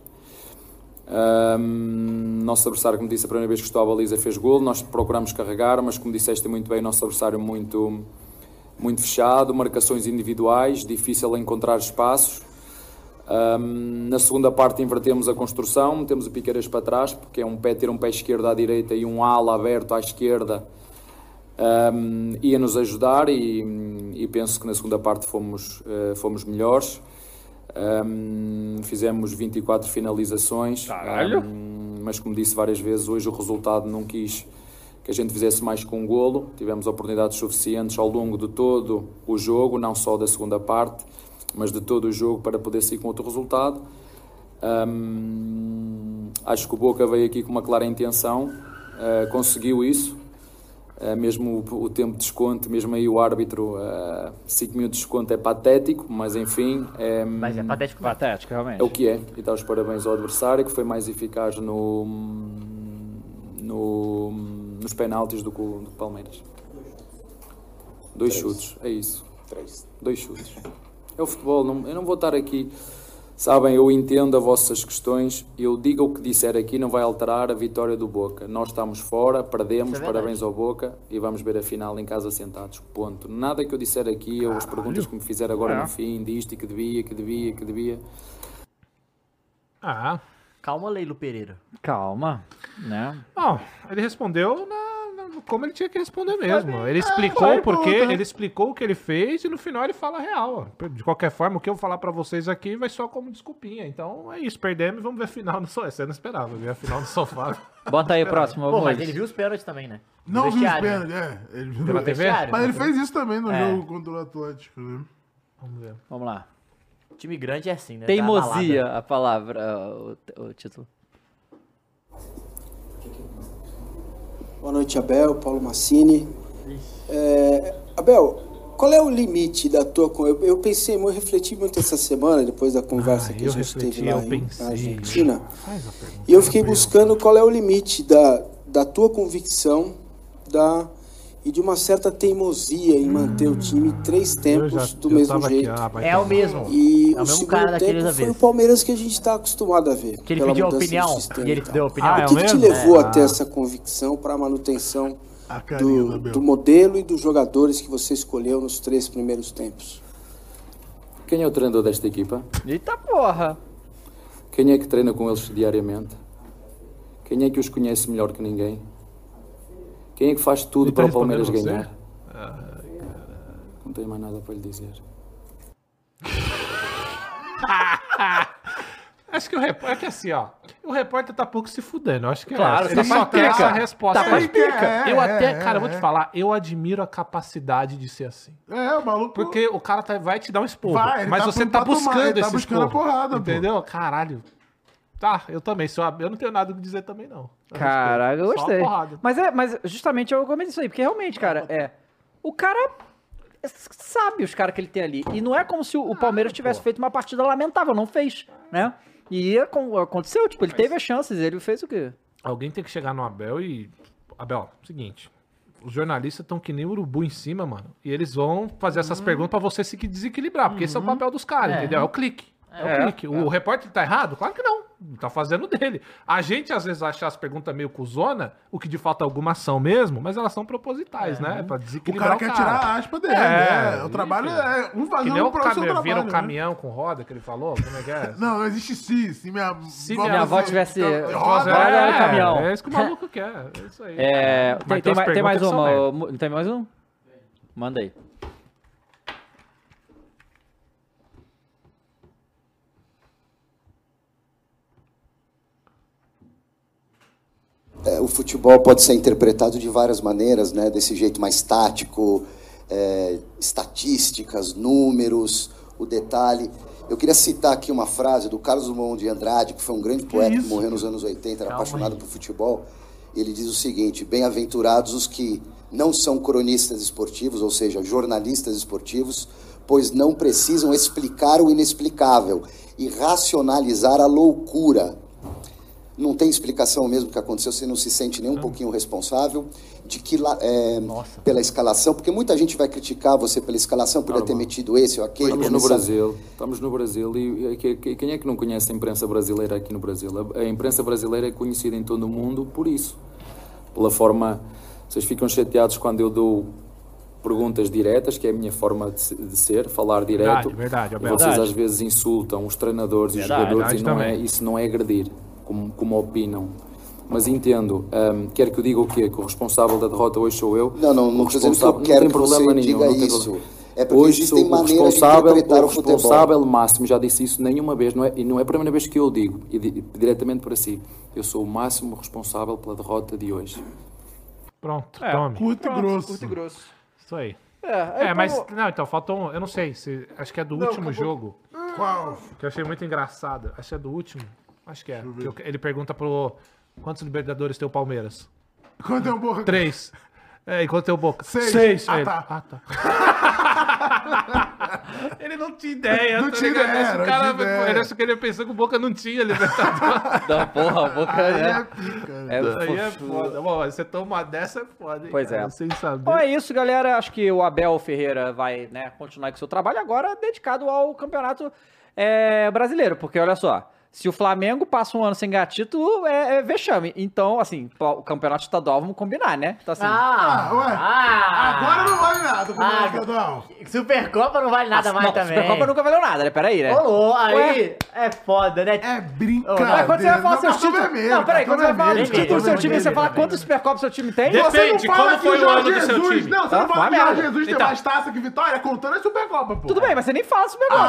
Speaker 10: Um, nosso adversário, como disse, a primeira vez que estou à baliza fez golo, nós procuramos carregar, mas como disseste muito bem, nosso adversário muito, muito fechado, marcações individuais, difícil encontrar espaços. Um, na segunda parte invertemos a construção, metemos o Piqueiras para trás, porque é um pé ter um pé esquerdo à direita e um ala aberto à esquerda, um, ia nos ajudar e, e penso que na segunda parte fomos, uh, fomos melhores. Um, fizemos vinte e quatro finalizações, um, mas como disse várias vezes, hoje o resultado não quis que a gente fizesse mais com um golo. Tivemos oportunidades suficientes ao longo de todo o jogo, não só da segunda parte, mas de todo o jogo, para poder sair com outro resultado. Um, acho que o Boca veio aqui com uma clara intenção, uh, conseguiu isso. Uh, mesmo o, o tempo de desconto, mesmo aí o árbitro, cinco uh, minutos de desconto é patético, mas enfim... É,
Speaker 4: mas é patético,
Speaker 2: patético, realmente.
Speaker 10: É o que é, e dá os parabéns ao adversário, que foi mais eficaz no, no, nos penaltis do que o Palmeiras. Dois Três. chutes, é isso. Três. Dois chutes. É o futebol, não, eu não vou estar aqui... Sabem, eu entendo as vossas questões, eu digo o que disser aqui, não vai alterar a vitória do Boca. Nós estamos fora, perdemos, é parabéns ao Boca, e vamos ver a final em casa sentados, ponto. Nada que eu disser aqui, ou as perguntas que me fizeram agora é. no fim, disto e que devia, que devia, que devia.
Speaker 5: Ah.
Speaker 4: Calma, Leilo Pereira.
Speaker 2: Calma, né?
Speaker 5: Bom, ele respondeu na... como ele tinha que responder mesmo. Ele explicou o porquê, ele explicou o que ele fez e no final ele fala a real. De qualquer forma, o que eu vou falar pra vocês aqui vai só como desculpinha. Então é isso, perdemos e vamos ver a final no sofá. Você não esperava ver a final no sofá.
Speaker 2: Bota aí o próximo.
Speaker 4: Pô, mas ele viu os pênaltis também, né?
Speaker 3: Não viu os pênaltis, é. Ele viu
Speaker 5: pela T V?
Speaker 3: Mas ele fez isso também no é. jogo contra o Atlético, né?
Speaker 2: Vamos ver. Vamos lá.
Speaker 4: O time grande é assim, né?
Speaker 2: Teimosia, a palavra, o, o título.
Speaker 11: Boa noite, Abel, Paulo Massini. É, Abel, qual é o limite da tua... Eu, eu pensei, eu refleti muito essa semana, depois da conversa ah, que a gente refleti, teve lá em, na Argentina. E eu fiquei buscando qual é o limite da, da tua convicção da, e de uma certa teimosia em manter hum, o time três tempos já, do mesmo jeito.
Speaker 4: Aqui, ah, é o mesmo.
Speaker 11: E
Speaker 4: é o,
Speaker 11: o
Speaker 4: mesmo cara daquele
Speaker 11: tempo foi o Palmeiras que a gente está acostumado a ver.
Speaker 4: Que ele pediu a opinião. E ele deu a opinião.
Speaker 11: Ah, o que, é que te levou é. a ter essa convicção para a manutenção do, do modelo e dos jogadores que você escolheu nos três primeiros tempos?
Speaker 10: Quem é o treinador desta equipa?
Speaker 2: Eita porra!
Speaker 10: Quem é que treina com eles diariamente? Quem é que os conhece melhor que ninguém? Quem é que faz tudo para o Palmeiras ganhar? Ah, não tenho mais nada para lhe dizer.
Speaker 5: Acho que o repórter é que assim, ó. O repórter tá pouco se fudendo. Acho que
Speaker 2: claro,
Speaker 5: é. Ele só tem essa resposta.
Speaker 2: Tá mais pica.
Speaker 5: Eu até, cara, eu vou te falar, eu admiro a capacidade de ser assim.
Speaker 3: É, o maluco.
Speaker 5: Porque o cara tá, vai te dar um esporro.
Speaker 3: Vai,
Speaker 5: mas
Speaker 3: tá
Speaker 5: você tá buscando
Speaker 3: tomar,
Speaker 5: esse
Speaker 3: tá buscando
Speaker 5: esporro.
Speaker 3: A porrada,
Speaker 5: entendeu?
Speaker 3: Pô.
Speaker 5: Caralho. Tá, eu também. Só, eu não tenho nada a dizer também, não.
Speaker 2: Caraca, eu gostei. Mas, é, mas justamente eu comento isso aí, porque realmente, cara, é. O cara sabe os caras que ele tem ali. E não é como se o Palmeiras tivesse ah, feito uma partida lamentável, não fez, né? E aconteceu, tipo, ele mas... teve as chances, ele fez o quê?
Speaker 5: Alguém tem que chegar no Abel e... Abel, seguinte, os jornalistas estão que nem urubu em cima, mano. E eles vão fazer essas uhum. perguntas pra você se desequilibrar, porque uhum. esse é o papel dos caras, é. entendeu? É o clique. É, é o clique. É. O repórter tá errado? Claro que não. Tá fazendo dele. A gente, às vezes, acha as perguntas meio cuzona, o que de fato é alguma ação mesmo, mas elas são propositais, é. né? Pra desequilibrar o cara.
Speaker 3: O cara quer tirar a aspa dele, é. né? O trabalho é um fazendo um pro seu trabalho.
Speaker 5: Vira um
Speaker 3: né?
Speaker 5: caminhão com roda, que ele falou? Como é que é?
Speaker 3: Não, não existe se. Se minha,
Speaker 2: se minha avó tivesse
Speaker 5: roda,
Speaker 2: roda
Speaker 5: é,
Speaker 2: no caminhão.
Speaker 5: É isso que o maluco quer. É isso aí.
Speaker 2: É, tem, tem, tem mais uma. Tem mais um? Manda aí.
Speaker 12: o futebol pode ser interpretado de várias maneiras, né? Desse jeito mais tático, é, estatísticas, números, o detalhe. Eu queria citar aqui uma frase do Carlos Drummond de Andrade, que foi um grande poeta que morreu nos anos oitenta, era apaixonado por futebol. Ele diz o seguinte: bem-aventurados os que não são cronistas esportivos, ou seja, jornalistas esportivos, pois não precisam explicar o inexplicável e racionalizar a loucura. Não tem explicação mesmo do que aconteceu, você não se sente nem um pouquinho responsável de que é, pela escalação, porque muita gente vai criticar você pela escalação, podia ter metido esse ou aquele.
Speaker 10: Estamos no Brasil, estamos no Brasil e, e quem é que não conhece a imprensa brasileira aqui no Brasil? A, a imprensa brasileira é conhecida em todo o mundo por isso, pela forma. Vocês ficam chateados quando eu dou perguntas diretas, que é a minha forma de, de ser, falar direto.
Speaker 5: Verdade, verdade, é
Speaker 10: e vocês às vezes insultam os treinadores verdade, e os jogadores e não é, isso não é agredir, como, como opinam. Mas entendo, um, quer que eu diga o quê? Que o responsável da derrota hoje sou eu?
Speaker 12: Não, não, não estou dizendo que eu quero que você diga isso. É porque
Speaker 10: hoje
Speaker 12: existem
Speaker 10: sou o
Speaker 12: maneiras
Speaker 10: responsável,
Speaker 12: de interpretar
Speaker 10: o
Speaker 12: o futebol.
Speaker 10: responsável máximo, já disse isso nenhuma vez, não é, e não é a primeira vez que eu digo, e, e diretamente para si. Eu sou o máximo responsável pela derrota de hoje.
Speaker 5: Pronto,
Speaker 2: É,
Speaker 5: tome.
Speaker 3: Curto e grosso.
Speaker 2: Curto e grosso.
Speaker 5: Isso aí.
Speaker 2: É,
Speaker 5: É,
Speaker 2: aí
Speaker 5: mas.
Speaker 2: como-
Speaker 5: Não, então, faltou um. Eu não sei, se, acho que é do
Speaker 3: Não,
Speaker 5: último
Speaker 3: acabou.
Speaker 5: jogo.
Speaker 3: Qual?
Speaker 5: Que eu achei muito engraçado. Acho que é do último. Acho que é. Que eu- ele pergunta pro. Quantos Libertadores tem o Palmeiras?
Speaker 3: Quanto é um Boca?
Speaker 5: Três. É, e quanto tem o Boca?
Speaker 3: Seis. Ah,
Speaker 5: Aí ele,
Speaker 3: tá.
Speaker 5: Ah, tá. Ele não tinha ideia,
Speaker 3: Não
Speaker 5: tá
Speaker 3: tinha
Speaker 5: ligado?
Speaker 3: ideia,
Speaker 5: Esse
Speaker 3: não
Speaker 5: cara,
Speaker 3: tinha ideia.
Speaker 5: ele acha que ele pensou que o Boca não tinha Libertadores.
Speaker 2: Não, porra, a boca
Speaker 3: Aí
Speaker 2: é.
Speaker 3: é pica.
Speaker 2: é
Speaker 5: Aí é
Speaker 2: fofo.
Speaker 5: foda. Bom, você toma uma dessa é foda, hein?
Speaker 2: Pois
Speaker 5: cara,
Speaker 2: é.
Speaker 5: Sem saber.
Speaker 2: Bom, é isso, galera. Acho que o Abel Ferreira vai, né, continuar com o seu trabalho agora dedicado ao campeonato é, brasileiro. Porque, olha só, se o Flamengo passa um ano sem ganhar título, é, é vexame. Então, assim, pô, o campeonato estadual, vamos combinar, né? Então, assim,
Speaker 6: Ah,
Speaker 3: Ah, ué.
Speaker 6: ah,
Speaker 3: Agora não vale nada com o
Speaker 6: Ah,
Speaker 3: estadual.
Speaker 6: Supercopa não vale nada
Speaker 2: a,
Speaker 6: mais
Speaker 2: não,
Speaker 6: também.
Speaker 2: Supercopa nunca valeu nada, né? Peraí, né?
Speaker 6: Ô, aí
Speaker 2: Ué?
Speaker 6: é foda, né?
Speaker 3: É
Speaker 2: Mas
Speaker 3: brincadeira.
Speaker 2: quando você vai falar
Speaker 3: Não,
Speaker 2: seus
Speaker 3: cartão
Speaker 2: títulos...
Speaker 3: vermelho,
Speaker 2: Não, peraí,
Speaker 3: cartão
Speaker 2: quando você vai falar
Speaker 3: vermelho,
Speaker 2: dos títulos do seu
Speaker 3: cartão
Speaker 2: time, você
Speaker 3: vermelho.
Speaker 2: fala quantos Supercopas seu time tem?
Speaker 5: Depende,
Speaker 3: Você não fala
Speaker 5: como
Speaker 3: que
Speaker 5: foi o ano
Speaker 3: Jorge
Speaker 5: do seu
Speaker 3: Jesus-
Speaker 5: time?
Speaker 3: Não, você
Speaker 2: Ah,
Speaker 3: não fala
Speaker 2: vai
Speaker 3: que Jorge
Speaker 2: merda.
Speaker 3: Jesus tem
Speaker 5: Então.
Speaker 3: mais taça que Vitória, contando a Supercopa, pô.
Speaker 2: Tudo bem, mas você nem fala Supercopa,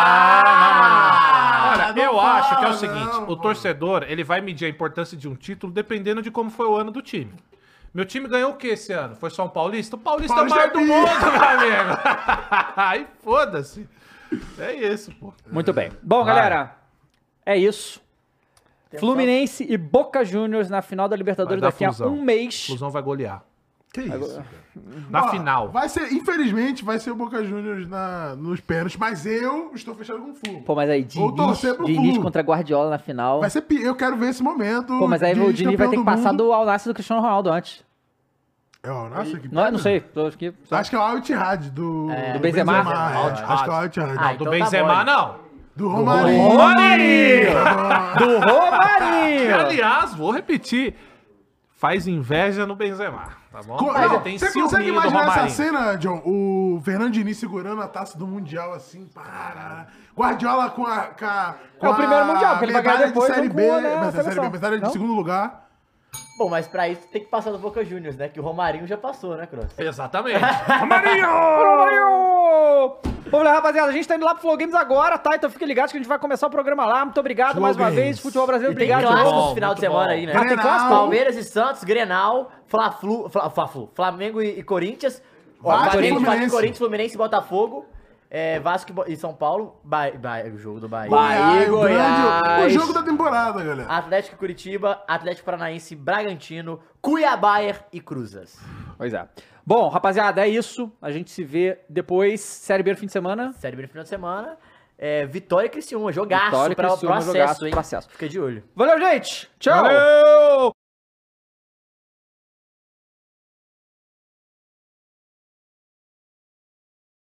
Speaker 3: Ah,
Speaker 5: Olha,
Speaker 3: não
Speaker 5: eu
Speaker 3: fala,
Speaker 5: acho que é o
Speaker 3: não,
Speaker 5: seguinte,
Speaker 3: não.
Speaker 5: o torcedor, ele vai medir a importância de um título dependendo de como foi o ano do time. Meu time ganhou o que esse ano? Foi só um Paulista? O Paulista,
Speaker 3: Paulista
Speaker 5: é o maior do
Speaker 3: é
Speaker 5: mundo, meu amigo. Aí foda-se. É isso, pô.
Speaker 2: Muito bem. Bom,
Speaker 5: Vai.
Speaker 2: galera, é isso. Fluminense e Boca Juniors na final da Libertadores
Speaker 5: Vai dar
Speaker 2: daqui a
Speaker 5: Flusão.
Speaker 2: um mês.
Speaker 5: Flusão vai golear.
Speaker 3: Que isso?
Speaker 5: Na
Speaker 3: Ó,
Speaker 5: final.
Speaker 3: Vai ser, infelizmente, vai ser o Boca Juniors na, nos pênaltis, mas eu estou fechado com o Flu.
Speaker 2: Pô, mas aí,
Speaker 3: Vou
Speaker 2: Diniz,
Speaker 3: torcer pro
Speaker 2: Diniz
Speaker 3: Flu.
Speaker 2: contra Guardiola na final.
Speaker 3: Vai ser pi- Eu quero ver esse momento.
Speaker 2: Pô, mas aí o Diniz vai ter que
Speaker 3: campeão
Speaker 2: passar
Speaker 3: do mundo.
Speaker 2: do Al-Nassr do Cristiano Ronaldo antes.
Speaker 3: É o Nossa, que
Speaker 2: Não, é-
Speaker 3: pena.
Speaker 2: não sei, tô acho que...
Speaker 3: Acho que é o Al-Ittihad do...
Speaker 2: É, do Benzema.
Speaker 3: é.
Speaker 5: Al-Ittihad.
Speaker 3: Acho que é o Al-Ittihad.
Speaker 6: Ah,
Speaker 5: Do
Speaker 6: então tá
Speaker 5: Benzema,
Speaker 6: bom.
Speaker 5: não.
Speaker 3: Do Romarinho.
Speaker 2: Romarinho!
Speaker 3: Tá
Speaker 2: Do
Speaker 5: Que,
Speaker 2: Romarinho!
Speaker 5: aliás, vou repetir, faz inveja no Benzema, tá bom?
Speaker 3: Co-
Speaker 5: Ele
Speaker 3: não,
Speaker 5: tem
Speaker 3: você consegue
Speaker 5: ciúminho do
Speaker 3: imaginar essa
Speaker 5: Romarinho.
Speaker 3: cena, John? O Fernando Diniz segurando a taça do Mundial assim, para. Guardiola com a. Com a com
Speaker 2: É o primeiro
Speaker 3: a
Speaker 2: Mundial, porque ele vai ganhar
Speaker 3: medalha de
Speaker 2: depois
Speaker 3: Série
Speaker 2: com
Speaker 3: B,
Speaker 2: a, né,
Speaker 3: mas a Série B,
Speaker 2: seleção.
Speaker 3: medalha de
Speaker 2: Não?
Speaker 3: segundo lugar.
Speaker 6: Bom, mas pra isso tem que passar do Boca Juniors, né? Que o Romarinho já passou, né, Cross?
Speaker 5: Exatamente.
Speaker 2: Romarinho! Romarinho! Vamos lá, rapaziada. A gente tá indo lá pro Flow Games agora, tá? Então fiquem ligados que a gente vai começar o programa lá. Muito obrigado
Speaker 3: Flow
Speaker 2: mais uma
Speaker 3: Games.
Speaker 2: vez. Futebol brasileiro,
Speaker 6: E tem
Speaker 2: obrigado.
Speaker 6: clássicos
Speaker 5: bom,
Speaker 6: no final de
Speaker 5: muito
Speaker 6: semana
Speaker 5: bom.
Speaker 6: aí, né?
Speaker 3: Ah, tem clássico?
Speaker 6: Palmeiras e Santos, Grenal, Fla-Flu, Fla, Fla-Flu, Flamengo e, e Corinthians. Ó,
Speaker 3: Vasco e
Speaker 6: Flamengo,
Speaker 3: Fluminense.
Speaker 6: Corinthians, Fluminense e Botafogo. É, Vasco e Bo- e São Paulo. Ba Ba o jogo do Bahia.
Speaker 2: Bahia.
Speaker 3: o, grande-
Speaker 2: Goiás.
Speaker 3: o jogo da temporada, galera.
Speaker 6: Atlético e Curitiba, Atlético Paranaense, Bragantino, Cuiabá e Cruzas.
Speaker 2: Pois é. Bom, rapaziada, é isso. A gente se vê depois. Série B no fim de semana.
Speaker 6: Série B no final de semana. É, Vitória e Criciúma, jogaço
Speaker 2: Vitória e
Speaker 6: pra,
Speaker 2: Criciúma,
Speaker 6: pro acesso,
Speaker 2: jogaço
Speaker 6: hein?
Speaker 2: pro acesso.
Speaker 6: Fica de olho.
Speaker 2: Valeu, gente. Tchau.
Speaker 5: Valeu!